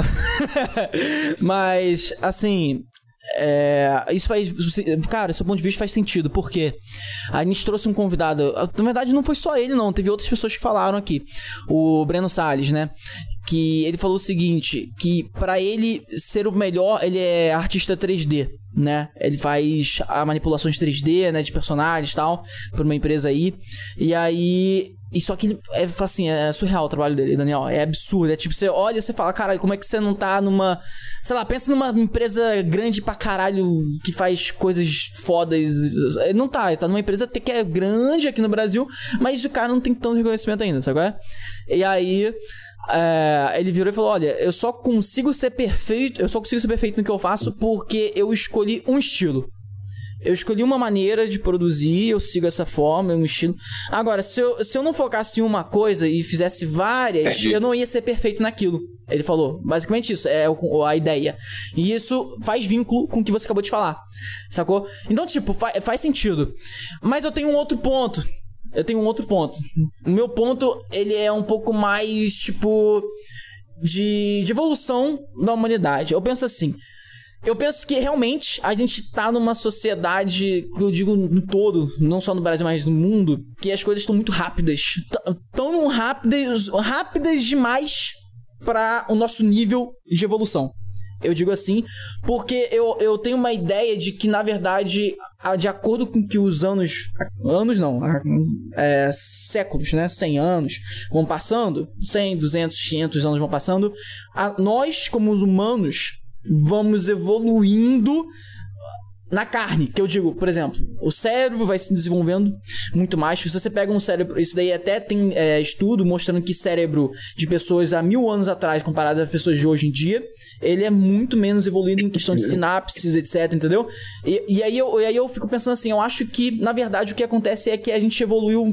Mas, assim... É, isso faz... Cara, seu ponto de vista faz sentido. Porque a gente trouxe um convidado... Na verdade, não foi só ele, não. Teve outras pessoas que falaram aqui. O Breno Salles, né? Que ele falou o seguinte, que pra ele ser o melhor, ele é artista três D, né? Ele faz a manipulações três D, né? De personagens e tal, pra uma empresa aí. E aí... E só que é assim, é surreal o trabalho dele, Daniel. É absurdo. É tipo, você olha e você fala, caralho, como é que você não tá numa... Sei lá, pensa numa empresa grande pra caralho que faz coisas fodas. Ele não tá, ele tá numa empresa que é grande aqui no Brasil, mas o cara não tem tanto reconhecimento ainda, sabe qual é? E aí... É, ele virou e falou, olha, eu só consigo ser perfeito, eu só consigo ser perfeito no que eu faço porque eu escolhi um estilo. Eu escolhi uma maneira de produzir, eu sigo essa forma, um estilo. Agora, se eu, se eu não focasse em uma coisa e fizesse várias, é, eu não ia ser perfeito naquilo. Ele falou, basicamente isso, é a ideia. E isso faz vínculo com o que você acabou de falar, sacou? Então, tipo, fa- faz sentido. Mas eu tenho um outro ponto. Eu tenho um outro ponto. O meu ponto, ele é um pouco mais, tipo, de, de evolução da humanidade. Eu penso assim, eu penso que realmente a gente tá numa sociedade, eu digo no todo, não só no Brasil, mas no mundo, que as coisas estão muito rápidas. Tão rápidas, rápidas demais para o nosso nível de evolução. Eu digo assim, porque eu, eu tenho uma ideia de que, na verdade, de acordo com que os anos... Anos não, é, séculos, né? cem anos vão passando, cem, duzentos, quinhentos anos vão passando, a, nós, como os humanos, vamos evoluindo na carne, que eu digo, por exemplo, o cérebro vai se desenvolvendo muito mais. Se você pega um cérebro, isso daí até tem é, estudo mostrando que cérebro de pessoas há mil anos atrás comparado às pessoas de hoje em dia, ele é muito menos evoluído em questão de sinapses, etc, entendeu? E, e, aí eu, e aí eu fico pensando assim, eu acho que, na verdade, o que acontece é que a gente evoluiu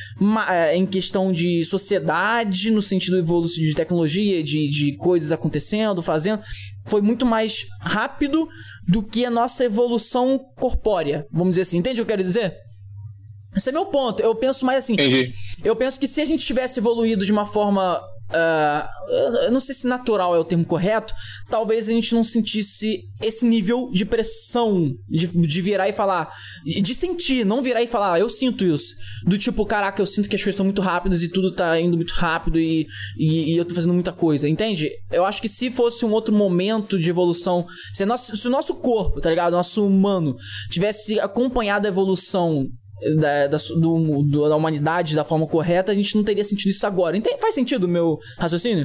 em questão de sociedade, no sentido evolutivo de tecnologia, de, de coisas acontecendo, fazendo, foi muito mais rápido do que a nossa evolução corpórea, vamos dizer assim. Entende o que eu quero dizer? Esse é meu ponto. Eu penso mais assim. Entendi. Eu penso que se a gente tivesse evoluído de uma forma... Uh, eu não sei se natural é o termo correto. Talvez a gente não sentisse esse nível de pressão de, de virar e falar, de sentir, não virar e falar, ah, eu sinto isso, do tipo, caraca, eu sinto que as coisas estão muito rápidas e tudo tá indo muito rápido e, e, e eu tô fazendo muita coisa, entende? Eu acho que se fosse um outro momento de evolução, se, nosso, se o nosso corpo, tá ligado, nosso humano tivesse acompanhado a evolução Da, da, do, do, da humanidade da forma correta, a gente não teria sentido isso agora. Entende? Faz sentido o meu raciocínio?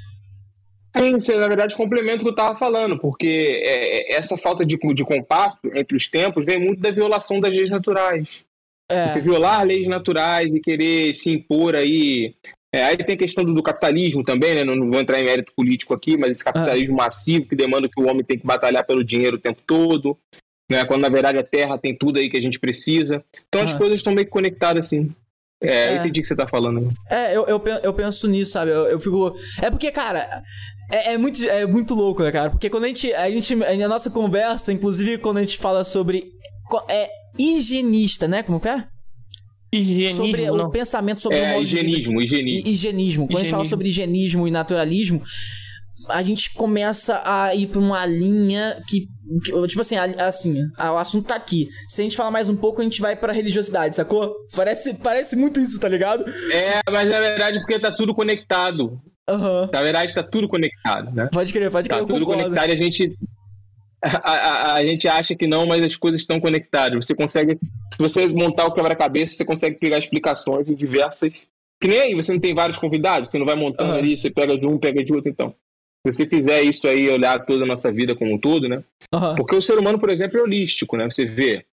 Sim, você, na verdade, complementa o que eu estava falando, porque é, essa falta de, de compasso entre os tempos vem muito da violação das leis naturais. É. Você violar leis naturais e querer se impor aí... É, aí tem a questão do, do capitalismo também, né? Não, não vou entrar em mérito político aqui, mas esse capitalismo ah. massivo que demanda que o homem tem que batalhar pelo dinheiro o tempo todo, né? Quando na verdade a terra tem tudo aí que a gente precisa. Então as ah. coisas estão meio conectadas assim. É, é. Eu entendi o que você tá falando. Né? É, eu, eu, eu penso nisso, sabe? Eu, eu fico... É porque, cara, é, é, muito, é muito louco, né, cara? Porque quando a gente, a gente... A nossa conversa, inclusive quando a gente fala sobre... É higienista, né? Como que é? Higienismo, sobre não. o pensamento sobre é, o modo higienismo, de... higienismo. Higienismo. Quando higienismo. a gente fala sobre higienismo e naturalismo, a gente começa a ir pra uma linha que, que tipo assim, assim, o assunto tá aqui. Se a gente falar mais um pouco, a gente vai pra religiosidade, sacou? Parece, parece muito isso, tá ligado? É, mas na verdade porque tá tudo conectado. Uhum. Na verdade tá tudo conectado, né? Pode crer, pode crer, tá eu tudo concordo. conectado e a gente... A, a, a gente acha que não, mas as coisas estão conectadas. Você consegue, se você montar o quebra-cabeça, você consegue pegar explicações em diversas... Que nem aí, você não tem vários convidados, você não vai montando uhum. ali, você pega de um, pega de outro, então. Se você fizer isso aí, olhar toda a nossa vida como um todo, né? Uhum. Porque o ser humano, por exemplo, é holístico, né? Você vê,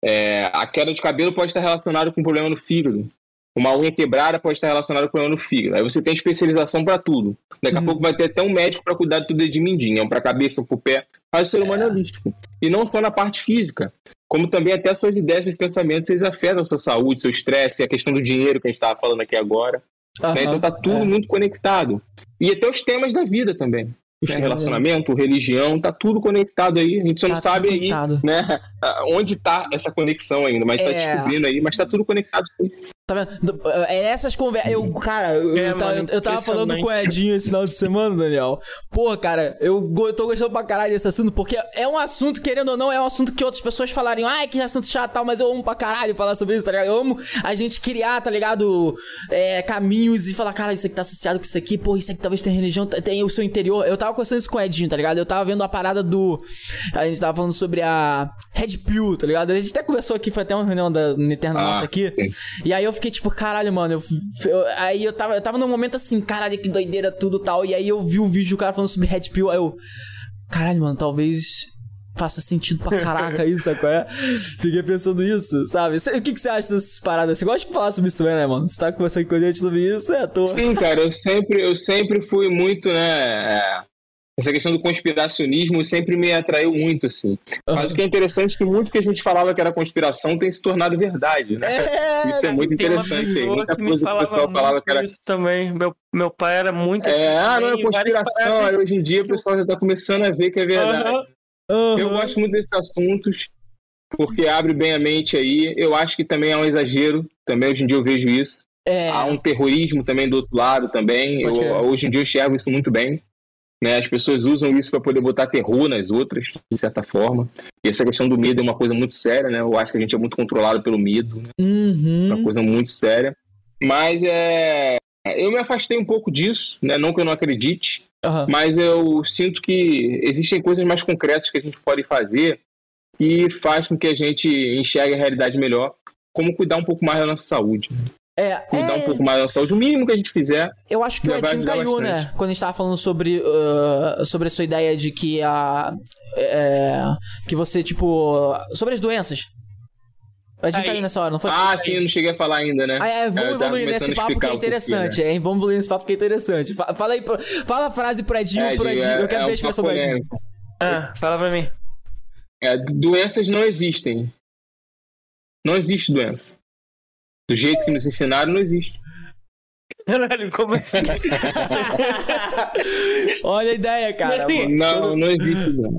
É, a queda de cabelo pode estar relacionada com um problema no fígado. Uma unha quebrada pode estar relacionada com um problema no fígado. Aí você tem especialização para tudo. Daqui a uhum. pouco vai ter até um médico para cuidar de tudo de mindinho. Um para a cabeça, um para o pé. Mas o ser humano é holístico. E não só na parte física. Como também até as suas ideias, seus pensamentos, eles afetam a sua saúde, seu estresse, a questão do dinheiro que a gente estava falando aqui agora. Uhum. Né? Então tá tudo é. muito conectado. E até os temas da vida também. Né? Relacionamento, religião, tá tudo conectado aí. A gente só tá não sabe aí, né, onde tá essa conexão ainda, mas é. tá descobrindo aí, mas tá tudo conectado sim. Tá vendo? É essas conversas. Eu, cara, eu, é, eu, mano, eu, eu tava falando com o Edinho esse final de semana, Daniel. Porra, cara, eu, eu tô gostando pra caralho desse assunto, porque é um assunto, querendo ou não, é um assunto que outras pessoas falariam, ai, que assunto chato e tal, mas eu amo pra caralho falar sobre isso, tá ligado? Eu amo a gente criar, tá ligado? É, caminhos e falar, cara, isso aqui tá associado com isso aqui, porra, isso aqui talvez tenha religião, tem o seu interior. Eu tava conversando isso com o Edinho, tá ligado? Eu tava vendo a parada do. A gente tava falando sobre a Red Pill, tá ligado? A gente até conversou aqui, foi até uma reunião da Eterna ah, nossa aqui. Sim. E aí eu fiquei tipo, caralho, mano, eu, eu, aí eu tava, eu tava num momento assim, caralho, que doideira, tudo tal. E aí eu vi o vídeo do cara falando sobre Red Pill. Aí eu, caralho, mano, talvez faça sentido pra caraca isso, sabe? É? Fiquei pensando isso, sabe? O que, que você acha dessas paradas? Você gosta de falar sobre isso também, né, mano? Você tá conversando com a gente sobre isso, é à toa. Sim, cara, eu sempre, eu sempre fui muito, né. É... Essa questão do conspiracionismo sempre me atraiu muito, assim. Mas uhum. o que é interessante é que muito que a gente falava que era conspiração tem se tornado verdade, né? É, isso é muito interessante. Aí. Muita coisa que o pessoal falava que era... Isso também. Meu, meu pai era muito... É, ah, não é conspiração. Aí, hoje em dia o pessoal já está começando a ver que é verdade. Uhum. Uhum. Eu gosto muito desses assuntos, porque abre bem a mente aí. Eu acho que também é um exagero. Também hoje em dia eu vejo isso. É. Há um terrorismo também do outro lado também. Eu, hoje em dia eu enxergo isso muito bem. Né, as pessoas usam isso para poder botar terror nas outras, de certa forma. E essa questão do medo é uma coisa muito séria, né? Eu acho que a gente é muito controlado pelo medo. Né? Uhum. Uma coisa muito séria. Mas é... eu me afastei um pouco disso, né? Não que eu não acredite, uhum. mas eu sinto que existem coisas mais concretas que a gente pode fazer que faz com que a gente enxergue a realidade melhor, como cuidar um pouco mais da nossa saúde. É, cuidar é... um pouco mais da saúde, o mínimo que a gente fizer. Eu acho que o Edinho caiu, bastante. Né? Quando a gente tava falando sobre, uh, sobre a sua ideia de que a. É, que você, tipo. Sobre as doenças. A gente caiu nessa hora, não foi? Ah, sim, eu não cheguei a falar ainda, né? Ah, é, vamos evoluir nesse papo que é interessante, um né? é, vamos evoluir nesse papo que é interessante. Fala aí, fala a frase pro Edinho, é, pro Edinho. É, eu quero é ver a expressão do Edinho. Ah, fala pra mim. É, doenças não existem. Não existe doença. Do jeito que nos ensinaram, não existe. Caralho, como assim? Olha a ideia, cara. Não, não existe. Não,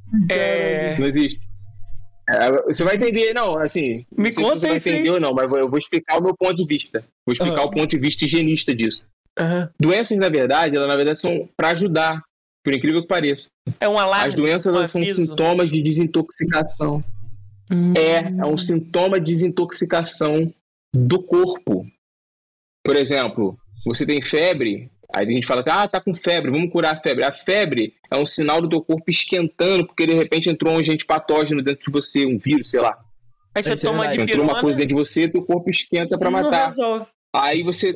é... não existe. É, você vai entender, não, assim... Me conta se você vai entender ou não, mas eu vou explicar o meu ponto de vista. Vou explicar uhum. o ponto de vista higienista disso. Uhum. Doenças, na verdade, elas na verdade são para ajudar, por incrível que pareça. É um alarme. As doenças elas são sintomas de desintoxicação. Hum. É, é um sintoma de desintoxicação do corpo. Por exemplo, você tem febre, aí a gente fala que ah, tá com febre, vamos curar a febre. A febre é um sinal do teu corpo esquentando, porque de repente entrou um agente patógeno dentro de você, um vírus, sei lá. Aí você toma de Entrou uma coisa dentro de você, teu corpo esquenta para matar. Resolve. Aí você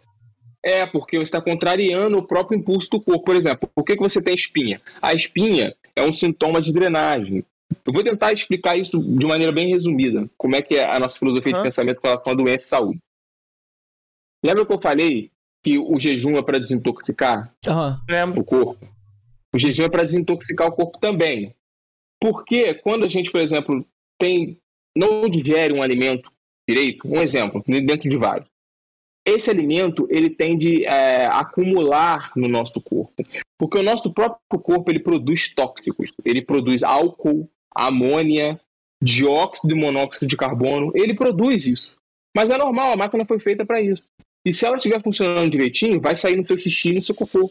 é, porque você está contrariando o próprio impulso do corpo. Por exemplo, por que, que você tem espinha? A espinha é um sintoma de drenagem. Eu vou tentar explicar isso de maneira bem resumida, como é que é a nossa filosofia uhum. de pensamento com relação à doença e saúde. Lembra que eu falei que o jejum é para desintoxicar uhum. o corpo? O jejum é para desintoxicar o corpo também. Porque quando a gente, por exemplo, tem, não digere um alimento direito, um exemplo, dentro de vários, esse alimento ele tende a acumular no nosso corpo. Porque o nosso próprio corpo ele produz tóxicos. Ele produz álcool, amônia, dióxido e monóxido de carbono. Ele produz isso. Mas é normal, a máquina foi feita para isso. E se ela estiver funcionando direitinho, vai sair no seu xixi e no seu cocô.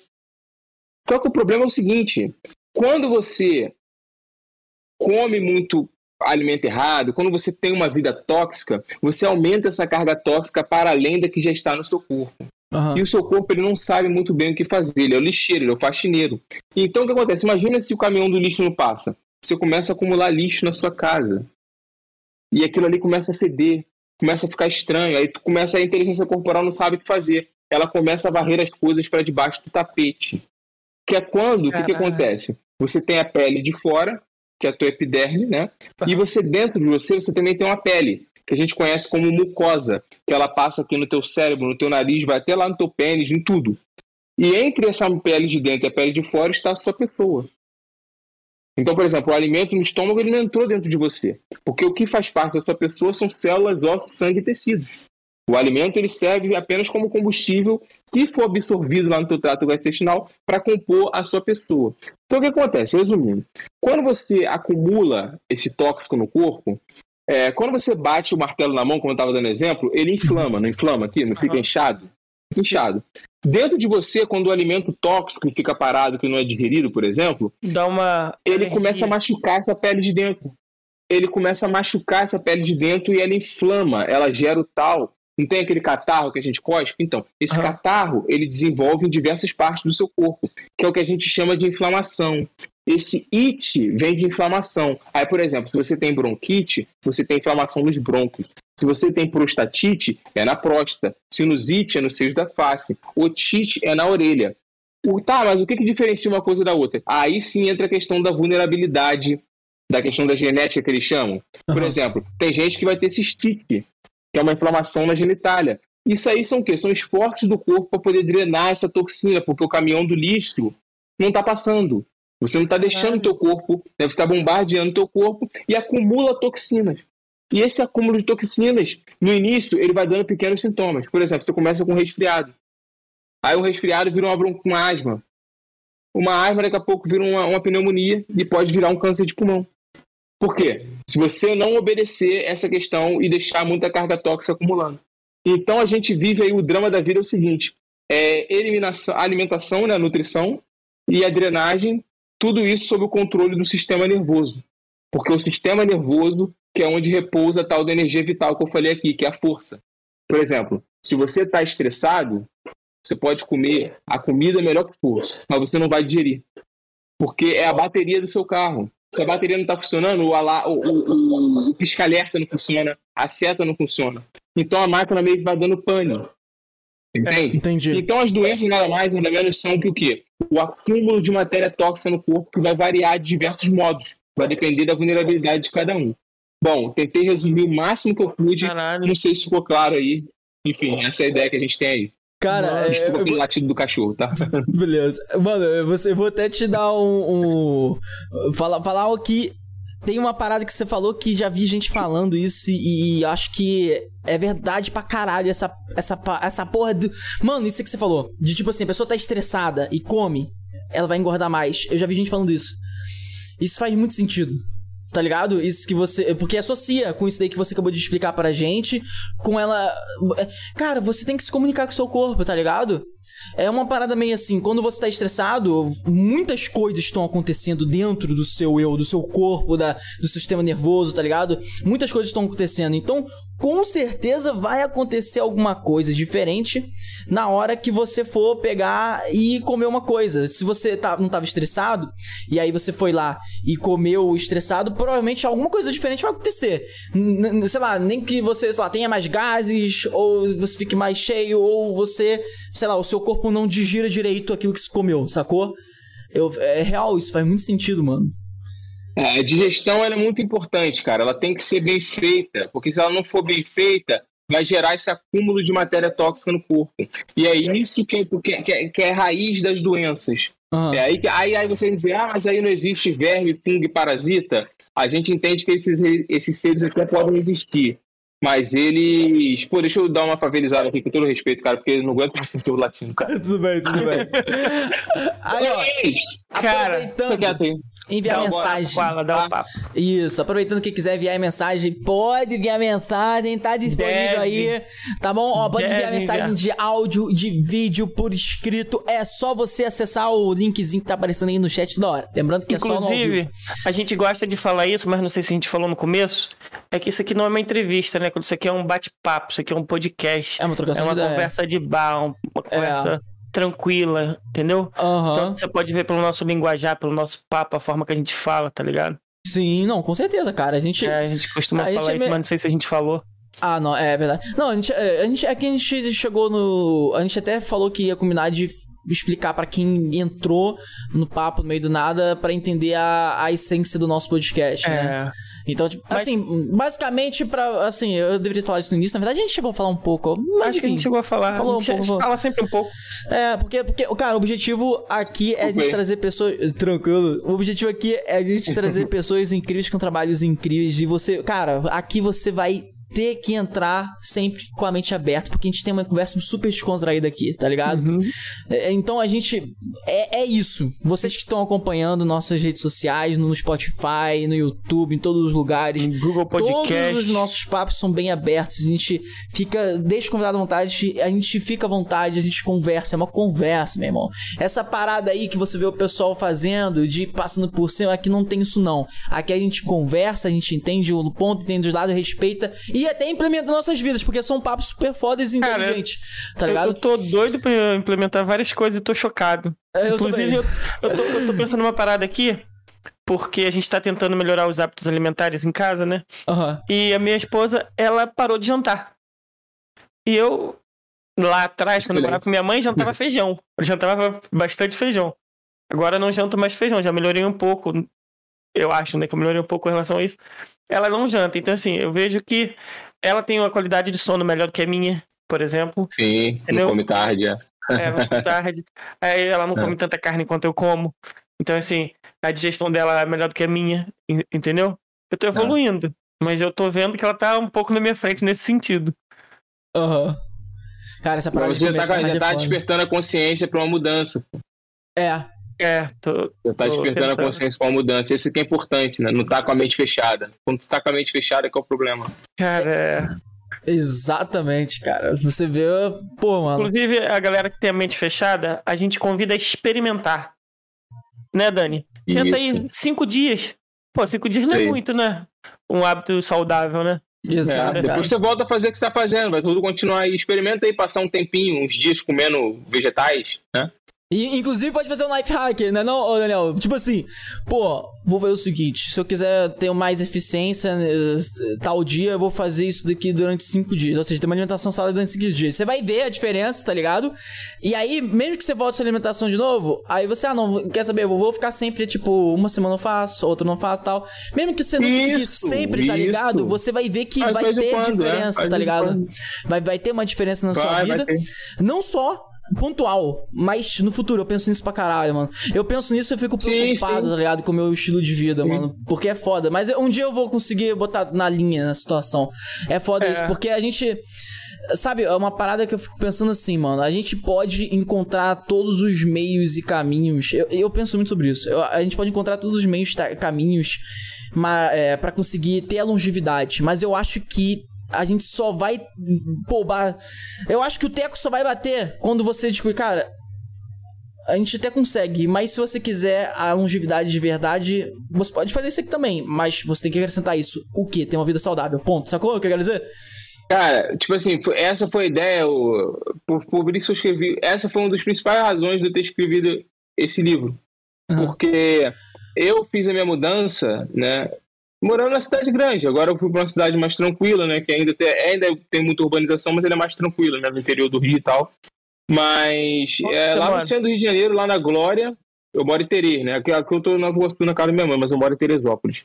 Só que o problema é o seguinte: quando você come muito alimento errado, quando você tem uma vida tóxica, você aumenta essa carga tóxica para além da que já está no seu corpo. Uhum. E o seu corpo ele não sabe muito bem o que fazer. Ele é o lixeiro, ele é o faxineiro. Então o que acontece? Imagina se o caminhão do lixo não passa. Você começa a acumular lixo na sua casa. E aquilo ali começa a feder, começa a ficar estranho. Aí tu começa a inteligência corporal não sabe o que fazer. Ela começa a varrer as coisas para debaixo do tapete. Que é quando, o que, que acontece? Você tem a pele de fora, que é a tua epiderme, né? E você, dentro de você, você também tem uma pele, que a gente conhece como mucosa, que ela passa aqui no teu cérebro, no teu nariz, vai até lá no teu pênis, em tudo. E entre essa pele de dentro e a pele de fora está a sua pessoa. Então, por exemplo, o alimento no estômago, ele não entrou dentro de você. Porque o que faz parte dessa pessoa são células, ossos, sangue e tecidos. O alimento, ele serve apenas como combustível que for absorvido lá no teu trato gastrointestinal para compor a sua pessoa. Então, o que acontece? Resumindo, quando você acumula esse tóxico no corpo, é, quando você bate o martelo na mão, como eu estava dando exemplo, ele inflama, não inflama aqui? Não fica inchado? Inchado. Dentro de você, quando o alimento tóxico fica parado, que não é digerido, por exemplo, dá uma ele energia. Começa a machucar essa pele de dentro. Ele começa a machucar essa pele de dentro e ela inflama, ela gera o tal. Não tem aquele catarro que a gente cospe? Então, esse uhum. catarro, ele desenvolve em diversas partes do seu corpo, que é o que a gente chama de inflamação. Esse it vem de inflamação. Aí, por exemplo, se você tem bronquite, você tem inflamação nos brônquios. Se você tem prostatite, é na próstata. Sinusite é no seio da face. Otite é na orelha. O, tá, mas o que, que diferencia uma coisa da outra? Aí sim entra a questão da vulnerabilidade, da questão da genética que eles chamam. Por uhum. exemplo, tem gente que vai ter cistite, que é uma inflamação na genitália. Isso aí são o quê? São esforços do corpo para poder drenar essa toxina, porque o caminhão do lixo não está passando. Você não está deixando o teu corpo, né? Você está bombardeando o teu corpo e acumula toxinas. E esse acúmulo de toxinas, no início, ele vai dando pequenos sintomas. Por exemplo, você começa com um resfriado. Aí o resfriado vira uma, bron- uma asma. Uma asma, daqui a pouco, vira uma, uma pneumonia e pode virar um câncer de pulmão. Por quê? Se você não obedecer essa questão e deixar muita carga tóxica acumulando. Então, a gente vive aí o drama da vida é o seguinte. É eliminação, a alimentação, né, a nutrição e a drenagem, tudo isso sob o controle do sistema nervoso. Porque o sistema nervoso que é onde repousa a tal da energia vital que eu falei aqui, que é a força. Por exemplo, se você está estressado, você pode comer a comida melhor que for, mas você não vai digerir. Porque é a bateria do seu carro. Se a bateria não está funcionando, o, ala, o, o, o, o pisca-alerta não funciona, a seta não funciona. Então a máquina meio que vai dando pane. Entende? Entendi. Então as doenças nada mais, nada menos são que o quê? O acúmulo de matéria tóxica no corpo que vai variar de diversos modos. Vai depender da vulnerabilidade de cada um. Bom, tentei resumir o máximo que eu pude. Caralho. Não sei se ficou claro aí. Enfim, essa é a ideia que a gente tem aí. Cara, desculpa é, pelo eu... latido do cachorro, tá? Beleza. Mano, eu vou, eu vou até te dar um... um... Falar, falar que tem uma parada que você falou que já vi gente falando isso e, e acho que é verdade pra caralho essa, essa, essa porra do... Mano, isso que você falou. De tipo assim, a pessoa tá estressada e come, ela vai engordar mais. Eu já vi gente falando isso. Isso faz muito sentido. Tá ligado? Isso que você... Porque associa com isso daí que você acabou de explicar pra gente, com ela... Cara, você tem que se comunicar com o seu corpo, tá ligado? É uma parada meio assim, quando você tá estressado, muitas coisas estão acontecendo dentro do seu eu, do seu corpo, da, do seu sistema nervoso, tá ligado? Muitas coisas estão acontecendo. Então, com certeza vai acontecer alguma coisa diferente na hora que você for pegar e comer uma coisa. Se você tá, não tava estressado, e aí você foi lá e comeu estressado, provavelmente alguma coisa diferente vai acontecer. N- sei lá, nem que você, sei lá, tenha mais gases, ou você fique mais cheio, ou você, sei lá, o seu corpo não digira direito aquilo que se comeu, sacou? Eu, é real, isso faz muito sentido, mano. É, a digestão ela é muito importante, cara. Ela tem que ser bem feita, porque se ela não for bem feita, vai gerar esse acúmulo de matéria tóxica no corpo. E é isso que é, que é, que é a raiz das doenças. Uhum. É aí, que, aí, aí você vai dizer, ah, mas aí não existe verme, fungo e parasita. A gente entende que esses, esses seres aqui podem existir. Mas eles... Pô, deixa eu dar uma favelizada aqui, com todo respeito, cara, porque eu não aguento mais sentir o latino, cara. Tudo bem, tudo bem. Aí, ó, cara, aproveitando, enviar dá mensagem. Fala, dá um papo. Isso, aproveitando que quiser enviar mensagem, pode enviar mensagem, tá disponível Deve. aí, tá bom? Ó, pode Deve enviar mensagem enviar. de áudio, de vídeo, por escrito, é só você acessar o linkzinho que tá aparecendo aí no chat toda hora. Lembrando que Inclusive, é só no Inclusive, a gente gosta de falar isso, mas não sei se a gente falou no começo, é que isso aqui não é uma entrevista, né? Quando isso aqui é um bate-papo, isso aqui é um podcast. É uma trocação É uma de ideia. conversa de bar, uma conversa é. tranquila, entendeu? Uhum. Então você pode ver pelo nosso linguajar, pelo nosso papo, a forma que a gente fala, tá ligado? Sim, não, com certeza, cara. A gente, é, a gente costuma a falar gente isso, é me... mas não sei se a gente falou. Ah, não, é verdade. Não, a gente, a gente, é que a gente chegou no... A gente até falou que a comunidade explicar pra quem entrou no papo no meio do nada pra entender a, a essência do nosso podcast, É. né? Então, tipo, Mas- assim, basicamente, pra, assim, eu deveria falar isso no início. Na verdade, a gente chegou a falar um pouco, mas Acho que a enfim. gente chegou a falar. Falou a um gente pouco. fala sempre um pouco. É, porque, porque, cara, o objetivo aqui é a gente Ok. trazer pessoas... Tranquilo. O objetivo aqui é a gente trazer pessoas incríveis com trabalhos incríveis. E você... Cara, aqui você vai ter que entrar sempre com a mente aberta, porque a gente tem uma conversa super descontraída aqui, tá ligado? Uhum. É, então a gente... É, é isso. Vocês que estão acompanhando nossas redes sociais, no Spotify, no YouTube, em todos os lugares... Google Podcast. Todos os nossos papos são bem abertos. A gente fica, deixa o convidado à vontade, a gente fica à vontade, a gente conversa. É uma conversa, meu irmão. Essa parada aí que você vê o pessoal fazendo, de passando por cima, aqui não tem isso não. Aqui a gente conversa, a gente entende o ponto, entende os lados, respeita e até implementa nas nossas vidas, porque são papos super fodas e Cara, inteligentes. Tá Eu, ligado? eu tô doido pra implementar várias coisas e tô chocado. É, eu Inclusive, também. eu, eu, tô, eu tô pensando numa parada aqui, porque a gente tá tentando melhorar os hábitos alimentares em casa, né? Aham. E a minha esposa, ela parou de jantar. E eu, lá atrás, quando eu morava com minha mãe, jantava feijão. Eu jantava bastante feijão. Agora eu não janto mais feijão, já melhorei um pouco. Eu acho, né, que eu melhorei um pouco em relação a isso. Ela não janta, então assim, eu vejo que ela tem uma qualidade de sono melhor do que a minha, por exemplo. Sim, Entendeu? não come tarde, é. É, ela come tarde. Aí ela não come tanta carne quanto eu como. Então, assim, a digestão dela é melhor do que a minha, en- entendeu? Eu tô evoluindo, mas eu tô vendo que ela tá um pouco na minha frente nesse sentido. Aham. Cara, essa parada Mas você de já comer tá, carne já é tá foda. despertando a consciência pra uma mudança. É. É, tô. Já tá Tô despertando a tentando. consciência pra uma mudança. Isso que é importante, né? Não tá com a mente fechada. Quando tu tá com a mente fechada, que é o problema. Cara, é. Exatamente, cara. Você vê... Pô, mano. Inclusive, a galera que tem a mente fechada, a gente convida a experimentar. Né, Dani? Tenta aí Isso. cinco dias. Pô, cinco dias não é Sim. muito, né? Um hábito saudável, né? Exato, É, cara. depois você volta a fazer o que você tá fazendo. Vai tudo continuar aí. Experimenta aí passar um tempinho, uns dias comendo vegetais, né? E, inclusive, pode fazer um life hack, né, não, ô, Daniel? Tipo assim, pô, vou fazer o seguinte: se eu quiser ter mais eficiência né, tal dia, eu vou fazer isso daqui durante cinco dias. Ou seja, ter uma alimentação saudável durante cinco dias. Você vai ver a diferença, tá ligado? E aí, mesmo que você volte a sua alimentação de novo, aí você, ah, não, quer saber? Eu vou ficar sempre, tipo, uma semana eu faço, outra não faço tal. Mesmo que você não fique Isso, sempre, tá isso. ligado? Você vai ver que Faz vai de vez em ter quando, é, diferença, faz tá de vez em ligado? quando. Vai, vai ter uma diferença na sua Vai, vai vida. ter. Não só pontual, mas no futuro eu penso nisso pra caralho, mano. Eu penso nisso e eu fico Sim, preocupado, sim. tá ligado? Com o meu estilo de vida, mano. Porque é foda. Mas um dia eu vou conseguir botar na linha, na situação. É foda É. isso, porque a gente... Sabe, é uma parada que eu fico pensando assim, mano. A gente pode encontrar todos os meios e caminhos. Eu, eu penso muito sobre isso. Eu- a gente pode encontrar todos os meios, tá, caminhos ma, é, pra conseguir ter a longevidade. Mas eu acho que a gente só vai... Pô, ba- eu acho que o teco só vai bater quando você descobrir, cara... A gente até consegue, mas se você quiser a longevidade de verdade, você pode fazer isso aqui também, mas você tem que acrescentar isso. O quê? Ter uma vida saudável, ponto. Sacou o que eu quero dizer? Cara, tipo assim, foi- essa foi a ideia, o- por, por isso eu escrevi. Essa foi uma das principais razões de eu ter escrevido esse livro. Uhum. Porque eu fiz a minha mudança, né? Morando na cidade grande. Agora eu fui pra uma cidade mais tranquila, né? Que ainda tem, ainda tem muita urbanização, mas ela é mais tranquila, né? No interior do Rio e tal. Mas Onde é, você lá mora? no centro do Rio de Janeiro, lá na Glória, eu moro em Terê, né? Aqui, aqui eu tô na Rua Sul, na casa da minha mãe, mas eu moro em Teresópolis.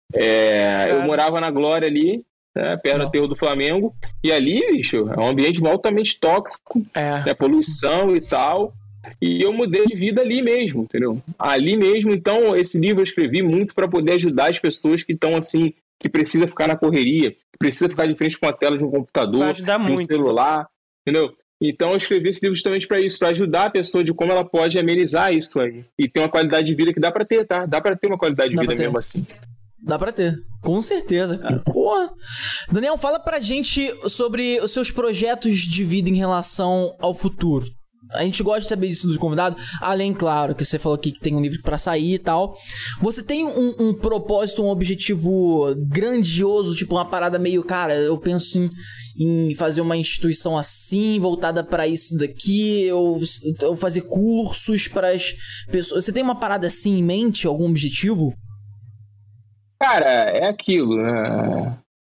É, eu Cara. morava na Glória ali, né, perto do aterro do Flamengo. E ali, bicho, é um ambiente altamente tóxico, É. né, poluição e tal. E eu mudei de vida ali mesmo, entendeu? Ali mesmo, então, esse livro eu escrevi muito para poder ajudar as pessoas que estão assim, que precisa ficar na correria, que precisa ficar de frente com a tela de um computador, Vai ajudar de um muito. celular, entendeu? Então eu escrevi esse livro justamente para isso, para ajudar a pessoa de como ela pode amenizar isso aí. E ter uma qualidade de vida que dá para ter, tá? Dá para ter uma qualidade de Dá vida pra ter. mesmo assim. Dá pra ter, com certeza, cara. Porra. Daniel, fala pra gente sobre os seus projetos de vida em relação ao futuro. A gente gosta de saber disso dos convidados, além, claro, que você falou aqui que tem um livro pra sair e tal. Você tem um, um propósito, um objetivo grandioso, tipo uma parada meio, cara, eu penso em, em fazer uma instituição assim, voltada pra isso daqui, ou, ou fazer cursos pras pessoas. Você tem uma parada assim em mente, algum objetivo? Cara, é aquilo, né?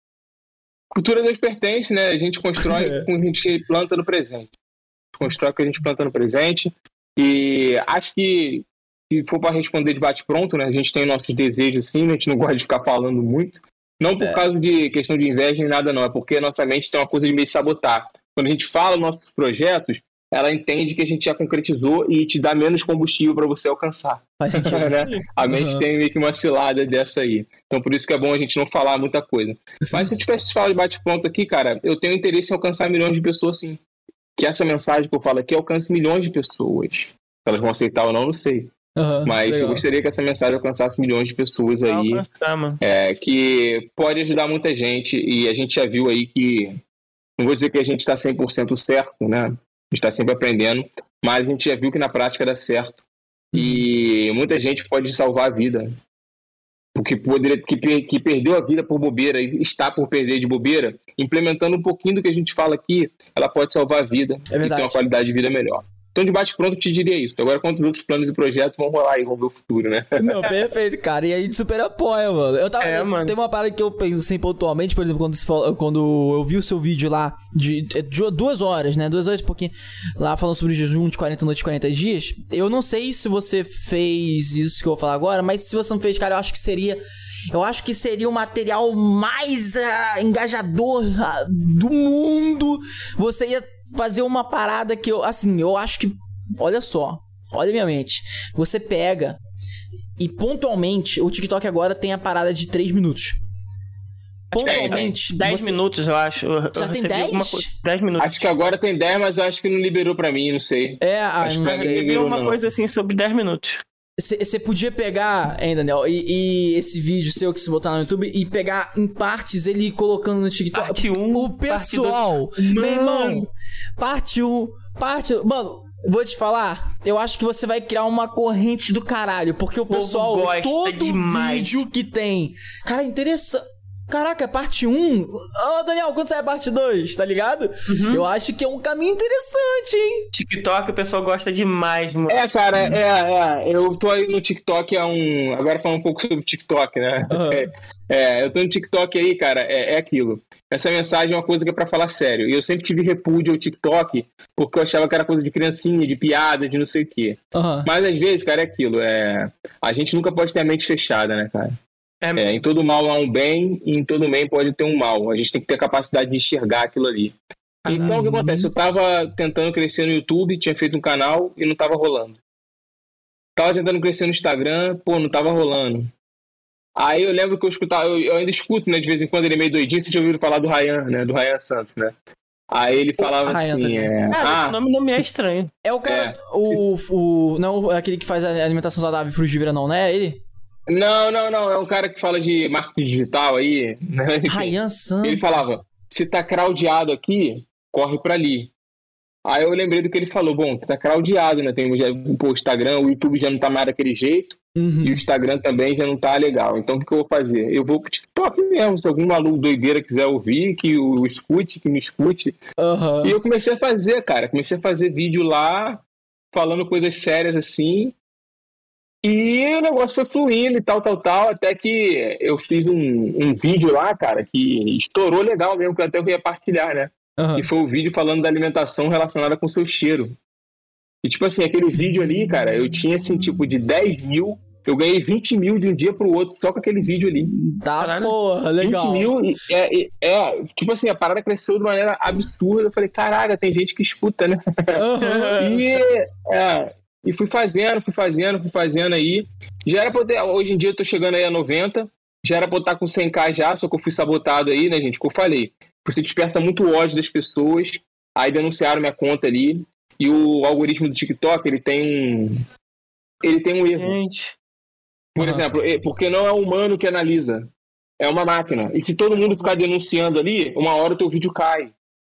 Cultura nos pertence, né? A gente constrói com o que a gente planta no presente. Constrói o que a gente planta no presente. E acho que, se for para responder de bate-pronto, né? A gente tem nossos desejos assim, né, a gente não gosta de ficar falando muito. Não por é. causa de questão de inveja nem nada, não. É porque a nossa mente tem uma coisa de meio sabotar. Quando a gente fala nossos projetos, ela entende que a gente já concretizou e te dá menos combustível para você alcançar. Faz sentido. Né? A mente uhum. tem meio que uma cilada dessa aí. Então, por isso que é bom a gente não falar muita coisa. Sim. Mas se eu tivesse falado de bate-pronto aqui, cara, eu tenho interesse em alcançar milhões de pessoas, sim. Que essa mensagem que eu falo aqui alcance milhões de pessoas. Se elas vão aceitar ou não, não sei. Uhum, Mas legal. Eu gostaria que essa mensagem alcançasse milhões de pessoas aí. É, que pode ajudar muita gente. E a gente já viu aí que... Não vou dizer que a gente está cem por cento certo, né? A gente está sempre aprendendo, mas a gente já viu que na prática dá certo. E muita gente pode salvar a vida. Porque poderia, que, que perdeu a vida por bobeira e está por perder de bobeira, implementando um pouquinho do que a gente fala aqui, ela pode salvar a vida é e ter uma qualidade de vida melhor. Então, de bate-pronto, eu te diria isso. Agora, quanto os outros planos e projetos vão rolar aí, vão ver o futuro, né? Não, perfeito, cara. E a gente super apoia, mano. Eu tava, é, mano. Tem uma parada que eu penso assim, pontualmente, por exemplo, quando, você fala, quando eu vi o seu vídeo lá de, de duas horas, né? Duas horas e pouquinho, lá falando sobre o jejum de quarenta noites, quarenta dias. Eu não sei se você fez isso que eu vou falar agora, mas se você não fez, cara, eu acho que seria... Eu acho que seria o material mais uh, engajador uh, do mundo. Você ia fazer uma parada que eu, assim, eu acho que, olha só, olha minha mente. Você pega e pontualmente, o TikTok agora tem a parada de três minutos. Pontualmente, dez você... minutos, eu acho. Eu Já tem dez? dez minutos. Acho que agora tem dez, mas eu acho que não liberou pra mim, não sei. É, ah, não sei. Eu recebi uma não. coisa assim sobre dez minutos. Você podia pegar, hein, Daniel, e, e esse vídeo seu que você botar no YouTube e pegar em partes ele colocando no TikTok. Parte um, o pessoal, meu irmão, parte um, parte... Mano, vou te falar, eu acho que você vai criar uma corrente do caralho, porque o, o pessoal, todo demais. Vídeo que tem... Cara, é interessante... Caraca, parte um? Ô, oh, Daniel, quando sai a parte dois, tá ligado? Uhum. Eu acho que é um caminho interessante, hein? TikTok, o pessoal gosta demais, mano. É, cara, é, é. Eu tô aí no TikTok há um... Agora falando um pouco sobre o TikTok, né? Uhum. É, é, eu tô no TikTok aí, cara, é, é aquilo. Essa mensagem é uma coisa que é pra falar sério. E eu sempre tive repúdio ao TikTok, porque eu achava que era coisa de criancinha, de piada, de não sei o quê. Uhum. Mas às vezes, cara, é aquilo. É... A gente nunca pode ter a mente fechada, né, cara? É, em todo mal há um bem e em todo bem pode ter um mal. A gente tem que ter a capacidade de enxergar aquilo ali. Então, uhum. o que acontece? Eu tava tentando crescer no YouTube, tinha feito um canal e não tava rolando. Tava tentando crescer no Instagram, pô, não tava rolando. Aí eu lembro que eu escutava, eu, eu ainda escuto, né, de vez em quando, ele é meio doidinho. Vocês já ouviram falar do Ryan, né, do Ryan Santos, né? Aí ele falava ah, assim, é... Ah, ah, o nome não me é estranho. É o cara, é. o, o... Não, aquele que faz a alimentação saudável e frugívora, não, né? É ele? Não, não, não. É um cara que fala de marketing digital aí. Né? Ryan Santos. Ele falava, se tá crowdado aqui, corre pra ali. Aí eu lembrei do que ele falou. Bom, tá crowdado, né? Tem o Instagram, o YouTube já não tá mais daquele jeito. Uhum. E o Instagram também já não tá legal. Então o que, que eu vou fazer? Eu vou pro TikTok mesmo. Se algum maluco doideira quiser ouvir, que o escute, que me escute. Uhum. E eu comecei a fazer, cara. Comecei a fazer vídeo lá, falando coisas sérias assim. E o negócio foi fluindo e tal, tal, tal, até que eu fiz um, um vídeo lá, cara, que estourou legal mesmo, que eu até ia partilhar, né? Uhum. E foi o vídeo falando da alimentação relacionada com o seu cheiro. E tipo assim, aquele vídeo ali, cara, eu tinha assim, tipo, de dez mil, eu ganhei vinte mil de um dia pro outro só com aquele vídeo ali. Tá, porra, legal. vinte mil, é, é, é, tipo assim, a parada cresceu de maneira absurda. Eu falei, caraca, tem gente que escuta, né? Uhum. E... É, E fui fazendo, fui fazendo, fui fazendo aí. Já era pra eu ter, hoje em dia eu tô chegando aí a noventa. Já era pra eu estar com cem k já, só que eu fui sabotado aí, né, gente? Como eu falei. Você desperta muito ódio das pessoas. Aí denunciaram minha conta ali. E o algoritmo do TikTok, ele tem um... Ele tem um erro. Gente. Por uhum. exemplo, porque não é o humano que analisa. É uma máquina. E se todo mundo ficar denunciando ali, uma hora o teu vídeo cai.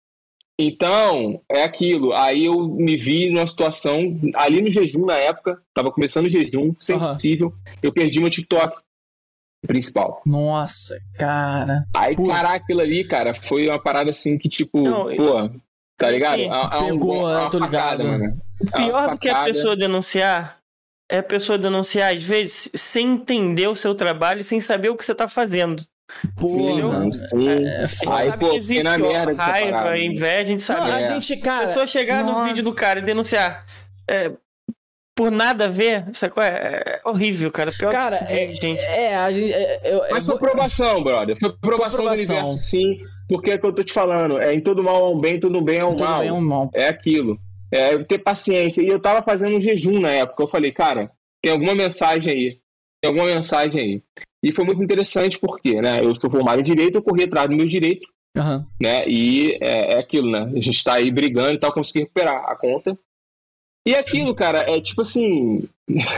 Então, é aquilo. Aí eu me vi numa situação, ali no jejum na época, tava começando o jejum, sensível, uhum. eu perdi meu TikTok principal. Nossa, cara. Aí, Putz. Caraca, aquilo ali, cara, foi uma parada assim que, tipo, não, pô, tá ligado? Sim, a, a pegou, um, eu tô ligado. Mano. Pior do que a pessoa denunciar, é a pessoa denunciar, às vezes, sem entender o seu trabalho, sem saber o que você tá fazendo. Pô, sim, não, sim. É, aí, pô, existe na merda raiva, inveja, a gente sabe. Não, a gente, cara, a pessoa chegar nossa. no vídeo do cara e denunciar. É, por nada a ver, sacou? É, é horrível, cara. Pior Cara, que é, gente. é, a gente. É, eu, Mas eu foi vou- provação, brother. Foi provação do provação. universo, sim. Porque é o que eu tô te falando. É em todo mal há um bem, todo bem há um Tudo mal. bem, um mal. É aquilo. É ter paciência. E eu tava fazendo um jejum na época. Eu falei, cara, tem alguma mensagem aí. Tem alguma mensagem aí. E foi muito interessante porque, né? Eu sou formado em Direito, eu corri atrás do meu direito, Aham. né? E é, é aquilo, né? A gente tá aí brigando e tal, consegui recuperar a conta. E aquilo, cara, é tipo assim...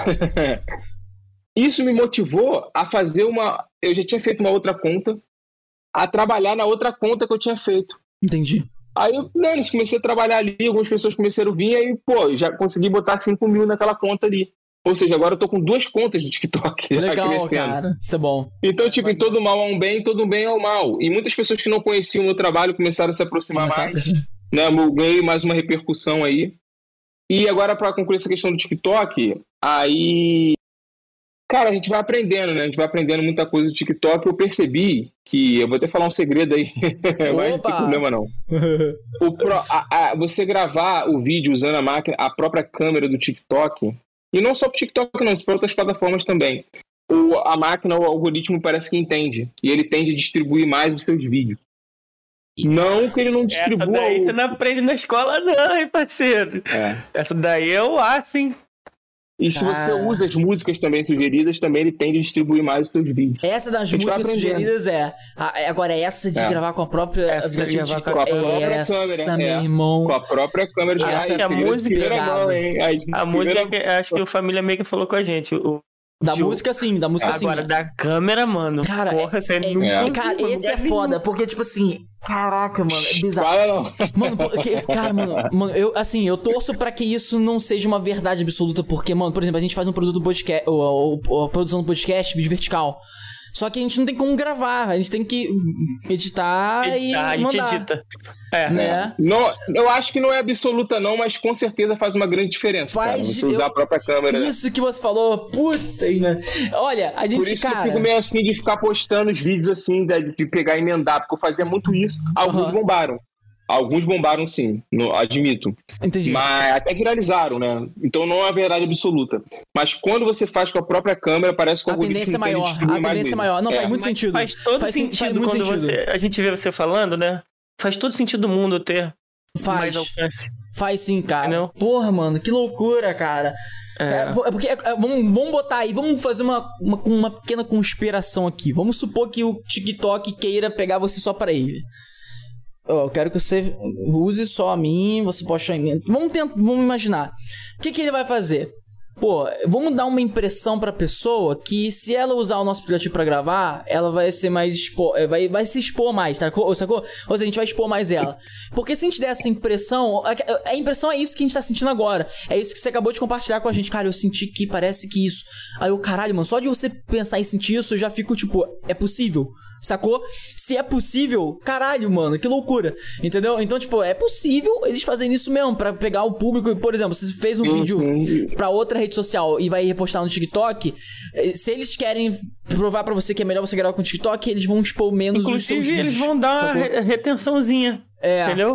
Isso me motivou a fazer uma... Eu já tinha feito uma outra conta, a trabalhar na outra conta que eu tinha feito. Entendi. Aí eu, não, eles comecei a trabalhar ali, algumas pessoas começaram a vir, aí, pô, já consegui botar cinco mil naquela conta ali. Ou seja, agora eu tô com duas contas do TikTok. já Legal, crescendo. cara. Isso é bom. Então, tipo, em todo mal há um bem, todo bem há um mal. E muitas pessoas que não conheciam o meu trabalho começaram a se aproximar Começar a mais. perceber. Né? Eu ganhei mais uma repercussão aí. E agora, pra concluir essa questão do TikTok, aí... Cara, a gente vai aprendendo, né? A gente vai aprendendo muita coisa do TikTok. Eu percebi que... Eu vou até falar um segredo aí. Mas não tem problema, não. O pro, a, a, você gravar o vídeo usando a máquina, a própria câmera do TikTok... E não só pro TikTok, não. Isso para outras plataformas também. O, a máquina, o algoritmo parece que entende. E ele tende a distribuir mais os seus vídeos. Não que ele não Essa distribua... daí o... você não aprende na escola, não, hein, parceiro? É. Essa daí eu acho, hein? E se Cara. você usa as músicas também sugeridas, também ele tende a distribuir mais os seus vídeos. Essa das A gente vai músicas aprendendo. sugeridas é. Ah, é- Agora, essa de É. gravar com a própria. Essa de aplicativo gravar TikTok, com a própria essa, câmera, meu é. irmão. Com a própria câmera de Essa Ai, é a filho, de música, primeira pegada. mão, hein? Ai, A de música, primeira que, acho que o Família Maker falou com a gente. O, Da Ju. música, sim, da música, sim. Agora, da câmera, mano. Cara, porra, você É- nunca É. viu, Cara, mano, esse é lugar foda, nenhum. porque, tipo assim, caraca, mano, é bizarro. Fala não. Mano, porque, cara, mano, mano, eu, assim, eu torço pra que isso não seja uma verdade absoluta, porque, mano, por exemplo, a gente faz um produto podcast, ou, ou, ou a produção do podcast, vídeo vertical. Só que a gente não tem como gravar, a gente tem que editar, Editar, e a gente mandar, edita. É. né? Não, eu acho que não é absoluta não, mas com certeza faz uma grande diferença. Faz, cara, você usar eu- a própria câmera. né? Isso que você falou, puta, né? Olha, a gente, Por isso que eu cara... fico meio assim de ficar postando os vídeos assim, de, de pegar e emendar, porque eu fazia muito isso. Alguns Aham. bombaram. Alguns bombaram sim, no- admito. Entendi. Mas até viralizaram, né? Então não é a verdade absoluta. Mas quando você faz com a própria câmera, parece que o A algoritmo tendência é tende a maior, distribuir a mais tendência é mesmo. maior. Não, É. faz muito Mas sentido. Faz todo Faz sen- sentido faz muito quando sentido. você. A gente vê você falando, né? Faz todo sentido do mundo ter Faz. mais alcance. Faz sim, cara. Entendeu? Porra, mano, que loucura, cara. É. É, po- é porque, é, é, vamos, vamos botar aí, vamos fazer uma, uma, uma pequena conspiração aqui. Vamos supor que o TikTok queira pegar você só pra ele. Ó, eu quero que você use só a mim, você posta em mim. Vamos tentar, vamos imaginar. O que, que ele vai fazer? Pô, vamos dar uma impressão pra pessoa que se ela usar o nosso aplicativo pra gravar, ela vai ser mais expo... eh, vai, vai se expor mais, tá? Sacou? Ou seja, a gente vai expor mais ela. Porque se a gente der essa impressão, a, a impressão é isso que a gente tá sentindo agora. É isso que você acabou de compartilhar com a gente. Cara, eu senti que parece que isso. Aí eu, caralho, mano, só de você pensar em sentir isso, eu já fico tipo, é possível. Sacou? Se é possível, caralho, mano, que loucura. Entendeu? Então, tipo, é possível eles fazerem isso mesmo, pra pegar o público. Por exemplo, se você fez um Sim, vídeo sim. pra outra rede social e vai repostar no TikTok, eh, se eles querem provar pra você que é melhor você gravar com o TikTok, eles vão expor menos os seus Inclusive, vídeos. eles vão dar uma sacou? re- retençãozinha. É. Entendeu?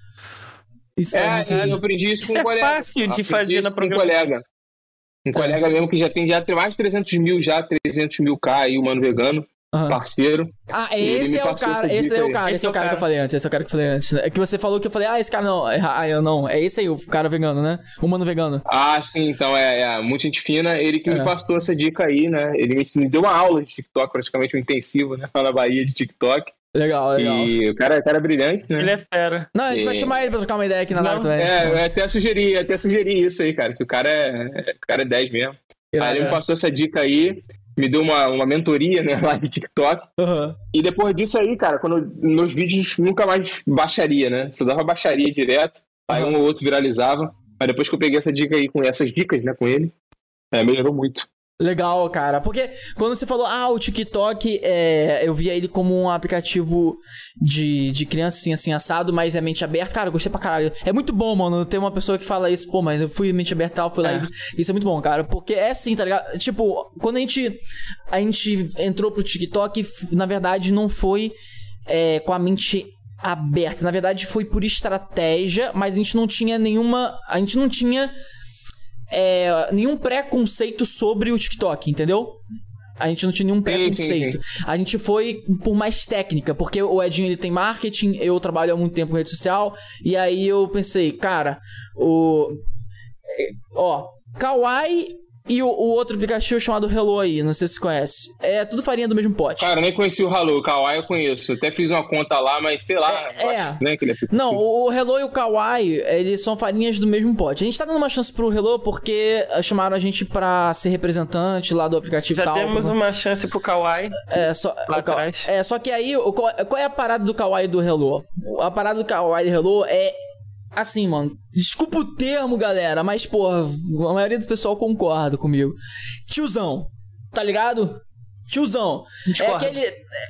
Isso faz É, muito é, sentido. eu aprendi isso, Isso com um é colega. fácil de Aprendi fazer isso na com um programação. colega. Um colega mesmo que já tem já tem mais de trezentos mil já, trezentos mil K aí, o Mano Vegano, Aham. parceiro. Ah, Ele esse me é o passou cara, essa esse dica é o aí. cara, esse é o cara que eu falei antes, esse é o cara que eu falei antes. É que você falou que eu falei, ah, esse cara não, é- ah, eu não, é esse aí, o cara vegano, né? O mano vegano. Ah, sim, então é, é muita gente fina. Ele que É. me passou essa dica aí, né? Ele me ensinou, deu uma aula de TikTok, praticamente um intensivo, né? Lá na Bahia de TikTok. Legal, legal. E o cara, o cara é brilhante, né? Ele é fera. Não, a gente vai É. chamar ele pra trocar uma ideia aqui na Não, live também. É, eu até sugeri, até sugeri isso aí, cara, que o cara é, o cara é dez mesmo. Irado, Aí ele me né? passou essa dica aí, me deu uma, uma mentoria, né, lá de TikTok. Aham. E depois disso aí, cara, quando eu- meus vídeos nunca mais baixaria, né? Só dava baixaria direto, aí Aham. um ou outro viralizava. Mas depois que eu peguei essa dica aí, com essas dicas, né, com ele, é, melhorou muito. Legal, cara. Porque quando você falou, ah, o TikTok, é, eu via ele como um aplicativo de, de criança, assim, assim, assado, mas é mente aberta. Cara, eu gostei pra caralho. É muito bom, mano, ter uma pessoa que fala isso, pô, mas eu fui mente aberta e tal, fui lá É. e... Isso é muito bom, cara. Porque é assim, tá ligado? Tipo, quando a gente, a gente entrou pro TikTok, f- na verdade, não foi é, com a mente aberta. Na verdade, foi por estratégia, mas a gente não tinha nenhuma... A gente não tinha... é, nenhum preconceito sobre o TikTok, entendeu? A gente não tinha nenhum preconceito. Sim, sim, sim. A gente foi por mais técnica, porque o Edinho, ele tem marketing, eu trabalho há muito tempo com rede social, e aí eu pensei, cara, o... Ó, Kawaii e o, o outro aplicativo chamado Hello aí, não sei se você conhece. É tudo farinha do mesmo pote. Cara, eu nem conheci o Hello, o Kawaii eu conheço. Eu até fiz uma conta lá, mas sei lá. É, é. Né, que ele é não, o Hello e o Kawaii, eles são farinhas do mesmo pote. A gente tá dando uma chance pro Hello porque chamaram a gente pra ser representante lá do aplicativo. Já tal, temos uma chance pro Kawaii. É, só, lá o, atrás. É, só que aí, o, qual é a parada do Kawaii e do Hello? A parada do Kawaii e do Hello é... Assim, mano, desculpa o termo, galera, mas, porra, a maioria do pessoal concorda comigo. Tiozão, tá ligado? Tiozão. Discordo. É aquele...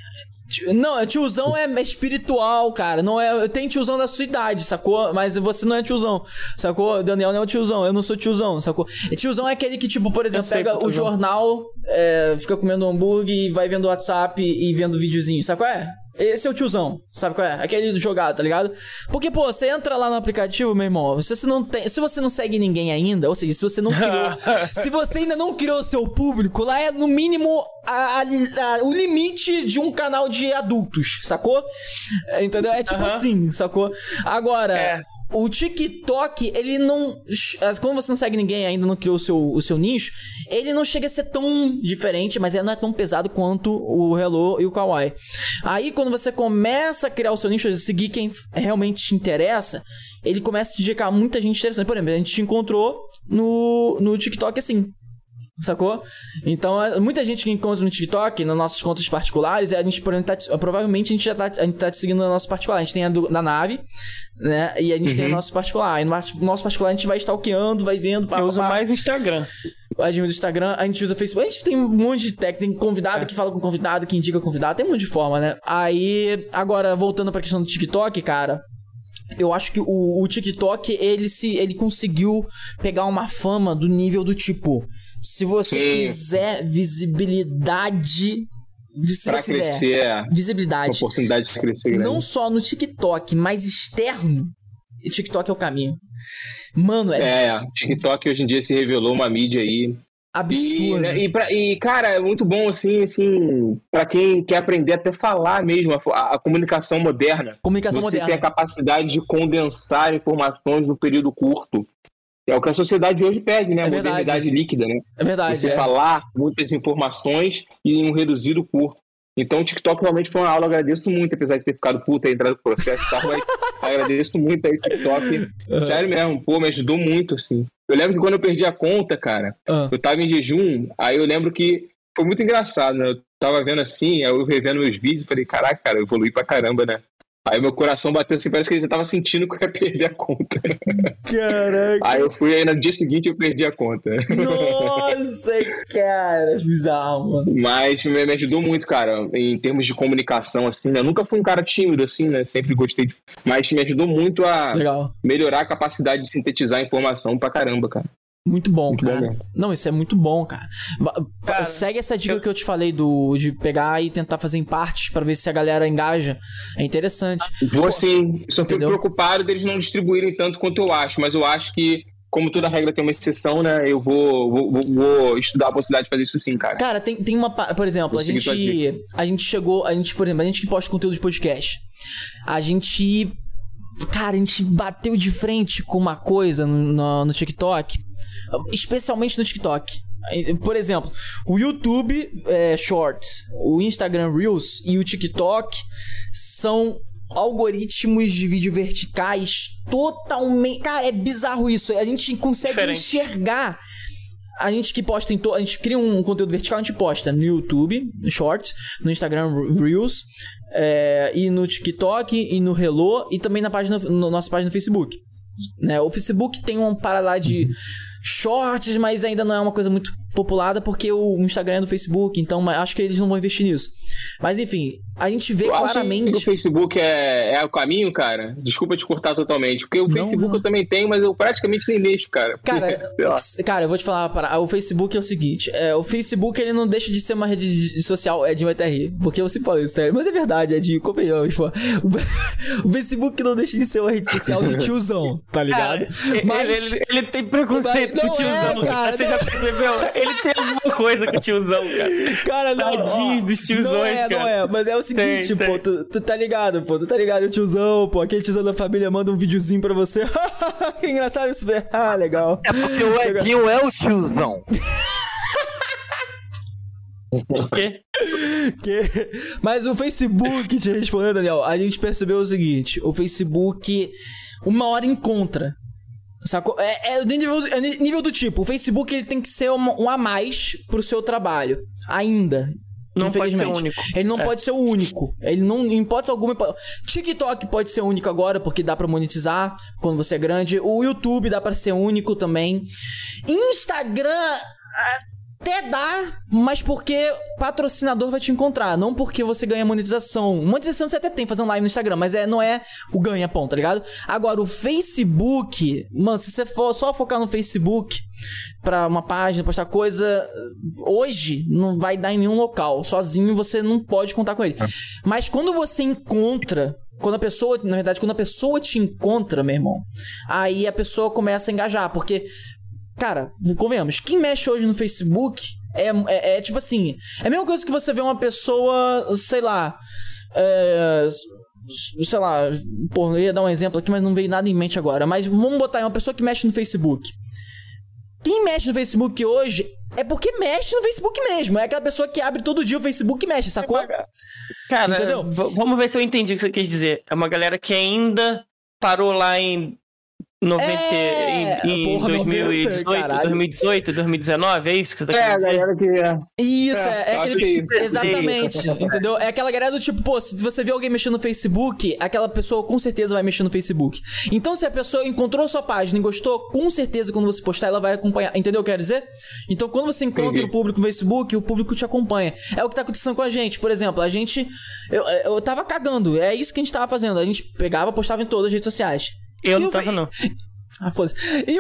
Não, tiozão é espiritual, cara. Não é... Tem tiozão da sua idade, sacou? Mas você não é tiozão, sacou? Daniel não é o tiozão, eu não sou tiozão, sacou? E tiozão é aquele que, tipo, por exemplo, pega o jornal, é, fica comendo hambúrguer e vai vendo o WhatsApp e vendo videozinho, sacou? É? Esse é o tiozão, sabe qual é? Aquele do jogado, tá ligado? Porque, pô, você entra lá no aplicativo, meu irmão, se você não tem, se você não segue ninguém ainda, ou seja, se você não criou, se você ainda não criou o seu público, lá é no mínimo a, a, a, o limite de um canal de adultos, sacou? Entendeu? É tipo uh-huh. assim, sacou? Agora... É. O TikTok, ele não... Quando você não segue ninguém, ainda não criou o seu, o seu nicho, ele não chega a ser tão diferente, mas ele não é tão pesado quanto o Hello e o Kawaii. Aí, quando você começa a criar o seu nicho, seguir quem realmente te interessa, ele começa a te indicar muita gente interessante. Por exemplo, a gente te encontrou no, no TikTok assim, sacou? Então, muita gente que encontra no TikTok, nas nossas contas particulares, a gente tá, provavelmente a gente já tá, a gente tá te seguindo na nossa particular. A gente tem a do, da nave, né? E a gente uhum. tem a nossa particular. E no nosso particular a gente vai stalkeando, vai vendo. Pá, Eu pá, uso pá. mais Instagram. A gente usa o Instagram, a gente usa o Facebook. A gente tem um monte de técnica, tem convidado é. que fala com convidado, que indica convidado, tem um monte de forma, né? Aí, agora, voltando pra questão do TikTok, cara... Eu acho que o, o TikTok, ele, se, ele conseguiu pegar uma fama do nível do tipo... Se você Sim. quiser visibilidade... Se pra você crescer, quiser, é. visibilidade. Oportunidade de crescer grande. Não só no TikTok, mas externo. E TikTok é o caminho. Mano, é... É, TikTok hoje em dia se revelou uma mídia aí... Absurdo. E, né, e, pra, e, cara, é muito bom, assim, assim, pra quem quer aprender até falar mesmo, a, a comunicação moderna. Comunicação você moderna. Você tem a capacidade de condensar informações num período curto. É o que a sociedade hoje pede, né? É a modernidade líquida, né? É verdade, Você é. falar muitas informações e em um reduzido curto. Então, o TikTok realmente foi uma aula, eu agradeço muito, apesar de ter ficado puta, entrado no processo e tal, mas agradeço muito aí o TikTok. Uhum. Sério mesmo, pô, me ajudou muito, assim. Eu lembro que quando eu perdi a conta, cara, uhum. eu tava em jejum, aí eu lembro que foi muito engraçado, né? Eu tava vendo assim, aí eu revendo meus vídeos e falei, caraca, cara, eu evoluí pra caramba, né? Aí meu coração bateu assim, parece que ele já tava sentindo que eu ia perder a conta. Caraca. Aí eu fui, aí no dia seguinte eu perdi a conta. Nossa, cara, bizarro, mano. Mas me ajudou muito, cara, em termos de comunicação, assim, né? Eu nunca fui um cara tímido, assim, né? Sempre gostei de... Mas me ajudou muito a Legal. melhorar a capacidade de sintetizar informação pra caramba, cara. Muito bom, muito cara. Bom Não, isso é muito bom, cara. cara Segue essa dica eu... que eu te falei do, de pegar e tentar fazer em partes pra ver se a galera engaja. É interessante. Vou sim. Só fico preocupado deles não distribuírem tanto quanto eu acho, mas eu acho que, como toda regra tem uma exceção, né? Eu vou, vou, vou, vou estudar a possibilidade de fazer isso sim, cara. Cara, tem, tem uma... Por exemplo, a gente, a gente chegou... A gente, por exemplo, a gente que posta conteúdo de podcast. A gente... Cara, a gente bateu de frente com uma coisa no, no, no TikTok, especialmente no TikTok. Por exemplo, o YouTube é, Shorts, o Instagram Reels e o TikTok são algoritmos de vídeo verticais totalmente... Cara, é bizarro isso. A gente consegue Diferente. enxergar... A gente que posta em to... A gente cria um conteúdo vertical, a gente posta no YouTube, no Shorts, no Instagram Reels, é, e no TikTok, e no Hello, e também na página, na nossa página no Facebook. Né? O Facebook tem um paralá de shorts, mas ainda não é uma coisa muito populada porque o Instagram é do Facebook, então acho que eles não vão investir nisso. Mas enfim, a gente vê eu claramente... Acho que o Facebook é, é o caminho, cara? Desculpa te cortar totalmente, porque o não, Facebook não. eu também tenho, mas eu praticamente nem mexo, cara. Cara, cara, eu vou te falar, para o Facebook é o seguinte, é, o Facebook ele não deixa de ser uma rede social, Edinho vai até rir, porque eu sempre falo isso, sério, mas é verdade, Edinho, convenhamos, pô. O Facebook não deixa de ser uma rede social de tiozão, tá ligado? Cara, mas, ele, ele, ele tem preconceito Não o tiozão, é, cara. Você não... já percebeu? Ele tem alguma coisa com o tiozão, cara. Cara, não. Tadinhos dos tiozões, Não é, cara. não é. Mas é o seguinte, Tem, pô. tem. Tu, tu tá ligado, pô. Tu tá ligado, o tiozão, pô. Aquele tiozão da família manda um videozinho pra você. Que engraçado isso, velho. Ah, legal. É porque o Edinho é o tiozão. quê? Que... Mas o Facebook, te respondendo, Daniel, a gente percebeu o seguinte: o Facebook, uma hora encontra. Sacou? É, é, nível, é nível do tipo, o Facebook ele tem que ser um, um a mais pro seu trabalho. Ainda. Não pode ser infelizmente. o único. Ele não É. pode ser o único. Ele não, em hipótese alguma. pode- TikTok pode ser único agora, porque dá pra monetizar quando você é grande. O YouTube dá pra ser único também. Instagram. Até dá, mas porque patrocinador vai te encontrar, não porque você ganha monetização. Monetização você até tem fazendo live no Instagram, mas é, não é o ganha-pão, tá ligado? Agora, o Facebook, mano, se você for só focar no Facebook pra uma página, postar coisa, hoje não vai dar em nenhum local. Sozinho você não pode contar com ele. Mas quando você encontra... Quando a pessoa, na verdade, quando a pessoa te encontra, meu irmão, aí a pessoa começa a engajar, porque... Cara, convenhamos, quem mexe hoje no Facebook é, é, é tipo assim, é a mesma coisa que você vê uma pessoa, sei lá, é, sei lá, pô, eu ia dar um exemplo aqui, mas não veio nada em mente agora, mas vamos botar aí uma pessoa que mexe no Facebook. Quem mexe no Facebook hoje é porque mexe no Facebook mesmo, é aquela pessoa que abre todo dia o Facebook e mexe, sacou? Cara, Entendeu? v- vamos ver se eu entendi o que você quis dizer. É uma galera que ainda parou lá em noventa, É, em, em porra, dois mil e dezoito, noventa, caralho. dois mil e dezoito, dois mil e dezenove, é isso que você tá É, a querendo dizer? galera que é. Isso, é, É, é eu acho aquele... que é isso. Exatamente, entendeu? É aquela galera do tipo, pô, se você vê alguém mexendo no Facebook, aquela pessoa com certeza vai mexer no Facebook. Então, se a pessoa encontrou sua página e gostou, com certeza quando você postar, ela vai acompanhar. Entendeu o que eu quero dizer? Então, quando você encontra Entendi. o público no Facebook, o público te acompanha. É o que tá acontecendo com a gente. Por exemplo, a gente... Eu, eu tava cagando, é isso que a gente tava fazendo. A gente pegava, postava em todas as redes sociais. Eu E não o tava, Fe- não. Ah, foda-se. E o...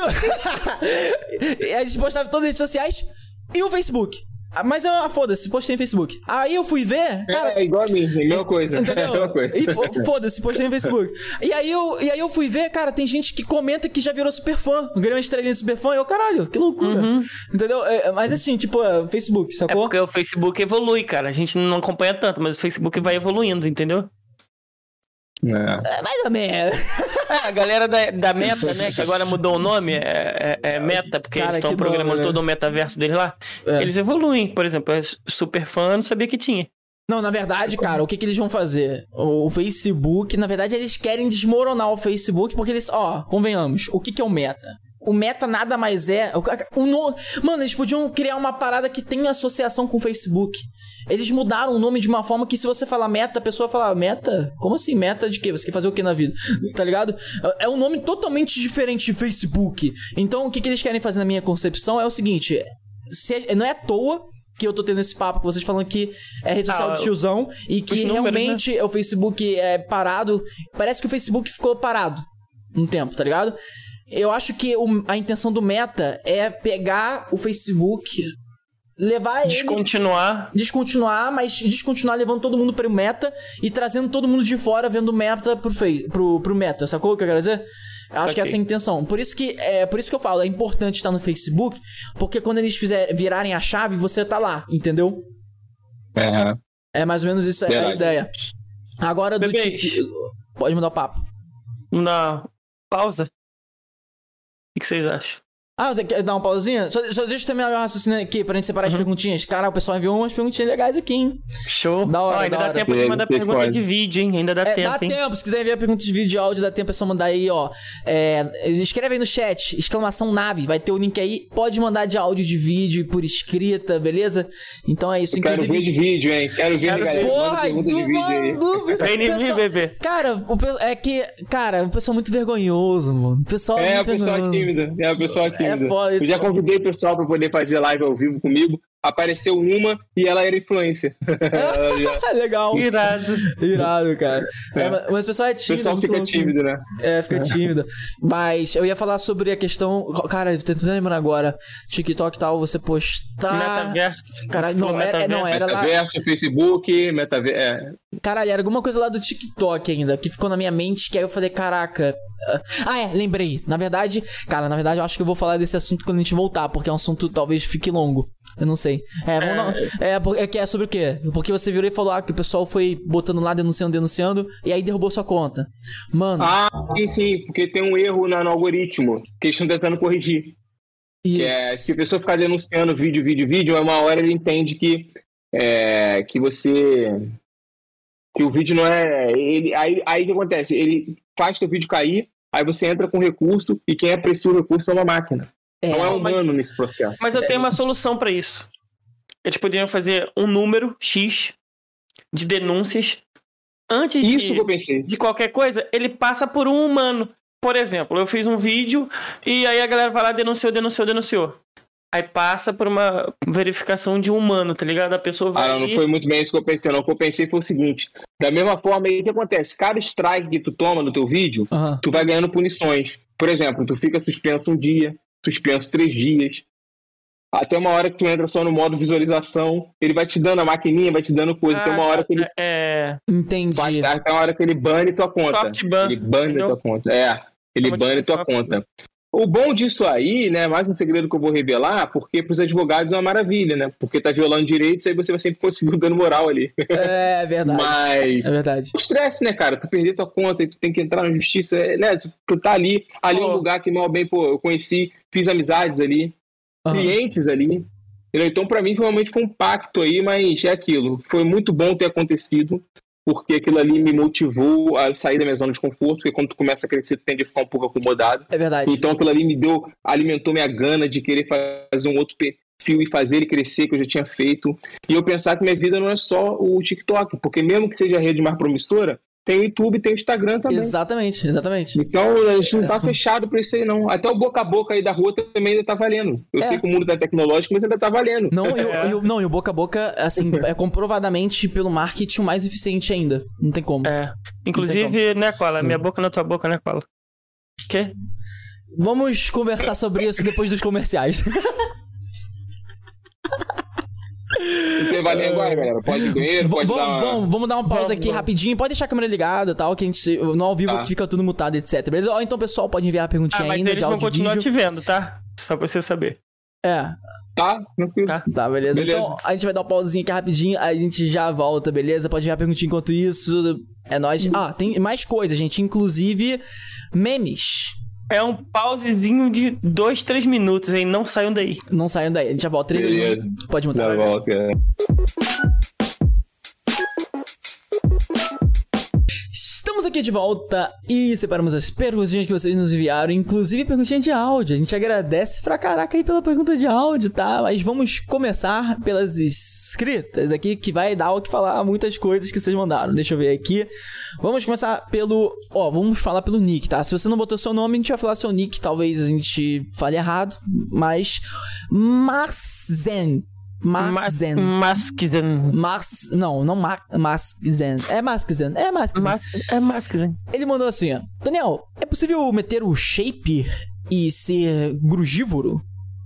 E a gente postava em todas as redes sociais e o Facebook. Ah, mas eu, ah, foda-se, postei no Facebook. Aí eu fui ver, cara... É igual a mim, é a mesma coisa. É a Entendeu? mesma coisa. E fo- foda-se, postei no Facebook. E aí, eu, e aí eu fui ver, cara, tem gente que comenta que já virou super fã. Ganhou uma estrelinha de super fã. E eu, caralho, que loucura. Entendeu? É, mas assim, tipo, é, Facebook, É sacou? porque o Facebook evolui, cara. A gente não acompanha tanto, mas o Facebook vai evoluindo, entendeu? É. É, mais ou menos. É, a galera da, da Meta, né, que agora mudou o nome, é, é- é Meta, porque Cara, eles estão que programando nome, né? todo o metaverso deles lá. É. Eles evoluem, por exemplo, é super fã, eu não sabia que tinha. Não, na verdade, cara, o que, que eles vão fazer? O, o Facebook, na verdade, eles querem desmoronar o Facebook, porque eles, ó, convenhamos, o que, que é o Meta? O Meta nada mais é... O, o no... Mano, eles podiam criar uma parada que tem associação com o Facebook. Eles mudaram o nome de uma forma que se você falar Meta, a pessoa fala, Meta? Como assim? Meta de quê? Você quer fazer o que na vida? Tá ligado? É um nome totalmente diferente de Facebook. Então, o que, que eles querem fazer na minha concepção é o seguinte... Se, não é à toa que eu tô tendo esse papo com vocês falando que é rede social Ah, de tiozão e que números, realmente o Facebook é parado. Parece que o Facebook ficou parado um tempo, tá ligado? Eu acho que o- a intenção do Meta é pegar o Facebook, levar ele... Descontinuar. Descontinuar, mas descontinuar levando todo mundo pro Meta e trazendo todo mundo de fora vendo o Meta pro, face, pro, pro Meta, sacou o que eu quero dizer? Eu acho que Saquei. essa é a intenção. Por isso que, é, por isso que eu falo, é importante estar no Facebook, porque quando eles fizer, virarem a chave, você tá lá, entendeu? É. É mais ou menos isso é a Verdade. ideia. Agora do Bebês. tipo... Pode mudar o papo. Na pausa. O que vocês acham? Ah, quer dar uma pausinha? Só, só deixa eu terminar meu raciocínio aqui pra gente separar as Uhum. perguntinhas. Cara, o pessoal enviou umas perguntinhas legais aqui, hein? Show. Da hora, Ó, ainda da dá hora. tempo de mandar Vocês pergunta podem. de vídeo, hein? Ainda dá É, tempo, dá hein? tempo, se quiser enviar perguntas de vídeo de áudio, dá tempo, é só mandar aí, ó. É, escreve aí no chat, exclamação nave, vai ter o link aí. Pode mandar de áudio, de vídeo, por escrita, beleza? Então é isso, Quero ver inclusive... de vídeo, hein? Quero ver, Quero galera. ver. Manda Porra, pergunta de tu vídeo aí. mano, Vem em mim, bebê. Cara, o pe- é que, cara, o pessoal é muito vergonhoso, mano. O pessoal é, É, o muito pessoal é vergonhoso. tímido. É, o pessoal é tímido. foda isso, Eu já pô. convidei o pessoal pra poder fazer live ao vivo comigo. apareceu uma e ela era influencer. Legal. Irado. Irado, cara. É, mas o pessoal é O tímido. pessoal fica muito- tímido, né? É, fica tímido. Mas eu ia falar sobre a questão. Cara, eu tô tentando lembrar agora. TikTok e tal, você postar. Metaverso. Caralho, não era, não era lá. Metaverso, Facebook, metaverso. É. Caralho, era alguma coisa lá do TikTok ainda, que ficou na minha mente, que aí eu falei, caraca. Ah, é, lembrei. Na verdade, cara, na verdade eu acho que eu vou falar desse assunto quando a gente voltar, porque é um assunto talvez fique longo. Eu não sei. É, vamos não. É, por- é que é sobre o quê? Porque você virou e falou ah, que o pessoal foi botando lá, denunciando, denunciando, e aí derrubou sua conta. Mano, Ah, sim, sim, porque tem um erro na- no algoritmo que eles estão tentando corrigir. isso. Que é, se a pessoa ficar denunciando vídeo, vídeo, vídeo, uma hora ele entende que, é, que você. Que o vídeo não é. Ele, aí aí o que acontece? Ele faz teu vídeo cair, aí você entra com recurso e quem aprecia o recurso é uma máquina. É, Não é mas- humano nesse processo. Mas eu tenho uma solução pra isso. Eles poderiam fazer um número X de denúncias antes Isso de, que eu pensei. de qualquer coisa, ele passa por um humano. Por exemplo, eu fiz um vídeo e aí a galera vai lá, denunciou, denunciou, denunciou. Aí passa por uma verificação de um humano, tá ligado? A pessoa vai Ah, não, não ali- foi muito bem isso que eu pensei, não. O que eu pensei foi o seguinte: da mesma forma aí, o que acontece? Cada strike que tu toma no teu vídeo, Aham. tu vai ganhando punições. Por exemplo, tu fica suspenso um dia, suspenso três dias. Até uma hora que tu entra só no modo visualização, ele vai te dando a maquininha, vai te dando coisa. Tem uma hora que ele É. Entendi. vai dar, tem uma hora que ele bane tua conta. Soft ban. Ele bane entendeu? tua conta. É, ele Chama de bane tua soft conta. O bom disso aí, né, mais um segredo que eu vou revelar, porque pros advogados é uma maravilha, né? Porque tá violando direitos, aí você vai sempre conseguir dando moral ali. É verdade. Mas É verdade. o estresse, né, cara? Tu perder tua conta e tu tem que entrar na justiça, é, né? Tu, tu tá ali, ali é um Pô. lugar que mal bem, pô, eu conheci, fiz amizades ali, Aham. clientes ali. Entendeu? Então, pra mim, realmente foi um pacto aí, mas é aquilo. Foi muito bom ter acontecido, porque aquilo ali me motivou a sair da minha zona de conforto, porque quando tu começa a crescer, tu tende a ficar um pouco acomodado. É verdade. Então, aquilo ali me deu, alimentou minha gana de querer fazer um outro perfil e fazer ele crescer, que eu já tinha feito. E eu pensar que minha vida não é só o TikTok, porque mesmo que seja a rede mais promissora, tem o YouTube, tem o Instagram também. Exatamente, exatamente. Então, a gente não tá Essa- fechado pra isso aí, não. Até o boca a boca aí da rua também ainda tá valendo. Eu É. sei que o mundo tá tecnológico, mas ainda tá valendo. Não, e o, e o- não, e o boca a boca, assim, é comprovadamente pelo marketing o mais eficiente ainda. Não tem como. É. Inclusive, né, Cola? Minha boca na tua boca, né, Cola? Quê? Vamos conversar sobre isso depois dos comerciais. Você vai nem agora, galera. Pode ir no banheiro, V- pode vamos, dar uma... vamos, vamos dar uma pausa Vamos, aqui vamos. rapidinho. Pode deixar a câmera ligada, tal, que a gente no ao vivo Tá. que fica tudo mutado, etc. Beleza? Ó, então, pessoal, pode enviar a perguntinha Ah, mas ainda eles de vão áudio e continuar vídeo. te vendo, tá? Só pra você saber. É, Tá, tranquilo. Tá. tá, beleza. Beleza. Então, a gente vai dar uma pausinha aqui rapidinho, aí a gente já volta, beleza? Pode enviar a perguntinha enquanto isso. É nóis. Ah, tem mais coisa, gente. Inclusive, memes. É um pausezinho de dois, três minutos, hein? Não saiam daí. Não saiam daí. A gente já volta. Três Beleza. minutos. Pode mutar. Dá volta, cara. Estamos aqui de volta e separamos as perguntinhas que vocês nos enviaram, inclusive perguntinha de áudio. A gente agradece pra caraca aí pela pergunta de áudio, tá? Mas vamos começar pelas escritas aqui, que vai dar o que falar muitas coisas que vocês mandaram. Deixa eu ver aqui. Vamos começar pelo... Ó, vamos falar pelo nick, tá? Se você não botou seu nome, a gente vai falar seu nick. Talvez a gente fale errado, mas... Marzen. Marzen. Maskzen. Mas, não, não Mar Maskzen. É Maskzen. É Maskzen. Mas, é Maskzen. Ele mandou assim, ó. Daniel, é possível meter o shape e ser grugívoro?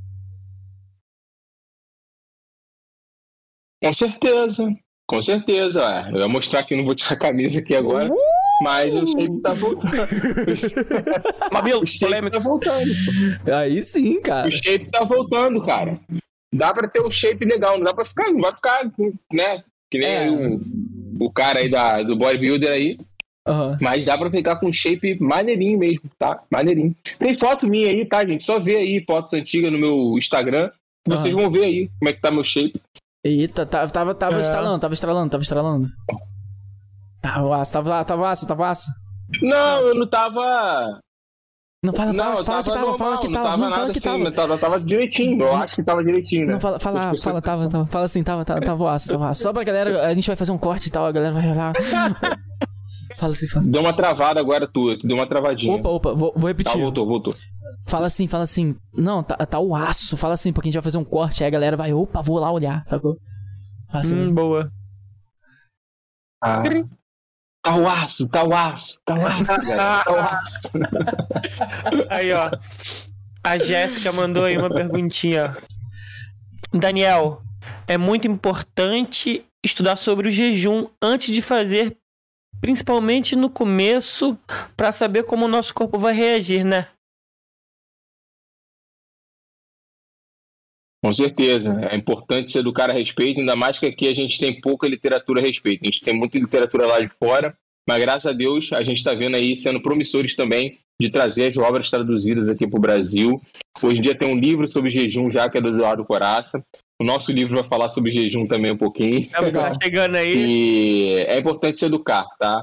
Com certeza. Com certeza, ué. Eu ia mostrar aqui, não vou tirar a camisa aqui agora, Uh! mas o shape tá voltando. Mamilos, O shape tá polêmicos. voltando. Aí sim, cara. O shape tá voltando, cara. Dá pra ter um shape legal, não dá pra ficar, não vai ficar, né? Que nem É. o, o cara aí da, do bodybuilder aí, Aham. mas dá pra ficar com um shape maneirinho mesmo, tá? Maneirinho. Tem foto minha aí, tá, gente? Só vê aí fotos antigas no meu Instagram, que vocês Aham. vão ver aí como é que tá meu shape. Eita, tava, tava, tava É. estralando, tava estralando, tava estralando. Tava aço, tava, tava aço, tava aço. Não, eu não tava... Não, fala, não, fala, eu fala que tava, normal, fala que não tava, tava não, nada fala que assim, tava. mas tava, tava direitinho, eu acho que tava direitinho, né? Não, fala, fala, As pessoas- fala, tava, tava, fala assim, tava, tava, tava aço, tava aço. Só pra galera, a gente vai fazer um corte e tal, a galera vai lá. Fala assim, fala. Deu uma travada agora tua, deu uma travadinha. Opa, opa, vou, vou Tá, repetir. voltou, voltou. Fala assim, fala assim. Não, tá, tá o aço. Fala assim, porque a gente vai fazer um corte. Aí a galera vai, opa, vou lá olhar, sacou? Fala assim. Hum, boa. Ah, Tá o aço, tá o aço, tá o aço, galera, tá o aço. Aí, ó. A Jéssica mandou aí uma perguntinha. Daniel, é muito importante estudar sobre o jejum antes de fazer, principalmente no começo, para saber como o nosso corpo vai reagir, né? Com certeza, é importante se educar a respeito, ainda mais que aqui a gente tem pouca literatura a respeito. A gente tem muita literatura lá de fora, mas graças a Deus a gente está vendo aí sendo promissores também de trazer as obras traduzidas aqui para o Brasil. Hoje em dia tem um livro sobre jejum já, que é do Eduardo Coraça. O nosso livro vai falar sobre jejum também um pouquinho. É, tá chegando aí. E é importante se educar, tá?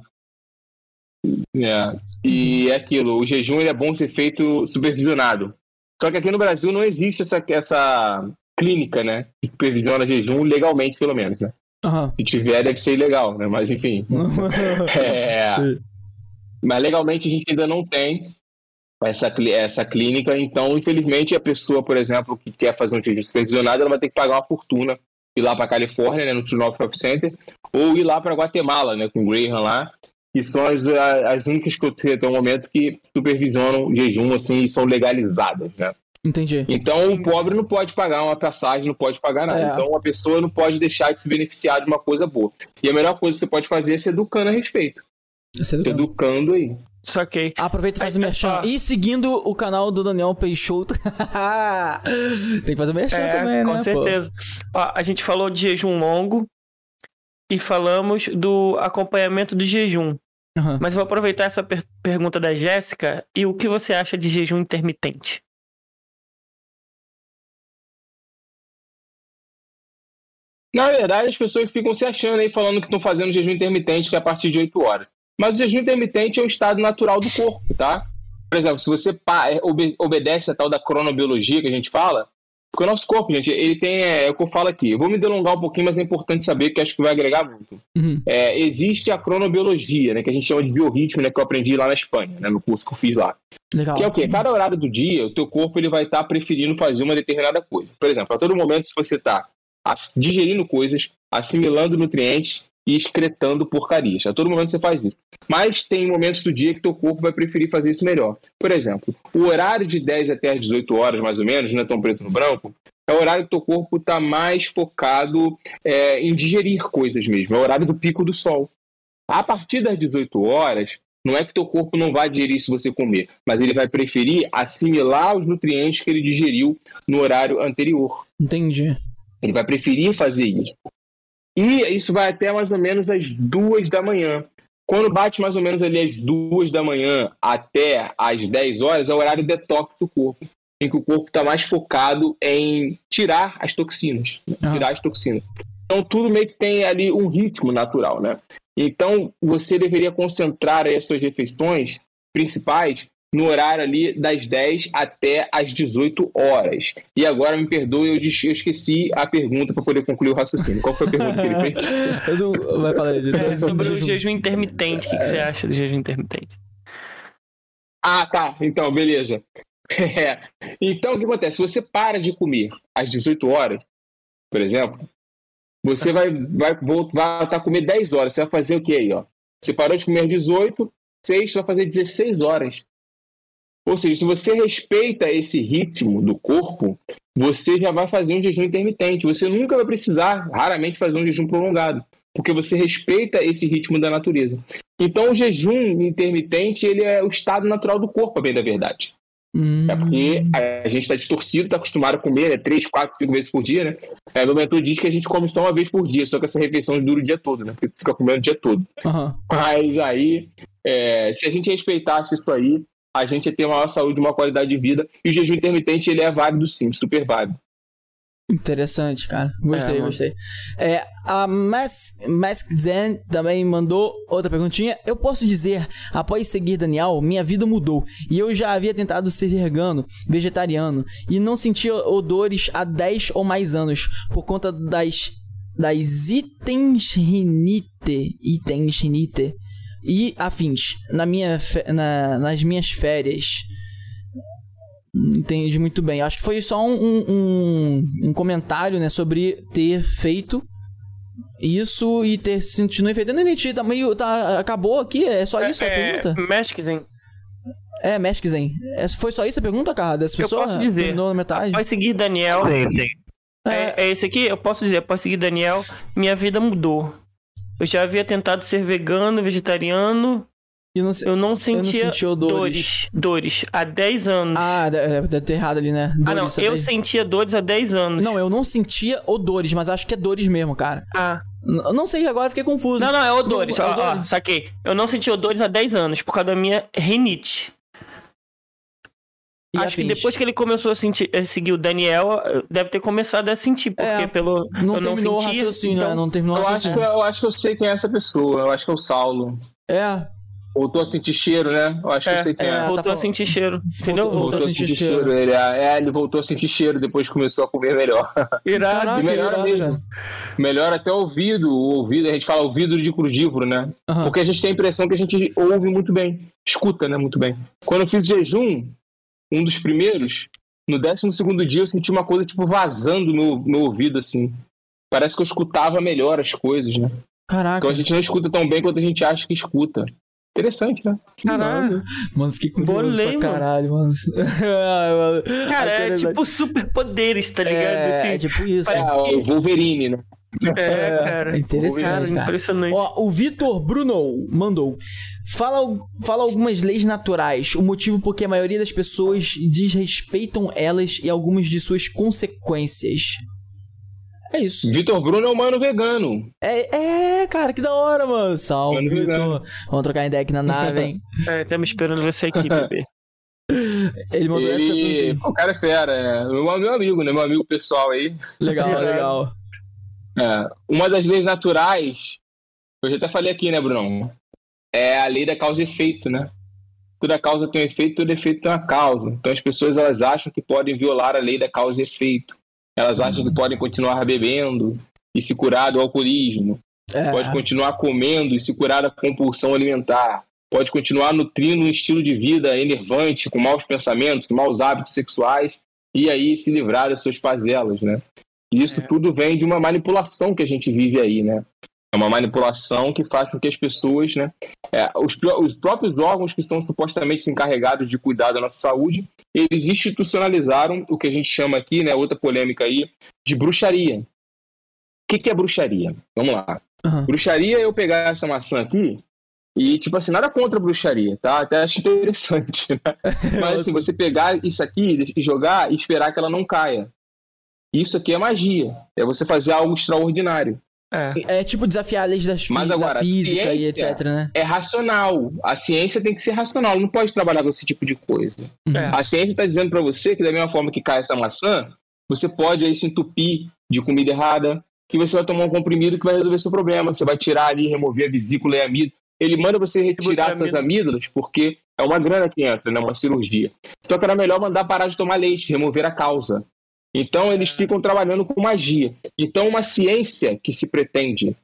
É. E é aquilo, o jejum ele é bom ser feito supervisionado. Só que aqui no Brasil não existe essa, essa clínica, né? Que supervisiona jejum legalmente, pelo menos, né? Uhum. Se tiver, deve ser ilegal, né? Mas enfim. é... Mas legalmente a gente ainda não tem essa, essa clínica. Então, infelizmente, a pessoa, por exemplo, que quer fazer um jejum supervisionado, ela vai ter que pagar uma fortuna. Ir lá para Califórnia, né? No True North Health Center. Ou ir lá para Guatemala, né? Com o Graham lá. Que são as, as únicas que eu tenho até o momento que supervisionam jejum, assim, e são legalizadas, né? Entendi. Então, o pobre não pode pagar uma passagem, não pode pagar nada. É. Então, a pessoa não pode deixar de se beneficiar de uma coisa boa. E a melhor coisa que você pode fazer é se educando a respeito. Se Se educando aí. Saquei. Aproveita e faz o Aí, merchan. ó. E seguindo o canal do Daniel Peixoto. Tem que fazer o merchan É, também, né? com pô? certeza. Ó, a gente falou de jejum longo e falamos do acompanhamento do jejum. Uhum. Mas eu vou aproveitar essa per- pergunta da Jéssica. E o que você acha de jejum intermitente? Na verdade, as pessoas ficam se achando aí, falando que estão fazendo jejum intermitente, que é a partir de oito horas. Mas o jejum intermitente é um estado natural do corpo, tá? Por exemplo, se você pa- obe- obedece a tal da cronobiologia que a gente fala, porque o nosso corpo, gente, ele tem, é, é o que eu falo aqui. Eu vou me delongar um pouquinho, mas é importante saber, que acho que vai agregar muito. Uhum. É, existe a cronobiologia, né, que a gente chama de biorritmo, né, que eu aprendi lá na Espanha, né, no curso que eu fiz lá. Legal. Que é o quê? Cada horário do dia, o teu corpo ele vai estar preferindo fazer uma determinada coisa. Por exemplo, a todo momento, se você está digerindo coisas, assimilando nutrientes e excretando porcarias. A todo momento você faz isso. Mas tem momentos do dia que teu corpo vai preferir fazer isso melhor. Por exemplo, o horário de dez até as dezoito horas, mais ou menos, não é tão preto no branco, é o horário que teu corpo está mais focado é, em digerir coisas mesmo. É o horário do pico do sol. A partir das dezoito horas, não é que teu corpo não vai digerir se você comer, mas ele vai preferir assimilar os nutrientes que ele digeriu no horário anterior. Entendi. Ele vai preferir fazer isso. E isso vai até mais ou menos às duas da manhã. Quando bate mais ou menos ali às duas da manhã até às dez horas, é o horário detox do corpo, em que o corpo está mais focado em tirar as toxinas. Ah. Tirar as toxinas. Então, tudo meio que tem ali um ritmo natural, né? Então, você deveria concentrar aí as suas refeições principais no horário ali das dez até as dezoito horas. E agora, me perdoe, eu des- eu esqueci a pergunta para poder concluir o raciocínio. Qual foi a pergunta que ele fez? Eu não- Vai falar aí. É, sobre o jejum intermitente. O que, que você acha do jejum intermitente? Ah, tá. Então, beleza. É. Então, o que acontece? Se você para de comer às dezoito horas, por exemplo, você vai vai voltar a comer dez horas. Você vai fazer o que aí, ó? Você parou de comer às dezoito, seis, você vai fazer dezesseis horas. Ou seja, se você respeita esse ritmo do corpo, você já vai fazer um jejum intermitente. Você nunca vai precisar, raramente, fazer um jejum prolongado, porque você respeita esse ritmo da natureza. Então, o jejum intermitente, ele é o estado natural do corpo, a bem da verdade. Hum. É porque a gente está distorcido, está acostumado a comer né, três, quatro, cinco vezes por dia, né? É, meu mentor diz que a gente come só uma vez por dia, só que essa refeição dura o dia todo, né? Porque fica comendo o dia todo. Aham. Mas aí, é, se a gente respeitasse isso aí, a gente ia ter maior saúde, uma qualidade de vida. E o jejum intermitente, ele é válido sim, super válido. Interessante, cara. Gostei, É, mano. gostei. É, a Mas Zen também mandou outra perguntinha. Eu posso dizer, após seguir Daniel, minha vida mudou. E eu já havia tentado ser vegano, vegetariano, e não sentia odores há dez ou mais anos, por conta das, das itens rinite, itens rinite e afins, na minha fe- na, nas minhas férias. Não entendi muito bem. Acho que foi só um, um, um comentário, né, sobre ter feito isso e ter sentido efeito. Eu não entendi, tá meio, tá, acabou aqui, é só isso é, a pergunta? É, Meskzen. É, Meskzen. É, foi só isso a pergunta, cara, dessa pessoa? Eu posso dizer. Terminou na metade? Pode seguir Daniel. Sim, sim. É, é esse aqui? Eu posso dizer, pode seguir Daniel. Minha vida mudou. Eu já havia tentado ser vegano, vegetariano. Eu não, eu não sentia eu não senti odores. dores. Dores. Há dez anos. Ah, deve ter errado ali, né? Dores, ah, não. Eu dez... sentia dores há dez anos. Não, eu não sentia odores, mas acho que é dores mesmo, cara. Ah. Eu não sei, agora fiquei confuso. Não, não, é odores. Não, é ó, odores. Ó, saquei. Eu não senti odores há dez anos por causa da minha rinite. E acho que afins. depois que ele começou a, sentir, a seguir o Daniel, deve ter começado a sentir, porque É, pelo Não eu terminou não o sentia, raciocínio, então, né? Não terminou o Eu acho, raciocínio. que, eu acho que eu sei quem é essa pessoa. Eu acho que é o Saulo. É. Voltou a sentir cheiro, né? Eu acho que É, eu sei quem é. é, voltou tá a falando- sentir cheiro. Entendeu? Voltou- Voltou a sentir cheiro. cheiro. Ele, é, ele voltou a sentir cheiro depois que começou a comer melhor. Irado. Caraca, E melhor irado, mesmo. cara. Melhor até o ouvido. O ouvido, a gente fala ouvido de crudívoro, né? Aham. Porque a gente tem a impressão que a gente ouve muito bem. Escuta, né? Muito bem. Quando eu fiz jejum, um dos primeiros, no décimo segundo dia eu senti uma coisa tipo vazando no meu ouvido, assim. Parece que eu escutava melhor as coisas, né? Caraca. Então a gente não escuta tão bem quanto a gente acha que escuta. Interessante, né? Caralho. Mano, fiquei curioso Bolei, pra mano. caralho, mano. Cara, é Interessante. tipo superpoderes, tá ligado? É, Assim, é tipo isso. Parece- É, o Wolverine, né? é, cara. É interessante, Cara, cara. impressionante. Ó, o Vitor Bruno mandou. Fala, fala algumas leis naturais, o motivo por que a maioria das pessoas desrespeitam elas e algumas de suas consequências. É isso. Vitor Bruno é um mano vegano. É, é, cara, que da hora, mano. Salve, Mano, Vitor. Vamos trocar ideia aqui na nave, hein? É, estamos esperando você aqui, bebê. Ele mandou essa pergunta Ele... aí. Pô, o cara é fera, é meu, meu amigo, né? Meu amigo pessoal aí. Legal, legal. É, uma das leis naturais, eu já até falei aqui, né, Bruno? É a lei da causa e efeito, né? Toda causa tem um efeito, todo efeito tem uma causa. Então as pessoas, elas acham que podem violar a lei da causa e efeito. Elas acham que podem continuar bebendo e se curar do alcoolismo. É. Pode continuar comendo e se curar da compulsão alimentar. Pode continuar nutrindo um estilo de vida enervante, com maus pensamentos, maus hábitos sexuais, e aí se livrar das suas pazelas, né? E isso É. tudo vem de uma manipulação que a gente vive aí, né? É uma manipulação que faz com que as pessoas, né? É, os, os próprios órgãos que são supostamente encarregados de cuidar da nossa saúde, eles institucionalizaram o que a gente chama aqui, né? Outra polêmica aí, de bruxaria. O que, que é bruxaria? Vamos lá. Uhum. Bruxaria é eu pegar essa maçã aqui e, tipo assim, nada contra a bruxaria, tá? Até acho interessante, né? Mas, assim, você pegar isso aqui e jogar e esperar que ela não caia. Isso aqui é magia. É você fazer algo extraordinário. É. É tipo desafiar a lei das Mas fi- agora, da física e ciência- etc, né? É racional. A ciência tem que ser racional. Ela não pode trabalhar com esse tipo de coisa. É. A ciência está dizendo para você que da mesma forma que cai essa maçã, você pode aí se entupir de comida errada, que você vai tomar um comprimido que vai resolver seu problema. Você vai tirar ali, remover a vesícula e a amígdala. Ele manda você retirar Botar suas amígdalas porque é uma grana que entra, né? Uma cirurgia. Só que era melhor mandar parar de tomar leite, remover a causa. Então eles ficam trabalhando com magia. Então uma ciência que se pretende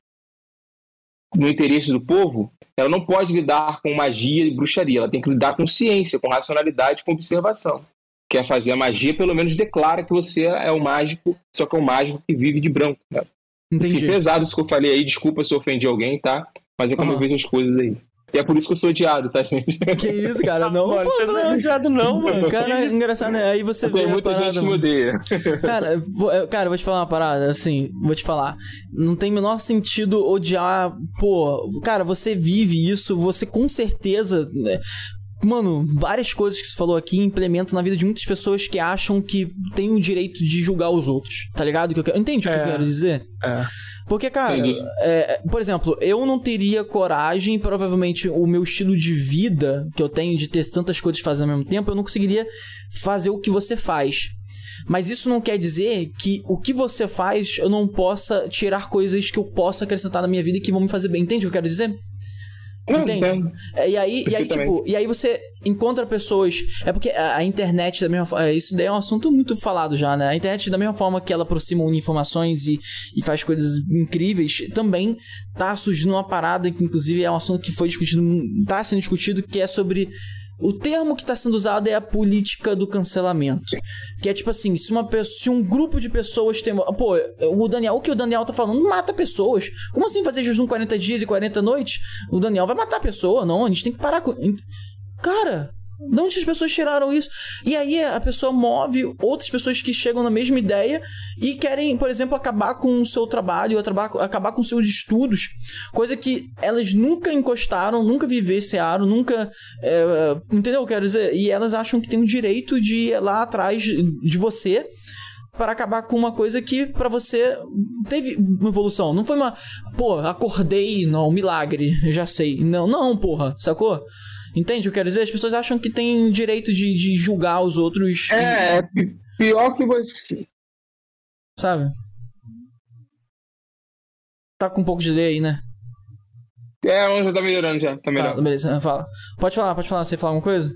no interesse do povo, ela não pode lidar com magia e bruxaria. Ela tem que lidar com ciência, com racionalidade, com observação. Quer fazer a magia, pelo menos declara que você é o mágico, só que é o mágico que vive de branco. Né? Entendi. Fiquei pesado isso que eu falei aí, desculpa se eu ofendi alguém, tá? Mas é como Uhum. eu vejo as coisas aí. E é por isso que eu sou odiado, tá, gente? Que isso, cara? Não, Mano, pô, você não é odiado não, mano. cara, é engraçado, né? Aí você vê Tem a muita parada, gente que me mano. odeia. Cara, vou- eu- cara, eu vou te falar uma parada, assim, vou te falar. Não tem o menor sentido odiar, pô, cara, você vive isso, você com certeza, né, mano, várias coisas que você falou aqui implementam na vida de muitas pessoas que acham que tem o direito de julgar os outros, tá ligado? Que eu quero- Entende o que É. eu quero dizer? É. Porque, cara, Entendi. é, por exemplo, eu não teria coragem, provavelmente o meu estilo de vida que eu tenho de ter tantas coisas de fazer ao mesmo tempo, eu não conseguiria fazer o que você faz. Mas isso não quer dizer que o que você faz eu não possa tirar coisas que eu possa acrescentar na minha vida e que vão me fazer bem. Entende o que eu quero dizer? Não, Entende? entendo. É, e aí, e aí, tipo, Perfeitamente. e aí você encontra pessoas. É porque a, a internet, da mesma forma. Isso daí é um assunto muito falado já, né? A internet, da mesma forma que ela aproxima une informações e, e faz coisas incríveis, também tá surgindo uma parada que, inclusive, é um assunto que foi discutido, tá sendo discutido, que é sobre O termo que tá sendo usado é a política do cancelamento. Que é tipo assim, se uma pessoa, se um grupo de pessoas tem... Pô, o Daniel, o que o Daniel tá falando mata pessoas. Como assim fazer jejum quarenta dias e quarenta noites? O Daniel vai matar a pessoa. Não, a gente tem que parar com... Cara... De onde as pessoas tiraram isso? E aí a pessoa move outras pessoas que chegam na mesma ideia e querem, por exemplo, acabar com o seu trabalho, acabar com seus estudos, coisa que elas nunca encostaram, nunca vivenciaram, nunca... É, entendeu o que eu quero dizer? E elas acham que tem o direito de ir lá atrás de você para acabar com uma coisa que pra você teve uma evolução. Não foi uma... Pô, acordei, não, milagre, eu já sei. Não, não, porra, sacou? Entende o que eu quero dizer? As pessoas acham que tem direito de, de julgar os outros. É, é pior que você. Sabe? Tá com um pouco de delay aí, né? É, onde já tá melhorando já. Tá melhorando. Tá, beleza, fala. Pode falar, pode falar. Você falar alguma coisa?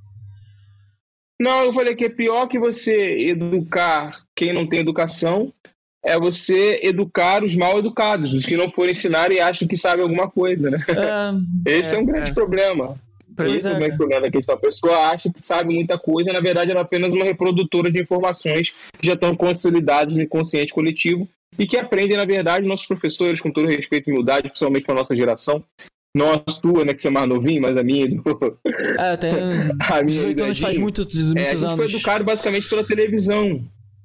Não, eu falei que é pior que você educar quem não tem educação, é você educar os mal educados, os que não foram ensinar e acham que sabem alguma coisa, né? É, Esse é, é um grande é. problema. Pois Esse é, é um grande problema, que a pessoa acha que sabe muita coisa, e na verdade ela é apenas uma reprodutora de informações que já estão consolidadas no inconsciente coletivo e que aprendem, na verdade, nossos professores, com todo respeito e humildade, principalmente para a nossa geração, não a sua, né, que você é mais novinho, mas a minha... É, até dezoito anos faz muito, muitos é, a gente anos. foi educado basicamente pela televisão.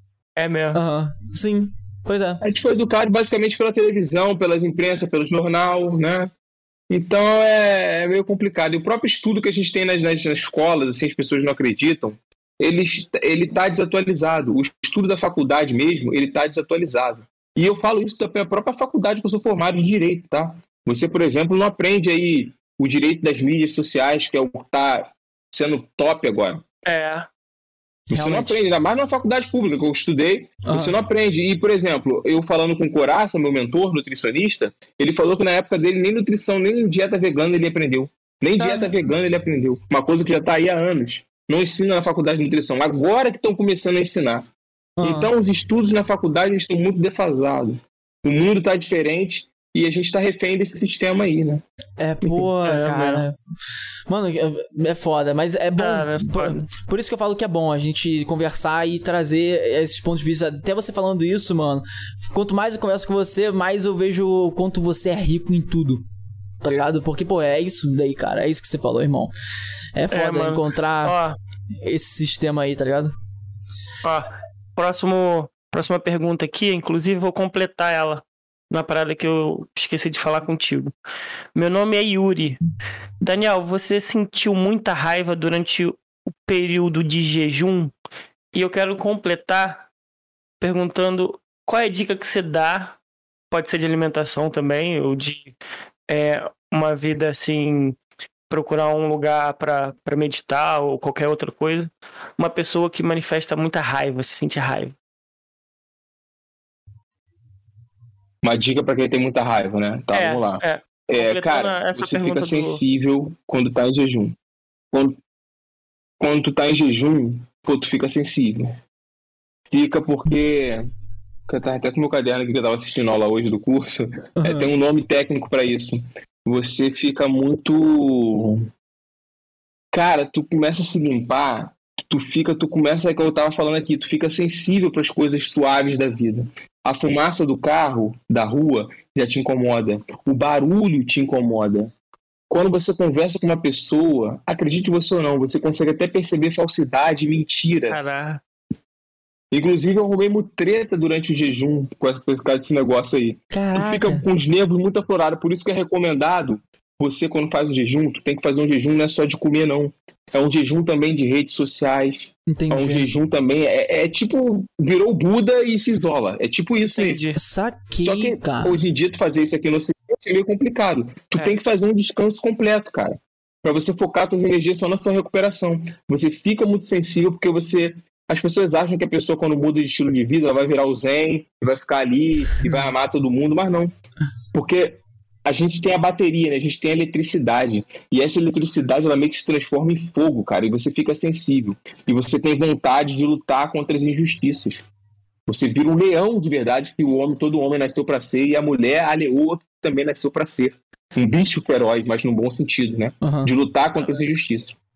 É mesmo. Aham, uhum. Sim, pois é. A gente foi educado basicamente pela televisão, pelas imprensas, pelo jornal, né? Então é, é meio complicado. E o próprio estudo que a gente tem nas, nas, nas escolas, assim, as pessoas não acreditam, ele está desatualizado. O estudo da faculdade mesmo, ele está desatualizado. E eu falo isso da própria faculdade que eu sou formado em Direito, tá? Você, por exemplo, não aprende aí o direito das mídias sociais, que é o que está sendo top agora. É. Você Realmente. não aprende, ainda mais na faculdade pública que eu estudei, uhum. você não aprende. E, por exemplo, eu falando com o Coraça, meu mentor, nutricionista, ele falou que na época dele nem nutrição, nem dieta vegana ele aprendeu. Nem tá. dieta vegana ele aprendeu. Uma coisa que já está aí há anos. Não ensina na faculdade de nutrição. Agora que estão começando a ensinar. Uhum. Então, os estudos na faculdade estão muito defasados. O mundo está diferente e a gente está refém desse sistema aí, né? É, pô, é, cara... Mano, é foda, mas é bom. Cara, é por, por isso que eu falo que é bom a gente conversar e trazer esses pontos de vista. Até você falando isso, mano. Quanto mais eu converso com você, mais eu vejo o quanto você é rico em tudo. Tá ligado? Porque, pô, é isso daí, cara. É isso que você falou, irmão. É foda é, encontrar ó, esse sistema aí, tá ligado? Ó, próximo, próxima pergunta aqui, inclusive vou completar ela. Uma parada que eu esqueci de falar contigo. Meu nome é Yuri. Daniel, você sentiu muita raiva durante o período de jejum? E eu quero completar perguntando qual é a dica que você dá, pode ser de alimentação também, ou de é, uma vida assim, procurar um lugar para meditar ou qualquer outra coisa. Uma pessoa que manifesta muita raiva, se sente raiva. Uma dica pra quem tem muita raiva, né? Tá, é, vamos lá. É, é cara, essa você fica sensível do... quando tá em jejum. Quando, quando tu tá em jejum, pô, tu fica sensível. Fica porque... Eu tava até com o meu caderno aqui que eu tava assistindo a aula hoje do curso. Uhum. É, tem um nome técnico pra isso. Você fica muito... Cara, tu começa a se limpar, tu fica, tu começa, é que eu tava falando aqui, tu fica sensível pras coisas suaves da vida. A fumaça do carro, da rua, já te incomoda. O barulho te incomoda. Quando você conversa com uma pessoa, acredite você ou não, você consegue até perceber falsidade e mentira. Caraca. Inclusive, eu arrumei muito treta durante o jejum por causa desse negócio aí. Caraca. Tu fica com os nervos muito aflorados. Por isso que é recomendado, você quando faz um jejum, tu tem que fazer um jejum não é só de comer, não. É um jejum também de redes sociais. Entendi. É um jejum também. É, é tipo, virou Buda e se isola. É tipo isso aí. Saquei, Só que cara. hoje em dia tu fazer isso aqui no Ocidente é meio complicado. Tu é. tem que fazer um descanso completo, cara. Pra você focar tuas energias só na sua recuperação. Você fica muito sensível porque você... As pessoas acham que a pessoa, quando muda de estilo de vida, ela vai virar o zen, e vai ficar ali, e vai amar todo mundo, mas não. Porque a gente tem a bateria, né? A gente tem a eletricidade. E essa eletricidade, ela meio que se transforma em fogo, cara. E você fica sensível. E você tem vontade de lutar contra as injustiças. Você vira um leão de verdade, que o homem, todo homem nasceu pra ser, e a mulher, a leoa, também nasceu pra ser. Um bicho feroz, mas num bom sentido, né? Uhum. De lutar contra as injustiças.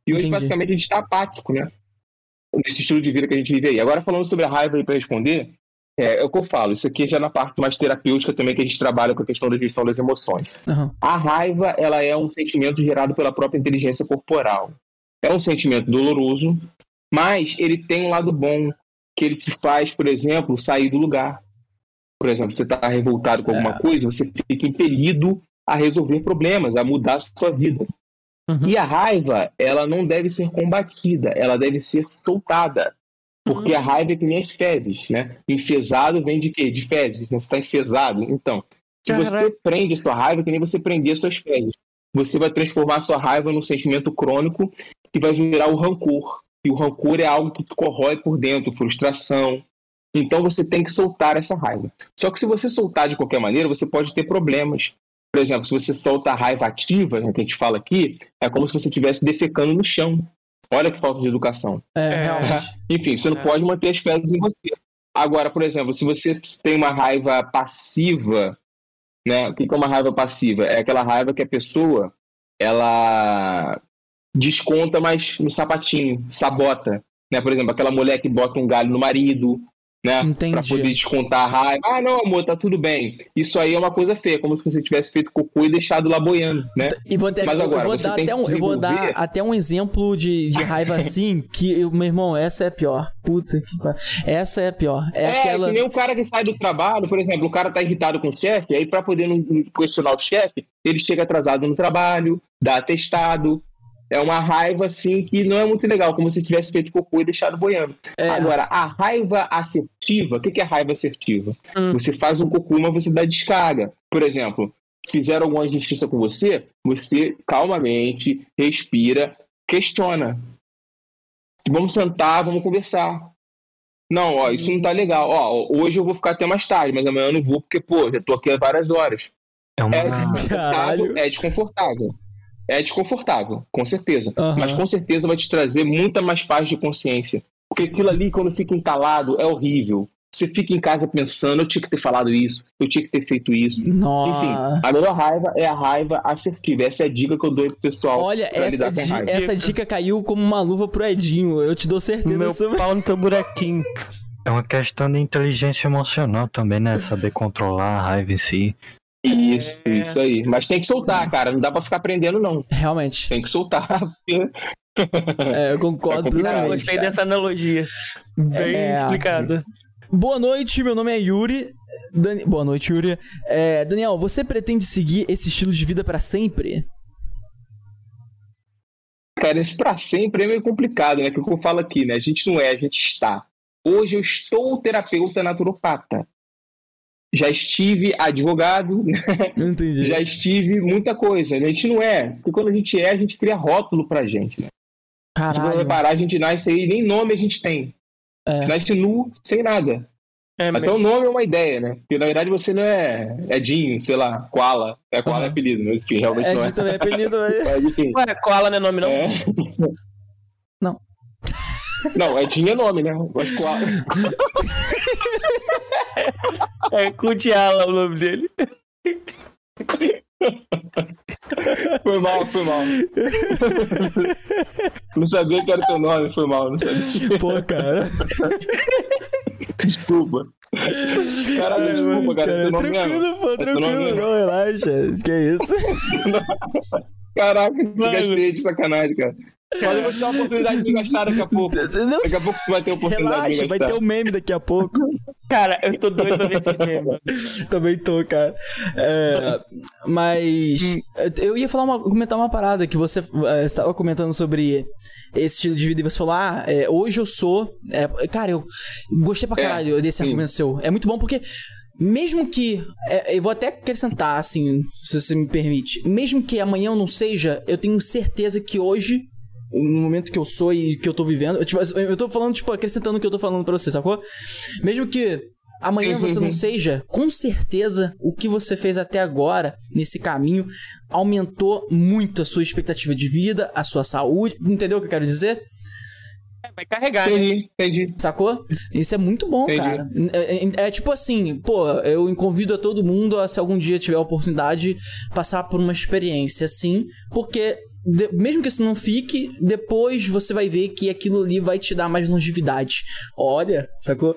E hoje, Entendi. basicamente, a gente está apático, né? Nesse estilo de vida que a gente vive aí. Agora, falando sobre a raiva aí para responder, é, é o que eu falo. Isso aqui é já na parte mais terapêutica também, que a gente trabalha com a questão da gestão das emoções. Uhum. A raiva, ela é um sentimento gerado pela própria inteligência corporal. É um sentimento doloroso, mas ele tem um lado bom, que ele te faz, por exemplo, sair do lugar. Por exemplo, você está revoltado com alguma É. coisa, você fica impelido a resolver problemas, a mudar a sua vida. Uhum. E a raiva, ela não deve ser combatida, ela deve ser soltada. Porque Uhum. a raiva é que nem as fezes, né? Enfesado vem de quê? De fezes, né? Você está enfesado. Então, se Caraca. você prende a sua raiva, é que nem você prender as suas fezes. Você vai transformar a sua raiva num sentimento crônico que vai virar o rancor. E o rancor é algo que te corrói por dentro, frustração. Então você tem que soltar essa raiva. Só que se você soltar de qualquer maneira, você pode ter problemas. Por exemplo, se você solta a raiva ativa, né, que a gente fala aqui, é como se você estivesse defecando no chão. Olha que falta de educação. É, É. realmente. Enfim, você não É. pode manter as fezes em você. Agora, por exemplo, se você tem uma raiva passiva, né? O que é uma raiva passiva? É aquela raiva que a pessoa, ela desconta, mas no sapatinho, sabota. Né? Por exemplo, aquela mulher que bota um galho no marido, né? Entendi. Pra poder descontar a raiva. Ah, não, amor, tá tudo bem. Isso aí é uma coisa feia, como se você tivesse feito cocô e deixado lá boiando, né? E vou, até, Mas eu agora, vou você dar tem até que um, eu vou dar desenvolver- até um exemplo de, de raiva assim, que, eu, meu irmão, essa é a pior. Puta que pariu. Essa é a pior. É, É, aquela... que nem o cara que sai do trabalho, por exemplo, o cara tá irritado com o chefe, aí pra poder não não questionar o chefe, ele chega atrasado no trabalho, dá atestado. É uma raiva, assim, que não é muito legal, como se tivesse feito cocô e deixado boiando. É. Agora, a raiva assertiva, o que que é raiva assertiva? Hum. Você faz um cocô, mas você dá descarga. Por exemplo, fizeram alguma injustiça com você, você calmamente respira, questiona. Vamos sentar, vamos conversar. Não, ó, isso não tá legal. Ó, hoje eu vou ficar até mais tarde, mas amanhã eu não vou porque, pô, já tô aqui há várias horas. É uma. É desconfortável, Caralho. é desconfortável. É desconfortável, com certeza. Aham. Mas com certeza vai te trazer muita mais paz de consciência. Porque aquilo ali, quando fica entalado, é horrível. Você fica em casa pensando, eu tinha que ter falado isso, eu tinha que ter feito isso. Enfim, Nossa. a melhor raiva é a raiva assertiva. Essa é a dica que eu dou pro pessoal. Olha, pra essa, lidar com di- raiva. essa dica caiu como uma luva pro Edinho. Eu te dou certeza Meu sobre... pau no teu buraquinho. É uma questão de inteligência emocional também, né? Saber controlar a raiva em si. Isso, É. isso aí. Mas tem que soltar, cara. Não dá pra ficar prendendo, não. Realmente. Tem que soltar. porque- É, eu concordo É complicado. plenamente. Gostei cara. dessa analogia. Bem É. explicada. Boa noite, meu nome é Yuri. Dani- Boa noite, Yuri. É, Daniel, você pretende seguir esse estilo de vida pra sempre? Cara, esse pra sempre é meio complicado, né? Que o que eu falo aqui, né? A gente não é, a gente está. Hoje eu estou terapeuta naturopata. Já estive advogado, Eu entendi. já estive muita coisa. A gente não é. Porque quando a gente é, a gente cria rótulo pra gente, né? Se você Caralho. reparar, a gente nasce aí, nem nome a gente tem. É. Nasce nu, sem nada. É, Até o nome é uma ideia, né? Porque na verdade você não é Edinho, sei lá, Koala. É Koala Uhum. é apelido, mas enfim, realmente É, não a é. gente também é apelido, mas... Mas enfim. Ué, koala não é nome não? É. Não. Não, Edinho é nome, né? Mas Koala. É Kutiala o nome dele. Foi mal, foi mal. Não sabia que era teu nome, foi mal, não sabia. Pô, cara. Desculpa. Caralho, desculpa, cara. Cara, teu nome tranquilo, mesmo. pô, É teu nome tranquilo. mesmo. Não, relaxa. Que é isso? Caraca, que Mano. gastei de sacanagem, cara. Mas eu vou te dar uma oportunidade de me gastar daqui a pouco. Não, Daqui a pouco tu vai ter a oportunidade de relaxa, me vai gastar. ter um meme daqui a pouco. Cara, eu tô doido pra ver esse filme. Também tô, cara. É, mas eu ia falar uma, comentar uma parada que você é, estava comentando sobre esse estilo de vida e você falou, ah, é, hoje eu sou... é, cara, eu gostei pra É, caralho desse sim. argumento seu. É muito bom porque mesmo que... é, eu vou até acrescentar, assim, se você me permite. Mesmo que amanhã eu não seja, eu tenho certeza que hoje... no momento que eu sou e que eu tô vivendo. Eu, tipo, eu tô falando, tipo, acrescentando o que eu tô falando pra você, sacou? Mesmo que amanhã Sim, sim, você não sim. seja, com certeza o que você fez até agora, nesse caminho, aumentou muito a sua expectativa de vida, a sua saúde. Entendeu o que eu quero dizer? Vai carregar, né? Entendi, entendi. Sacou? Isso é muito bom, Entendi. cara. É, é- é tipo assim, pô, eu convido a todo mundo a, se algum dia tiver a oportunidade, passar por uma experiência assim, porque de- mesmo que isso não fique, depois você vai ver que aquilo ali vai te dar mais longevidade. Olha, sacou?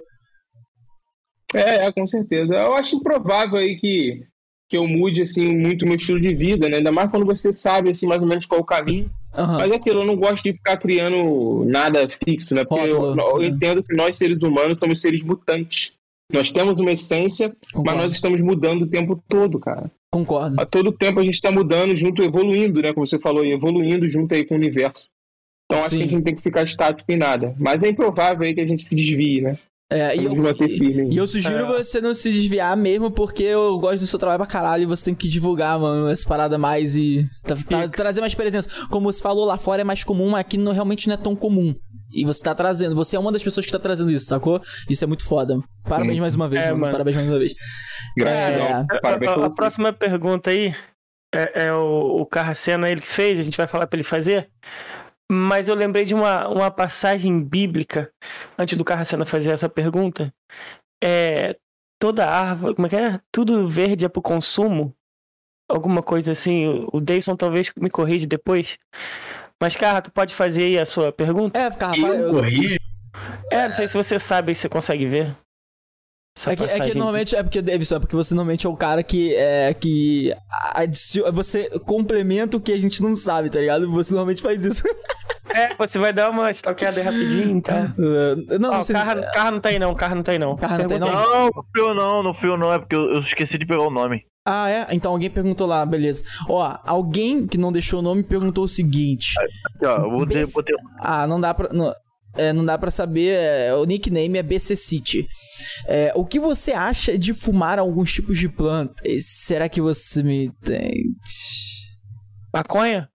É, é, com certeza. Eu acho improvável aí que, que eu mude, assim, muito o meu estilo de vida, né? Ainda mais quando você sabe, assim, mais ou menos qual é o caminho. Aham. Mas é aquilo, eu não gosto de ficar criando nada fixo, né? Porque eu, Rótulo, eu né? entendo que nós, seres humanos, somos seres mutantes. Nós temos uma essência, Concordo. mas nós estamos mudando o tempo todo, cara. Concordo. A todo tempo a gente está mudando junto, evoluindo, né? Como você falou, evoluindo junto aí com o universo. Então acho Sim. que a gente não tem que ficar estático em nada. Mas é improvável aí que a gente se desvie, né? É, e eu, Vamos manter firme aí. e eu sugiro É. você não se desviar mesmo, porque eu gosto do seu trabalho pra caralho e você tem que divulgar, mano, essa parada mais e tá- tá- trazer mais presença. Como você falou, lá fora é mais comum, mas aqui não, realmente não é tão comum. E você tá trazendo, você é uma das pessoas que tá trazendo isso, sacou? Isso é muito foda. Parabéns Hum. mais uma vez, É, mano. mano. Parabéns mais uma vez. Gratidão. É. Parabéns a, pra a você. próxima pergunta aí é, é o, o Carracena, ele que fez, a gente vai falar pra ele fazer. Mas eu lembrei de uma, uma passagem bíblica, antes do Carracena fazer essa pergunta. É, toda árvore, como é que é? Tudo verde é pro consumo? Alguma coisa assim. O Davidson talvez me corrige depois. Mas, Carra, tu pode fazer aí a sua pergunta? É, ficar, rapaz. Eu Eu, corri. É, não sei se você sabe, se você consegue ver. Essa é, que, é passagem. que normalmente é porque, Davidson, é porque você normalmente é o cara que é. que adiciona, você complementa o que a gente não sabe, tá ligado? Você normalmente faz isso. É, você vai dar uma stalkeada aí rapidinho, tá? Uh, não, Ó, você, o carro, carro não tá aí não, o carro não tá aí não. Carro não tá aí não? Pergunta Não, não fui eu não, não fui eu não, é porque eu, eu esqueci de pegar o nome. Ah, é? Então alguém perguntou lá, beleza. Ó, alguém que não deixou o nome perguntou o seguinte. Aqui, ó, eu vou ter, B- vou ter- Ah, não dá pra. Não, é, não dá pra saber. É, o nickname é B C City. É, o que você acha de fumar alguns tipos de plantas? Será que você me entende? maconha?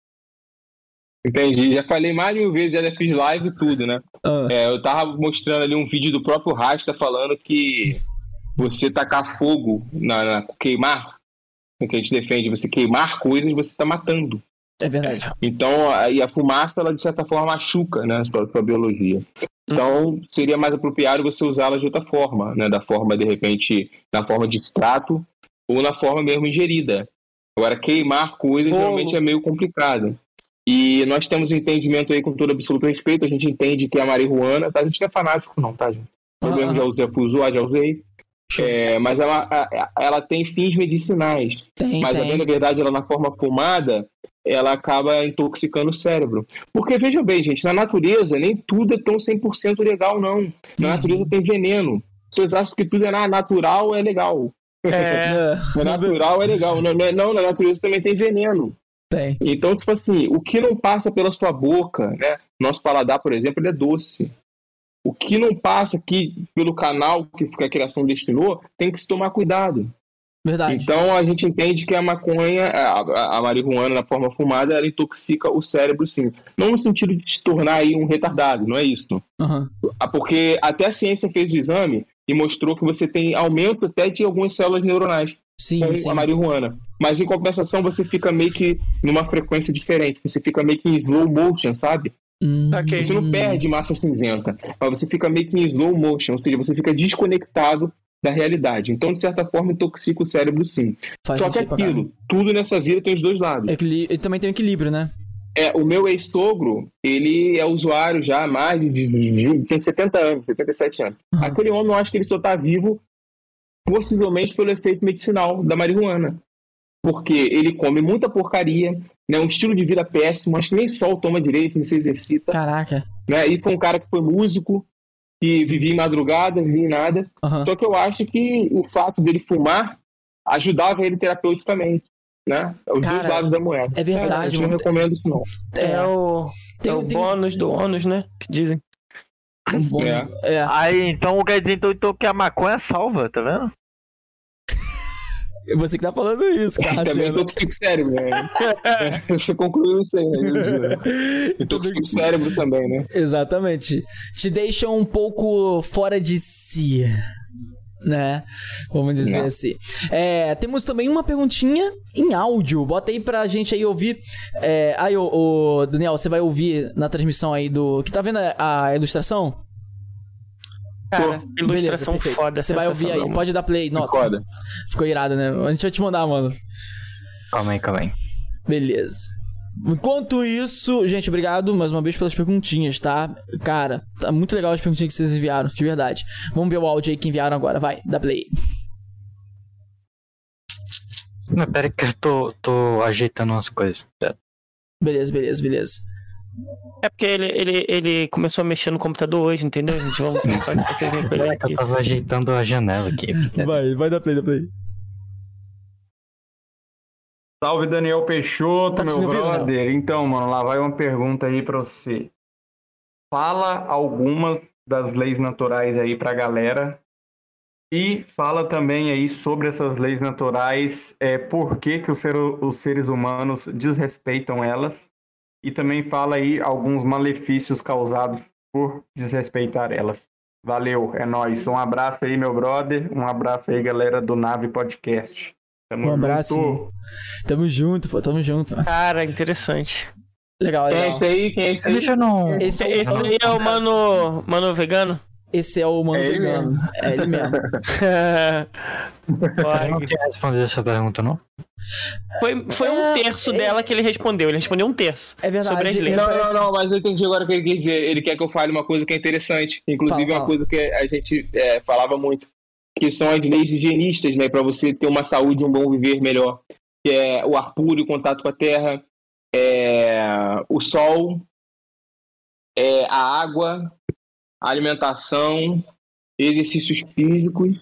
Entendi. Já falei mais de mil vezes, já fiz live e tudo, né? Ah, É, eu tava mostrando ali um vídeo do próprio Rasta falando que você tacar fogo na, na queimar, o que a gente defende, você queimar coisas, você tá matando. é verdade. Então, a, e a fumaça, ela de certa forma machuca, né, a sua, sua biologia. Então, seria mais apropriado você usá-la de outra forma, né, da forma, de repente, na forma de extrato ou na forma mesmo ingerida. Agora, queimar coisas Bolo. geralmente é meio complicado. E nós temos um entendimento aí com todo absoluto respeito, a gente entende que a marihuana, tá? A gente não é fanático não, tá, gente? Eu Ah, mesmo já usei, fui usuário, já usei. É, mas ela, a- ela tem fins medicinais. Tem, Mas, a bem tem. da verdade, ela na forma fumada, ela acaba intoxicando o cérebro. Porque, veja bem, gente, na natureza, nem tudo é tão cem por cento legal, não. Na Uhum. natureza tem veneno. Vocês acham que tudo é na- natural é legal. É, É, Na natural é legal. Não, não, é- não, na natureza também tem veneno. tem. Então, tipo assim, o que não passa pela sua boca, né? Nosso paladar, por exemplo, ele é doce. O que não passa aqui pelo canal que a criação destinou, tem que se tomar cuidado. Verdade. Então a gente entende que a maconha, a, a, a marihuana na forma fumada, ela intoxica o cérebro, sim. Não no sentido de se tornar aí um retardado, não é isso. Aham. Ah, porque até a ciência fez o exame e mostrou que você tem aumento até de algumas células neuronais Sim, com sim. a marihuana. Mas em compensação você fica meio que numa frequência diferente. Você fica meio que em slow motion, sabe? Hum, Ok. Você não perde massa cinzenta, mas você fica meio que em slow motion, ou seja, você fica desconectado da realidade. Então, de certa forma, intoxica o cérebro, sim. faz Só que sentido pra caralho. aquilo, tudo nessa vida tem os dois lados. Equili- Ele também tem um equilíbrio, né? É, o meu ex-sogro, ele é usuário já há mais de, de, de tem setenta anos, setenta e sete anos. Uhum. Aquele homem, eu acho que ele só tá vivo possivelmente pelo efeito medicinal da marihuana. Porque ele come muita porcaria, né, um estilo de vida péssimo, acho que nem sol toma direito, não se exercita. Caraca. Né? E foi um cara que foi músico, que vivia em madrugada, vivia em nada. Aham. Só que eu acho que o fato dele fumar ajudava ele terapeuticamente, né? Os Cara, dois lados da moeda. é verdade, Eu não mano. recomendo isso, não. é, É, o, tem, é o tem bônus do ônus, né? Que dizem. um bom. É. É. Aí, então quer dizer então, então que a maconha salva, tá vendo? Você que tá falando isso, cara. Também intoxica o cérebro, né? Você concluiu isso aí, né? Intoxica o cérebro também, né? Exatamente. Te deixa um pouco fora de si, né? Vamos dizer Não. assim. É, temos também uma perguntinha em áudio. Bota aí pra gente aí ouvir. É, aí, ô, ô, Daniel, você vai ouvir na transmissão aí do... Que tá vendo a, a ilustração? Cara, Beleza, ilustração perfeito. foda. Você vai ouvir aí. sensacional, Pode dar play. Nota. Foda. Ficou irado, né? A gente vai te mandar, mano. Calma aí, calma aí. Beleza. Enquanto isso, gente, obrigado mais uma vez pelas perguntinhas, tá? Cara, tá muito legal as perguntinhas que vocês enviaram, de verdade. Vamos ver o áudio aí que enviaram agora, vai, dá play. Não, pera que eu tô, tô ajeitando umas coisas. Pera. Beleza, beleza, beleza. É porque ele, ele, ele começou a mexer no computador hoje, entendeu? A gente vai pra vocês verem Pera que eu tava ajeitando a janela aqui. Vai, vai dar play, dá play. Salve, Daniel Peixoto, Tá meu ouvindo, brother. Então, mano, lá vai uma pergunta aí pra você. Fala algumas das leis naturais aí pra galera. E fala também aí sobre essas leis naturais, é, por que, que os, ser, os seres humanos desrespeitam elas. E também fala aí alguns malefícios causados por desrespeitar elas. Valeu, é nóis. Um abraço aí, meu brother. Um abraço aí, galera do Nave Podcast. Tamo Um abraço. junto. Tamo junto, pô, tamo junto. Cara, interessante. Legal, Quem é legal. esse aí? Quem é esse aí? Deixa eu não. Esse é Esse o, aí é o mano, mano vegano? esse é o mano É ele vegano. É ele mesmo. Eu não tinha respondido essa pergunta, não? Foi, foi um terço É, dela que ele respondeu. Ele respondeu um terço. É verdade. Sobre as leis. ele Não, parece- não, não, mas eu entendi agora o que ele quer dizer. Ele quer que eu fale uma coisa que é interessante. Inclusive, Fala, uma fala. coisa que a gente é, falava muito. Que são as leis higienistas, né? Para você ter uma saúde e um bom viver melhor. Que é o ar puro, o contato com a terra, é, o sol, é, a água, a alimentação, exercícios físicos,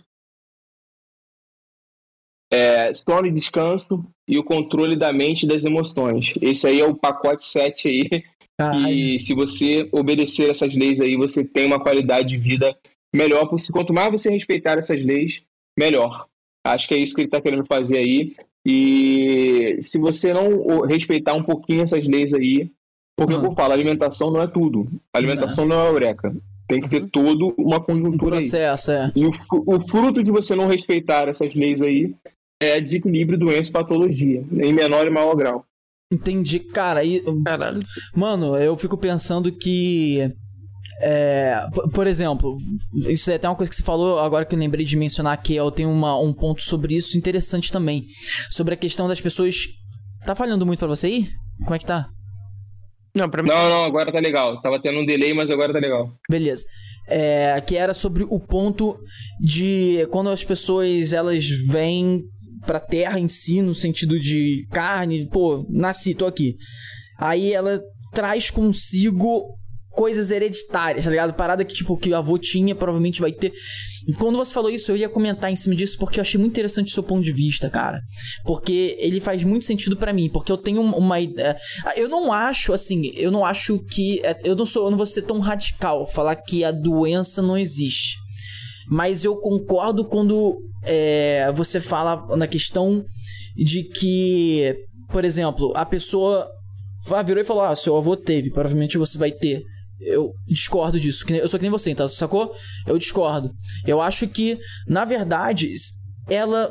é, sono e descanso e o controle da mente e das emoções. Esse aí é o pacote sete aí. Caralho. E se você obedecer essas leis aí, você tem uma qualidade de vida melhor. Porque quanto mais você respeitar essas leis, melhor. Acho que é isso que ele está querendo fazer aí. E se você não respeitar um pouquinho essas leis aí, porque Hum. eu falo, alimentação não é tudo. Alimentação não, não é eureka. Tem que ter todo uma Um conjuntura aí. processo, é. E o, fu- o fruto de você não respeitar essas leis aí é desequilíbrio, doença e patologia, em menor e maior grau. Entendi, cara. E, Caralho. mano, eu fico pensando que. É, p- por exemplo, isso é até uma coisa que você falou agora que eu lembrei de mencionar que eu tenho uma, um ponto sobre isso interessante também. Sobre a questão das pessoas. Tá falhando muito pra você aí? Como é que tá? Não, pra mim. Não, não, agora tá legal. Tava tendo um delay, mas agora tá legal. Beleza. É, que era sobre o ponto de quando as pessoas elas vêm pra terra em si, no sentido de carne, pô, nasci, tô aqui. Aí ela traz consigo coisas hereditárias, tá ligado? Parada que, tipo, que o avô tinha, provavelmente vai ter. E quando você falou isso, eu ia comentar em cima disso, porque eu achei muito interessante o seu ponto de vista, cara. Porque ele faz muito sentido pra mim, porque eu tenho uma ideia. Eu não acho, assim, eu não acho que. Eu não sou, eu não vou ser tão radical falar que a doença não existe. Mas eu concordo quando é, você fala na questão de que, por exemplo, a pessoa ah, virou e falou: ah, seu avô teve, provavelmente você vai ter. Eu discordo disso. Eu sou que nem você, então, sacou? Eu discordo. Eu acho que, na verdade, ela.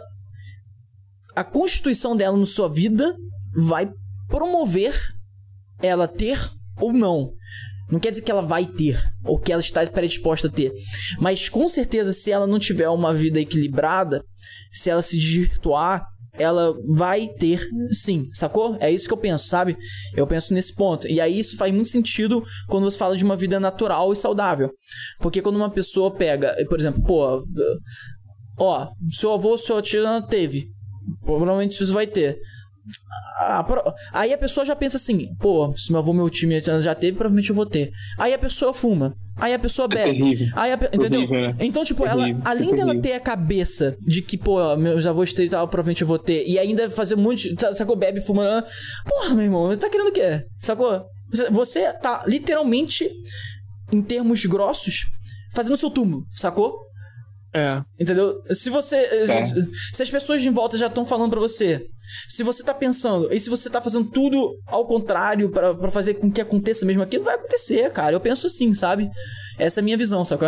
A constituição dela na sua vida vai promover ela ter ou não. Não quer dizer que ela vai ter, ou que ela está predisposta a ter. Mas com certeza, se ela não tiver uma vida equilibrada, se ela se desvirtuar, ela vai ter sim, sacou? É isso que eu penso, sabe? Eu penso nesse ponto. E aí isso faz muito sentido quando você fala de uma vida natural e saudável. Porque quando uma pessoa pega, por exemplo, pô, ó, seu avô, sua tia teve, provavelmente você vai ter. Ah, pro... Aí a pessoa já pensa assim: pô, se meu avô, meu time já teve, provavelmente eu vou ter. Aí a pessoa fuma, aí a pessoa bebe, terrível. aí a... entendeu? Terrível, né? Então, tipo, Terrível, ela, além dela terrível. ter a cabeça de que, pô, meus avós teve e tal, provavelmente eu vou ter, e ainda fazer um monte, sacou? Bebe, fuma. Porra, meu irmão, tá querendo o quê? Sacou? Você tá literalmente, em termos grossos, fazendo o seu túmulo, sacou? É. Entendeu? Se você. É. Se as pessoas de volta já estão falando pra você, se você tá pensando, e se você tá fazendo tudo ao contrário pra, pra fazer com que aconteça mesmo aquilo, vai acontecer, cara. Eu penso assim, sabe? Essa é a minha visão, sacou?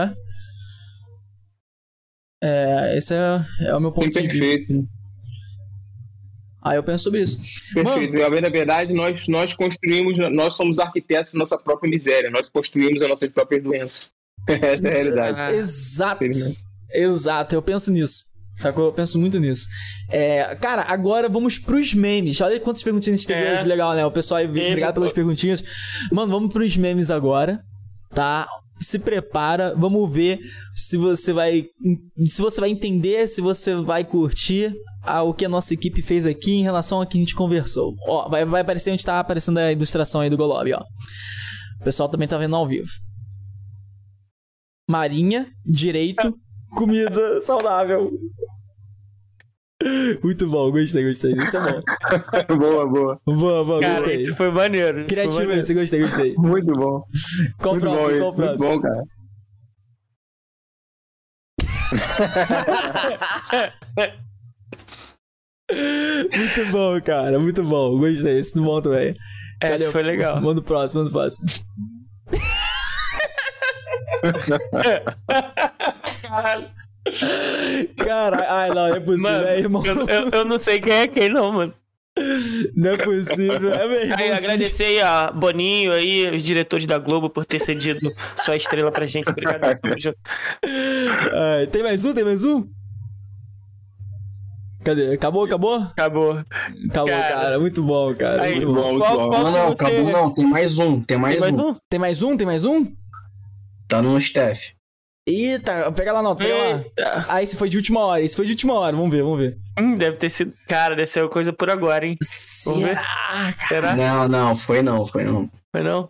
É, esse é, é o meu ponto Sim, de vista. perfeito. Ah, eu penso sobre isso. Perfeito. Mano, Na verdade, nós, nós construímos, nós somos arquitetos da nossa própria miséria. Nós construímos as nossas próprias doenças. Essa é a realidade. Ah. exato. Infelizmente. Exato, eu penso nisso. Sacou? Eu penso muito nisso. É, cara, agora vamos pros memes. Olha quantas perguntinhas teve É. hoje. Legal, né? O pessoal aí, obrigado pelas perguntinhas. Mano, vamos pros memes agora, tá? Se prepara, vamos ver se você vai se você vai entender, se você vai curtir a, o que a nossa equipe fez aqui em relação ao que a gente conversou. Ó, vai, vai aparecer onde tá aparecendo a ilustração aí do Golob, ó. O pessoal também tá vendo ao vivo. Marinha, direito, comida saudável. Muito bom, gostei, gostei. Isso é bom. Boa, boa. Boa, boa, Cara, gostei. isso foi maneiro. isso foi Criativo maneiro. esse, gostei, gostei. Muito bom. Qual o Muito próximo? bom Qual o isso, muito próximo? bom, cara. Muito bom, cara, muito bom. Gostei, esse do bom também. É, Valeu. isso foi legal. Manda o próximo, manda o próximo. Caralho. Cara, ai não, não é possível, Mano, é irmão. eu, eu, eu não sei quem é quem não, mano. Não é possível, é meu irmão. Aí, agradecer aí a Boninho aí, os diretores da Globo por ter cedido sua estrela pra gente. Obrigado. Tamo junto. Ai, tem mais um? Tem mais um? Cadê? Acabou, acabou? Acabou. Acabou, cara. Cara. Muito bom, cara. Aí, muito bom. bom, muito qual, bom. qual Não, que não, você... acabou não. Tem mais um. Tem mais, Tem mais um. um? Tem mais um? Tem mais um? Tá no Steph. Eita, pega lá, não, pega lá. Eita. Ah, esse foi de última hora, esse foi de última hora. Vamos ver, vamos ver. Hum, deve ter sido... Cara, deve ser coisa por agora, hein? Vamos ver. Será? Será? Não, não, foi não, foi não. Foi não?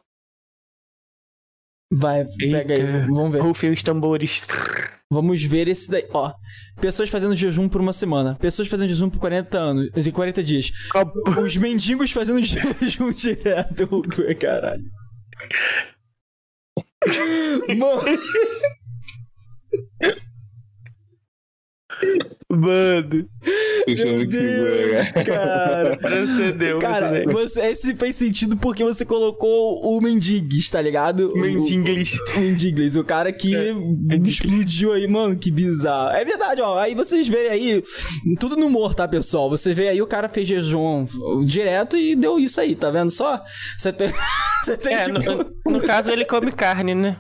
Vai, pega aí, Eita. vamos ver. Rufem os tambores. Vamos ver esse daí, ó. Pessoas fazendo jejum por uma semana. Pessoas fazendo jejum por quarenta anos, de quarenta dias. Os mendigos fazendo jejum direto. Caralho. Mano. Mano. Meu Deus, cara. Transcendeu. Cara, transcendeu. você, esse fez sentido porque você colocou o Mendigues, tá ligado? O- Mendiglis. O Mendiglis, o cara que É, explodiu aí, mano, que bizarro. É verdade, ó. Aí vocês veem aí, tudo no humor, tá, pessoal? Você vê aí, o cara fez jejum direto e deu isso aí, tá vendo só? Você tem, você tem É, tipo... no, no caso ele come carne, né?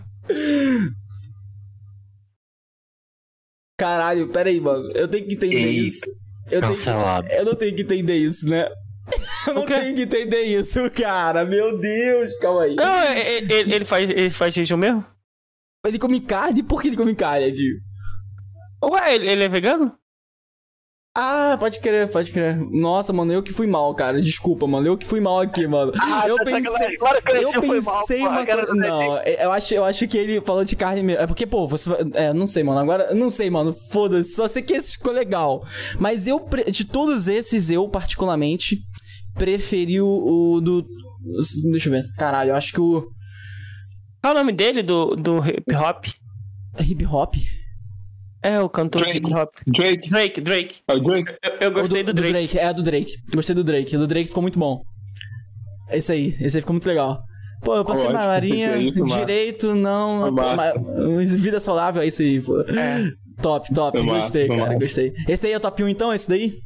Caralho, pera aí, mano. Eu tenho que entender Eita. isso. Eu, tenho Cancelado. que... eu não tenho que entender isso, né? Eu não O quê? tenho que entender isso, cara. Meu Deus, calma aí. Não, é- é- ele, ele faz, ele faz jejum mesmo? Ele come carne? Por que ele come carne, Ed? Ué, ele, ele é vegano? Ah, pode crer, pode crer. Nossa, mano, eu que fui mal, cara. Desculpa, mano. Eu que fui mal aqui, mano. eu tá pensei. sacanagem. Claro que o Eu Edinho foi mal, pensei pô. uma Agora coisa. não é Não, eu acho, eu acho que ele falou de carne mesmo. É porque, pô, você vai. É, não sei, mano. Agora, não sei, mano. Foda-se. Só sei que esse ficou legal. Mas eu, pre- de todos esses, eu, particularmente, preferi o, o do. Deixa eu ver. Caralho, eu acho que o. Qual é o nome dele, do, do hip hop? Hip hop? É, o cantor Drake. hip hop. Drake. Drake, Drake. É o Drake? Eu, eu gostei O do, Drake. É, do Drake. Gostei do Drake. O do Drake ficou muito bom. Esse aí. Esse aí ficou muito legal. Pô, eu passei Ótimo, na marinha, esse aí foi massa. direito, não. Foi massa. ma- Vida saudável, é isso aí, pô. É. Top, top. Foi massa, Gostei, foi cara. massa. Gostei. Esse daí é o top um, então? Esse daí?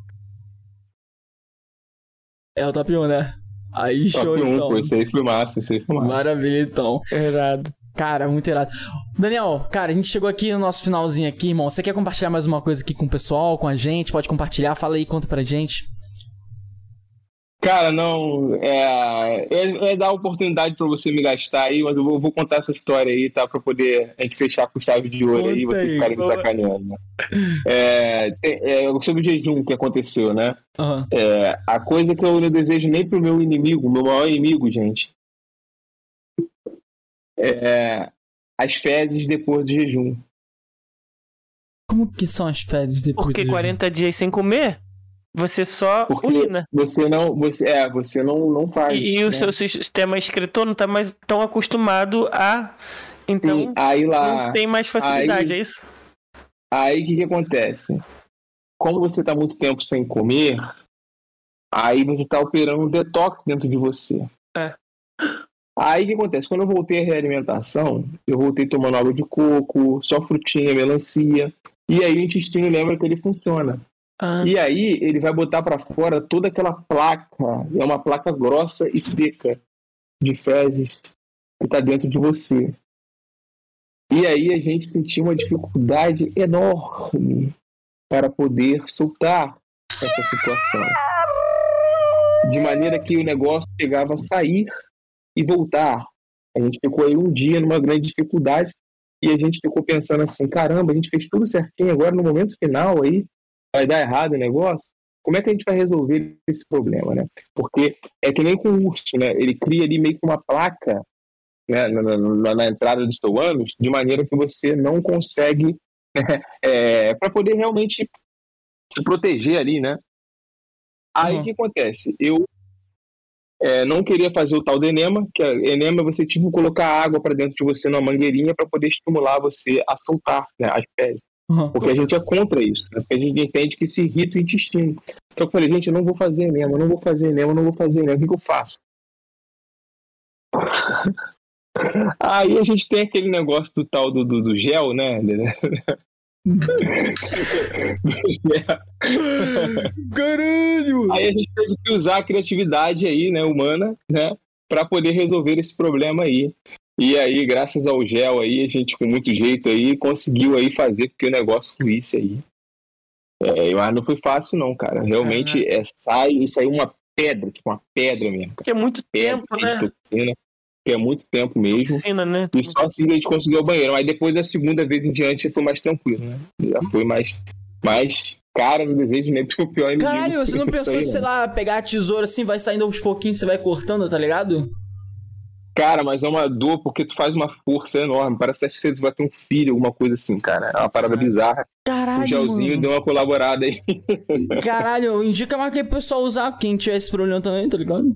É o top um, né? Aí, Top show, um, então. pô. Esse aí foi massa, esse aí foi massa. Maravilha, então. Errado. Cara, muito irado. Daniel, cara, a gente chegou aqui no nosso finalzinho aqui, irmão. Você quer compartilhar mais uma coisa aqui com o pessoal, com a gente? Pode compartilhar, fala aí, conta pra gente. Cara, não, é, é, é dar oportunidade pra você me gastar aí, mas eu vou, vou contar essa história aí, tá? Pra poder a gente fechar com chave de ouro aí e Conta vocês aí. ficarem me sacaneando, né? É, tem- é, sobre o jejum que aconteceu, né? Aham. É, a coisa que eu não desejo nem pro meu inimigo, meu maior inimigo, gente, é as fezes depois do jejum. Como que são as fezes depois Porque do quarenta dias sem comer, você só Porque urina. você não, você, é, você não, não faz. E, e o né? seu sistema excretor não tá mais tão acostumado a... Então, Sim, aí lá, não tem mais facilidade, aí- é isso? aí o que que acontece? Como você tá muito tempo sem comer, aí você tá operando um detox dentro de você. É. Aí o que acontece? Quando eu voltei à realimentação, eu voltei tomando água de coco, só frutinha, melancia, e aí o intestino lembra que ele funciona. Ah, E aí ele vai botar pra fora toda aquela placa, é uma placa grossa e seca de fezes que tá dentro de você. E aí a gente sentiu uma dificuldade enorme para poder soltar essa situação. De maneira que o negócio chegava a sair e voltar. A gente ficou aí um dia numa grande dificuldade e a gente ficou pensando assim, caramba, a gente fez tudo certinho, agora no momento final aí vai dar errado o negócio. Como é que a gente vai resolver esse problema, né? Porque é que nem com o urso, né? Ele cria ali meio que uma placa, né, na, na, na entrada dos toanos, de maneira que você não consegue, né, é, para poder realmente se proteger ali, né? Aí o uhum. que acontece? Eu é, não queria fazer o tal do enema, que é, enema é você tipo colocar água para dentro de você numa mangueirinha para poder estimular você a soltar, né, as fezes. Uhum. Porque a gente é contra isso, né? Porque a gente entende que se irrita o intestino. Então eu falei, gente, eu não vou fazer enema, eu não vou fazer enema, eu não vou fazer enema, o que, que eu faço? Aí a gente tem aquele negócio do tal do, do, do gel, né? Caralho! Aí a gente teve que usar a criatividade aí, né, humana, né, para poder resolver esse problema aí. E aí, graças ao gel aí, a gente com muito jeito aí conseguiu aí fazer com que o negócio fluísse aí. É, mas não foi fácil não, cara. Realmente é, sai, isso aí é uma pedra, tipo uma pedra mesmo. Porque é muito pedra, tempo, né? Toxina, que é muito tempo mesmo. Toxina, né? E só assim a gente conseguiu o banheiro. Mas depois da segunda vez em diante foi mais tranquilo, né? Já foi mais, mais cara no desejo, nem porque o pior é Caralho, você não pensou aí, de, sei lá, pegar a tesoura assim, vai saindo aos pouquinhos, você vai cortando, tá ligado? Cara, mas é uma dor porque tu faz uma força enorme. Parece que você vai ter um filho, alguma coisa assim, cara. É uma parada bizarra. Caralho, o gelzinho mano. Deu uma colaborada aí. Caralho, indica mais que o pessoal usar, quem tiver esse problema também, tá ligado?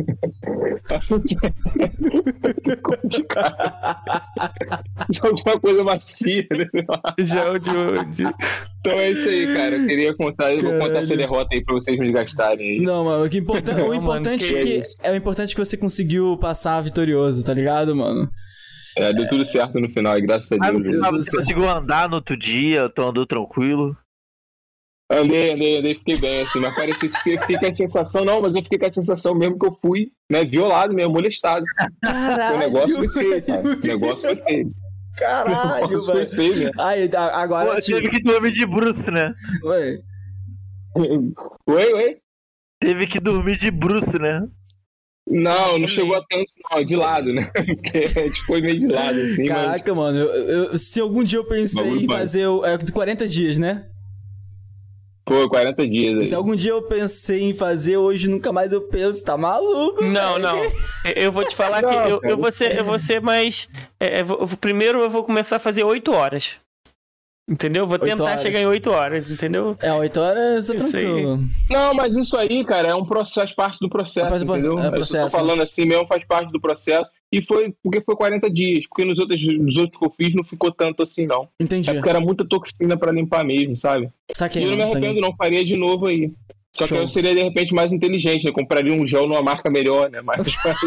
Gel de uma coisa macia, né? Gel de onde? Então é isso aí, cara. Eu queria contar, eu vou contar essa derrota aí pra vocês me desgastarem aí. Não, mano, o, que importa, Não, o importante mano, que é, que, é o importante que você conseguiu passar vitorioso, tá ligado, mano? É, deu tudo certo no final, e graças a Deus. Deus Deus você conseguiu andar no outro dia, tu andou tranquilo? Andei, andei, andei, fiquei bem, assim, mas parecia que fiquei, fiquei com a sensação, não, mas eu fiquei com a sensação mesmo que eu fui, né, violado mesmo, molestado. Caralho! O negócio foi feio, cara. O negócio foi feio. Caralho, velho. Foi feio, né? Aí, agora... Pô, teve que dormir de bruxo, né? Oi. Oi, oi? Teve que dormir de bruxo, né? Não, não chegou a tanto, não, de lado, né? Porque a gente foi meio de lado, assim. Caraca, mas... mano, eu, eu, se algum dia eu pensei Bagulho em pai. fazer é, quarenta dias, né? Pô, quarenta dias aí. Se algum dia eu pensei em fazer, hoje nunca mais eu penso, tá maluco? Não, velho? não. Eu vou te falar Não, que eu, cara. eu, vou ser, eu vou ser mais. É, eu vou- primeiro eu vou começar a fazer oito horas. Entendeu? Vou Oito tentar horas. chegar em oito horas, entendeu? É, oito horas é Isso aí. tranquilo. Não, mas isso aí, cara, é um processo, faz parte do processo, Faz do- entendeu? é Eu processo, tô falando assim mesmo, faz parte do processo. E foi porque foi quarenta dias, porque nos outros, nos outros que eu fiz não ficou tanto assim, não. Entendi. É porque era muita toxina pra limpar mesmo, sabe? Saquei, E eu não me mano, arrependo, saquei. não, faria de novo aí. Só Show. que eu seria, de repente, mais inteligente, né? Compraria um gel numa marca melhor, né? Mais...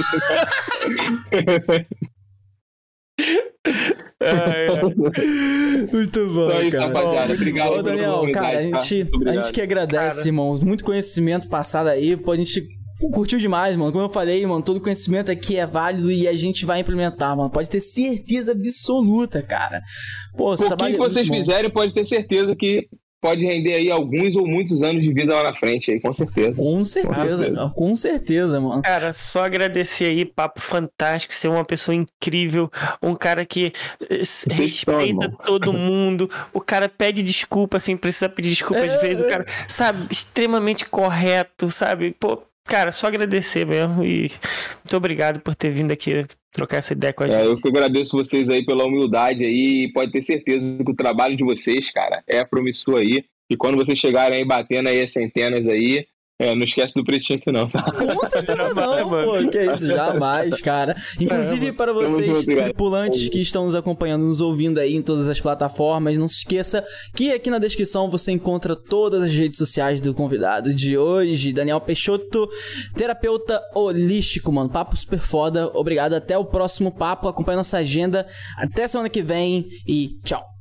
É, é. Muito bom, Então é isso, cara. rapaziada. Obrigado Ô, pela Daniel, oportunidade, cara, a tá? gente, Muito a obrigado. gente que agradece, Cara. irmão. Muito conhecimento passado aí, pô, a gente curtiu demais, mano. Como eu falei, mano, todo conhecimento aqui é válido e a gente vai implementar, mano. Pode ter certeza absoluta, cara. Pô, você O trabalha que vocês muito bom. fizerem, pode ter certeza que pode render aí alguns ou muitos anos de vida lá na frente, aí, com certeza. Com certeza, certeza. com certeza, mano. Cara, só agradecer aí, papo fantástico, ser uma pessoa incrível, um cara que eh, s- Vocês são, respeita irmão. todo mundo, o cara pede desculpa sem precisar pedir desculpa às É, vezes, o é. cara, sabe, extremamente correto, sabe, pô, cara, só agradecer mesmo e muito obrigado por ter vindo aqui trocar essa ideia com a É, eu gente. que agradeço vocês aí pela humildade aí, pode ter certeza que o trabalho de vocês, cara, é promissor aí, e quando vocês chegarem aí batendo aí as centenas aí, é, não esquece do pretinho aqui não, tá? Com certeza Jamais, não, mano. pô, que isso, jamais, cara. Inclusive para vocês, junto, cara. tripulantes que estão nos acompanhando, nos ouvindo aí em todas as plataformas, não se esqueça que aqui na descrição você encontra todas as redes sociais do convidado de hoje, Daniel Peixoto, terapeuta holístico, mano. Papo super foda. Obrigado, até o próximo papo. Acompanha nossa agenda. Até semana que vem e tchau.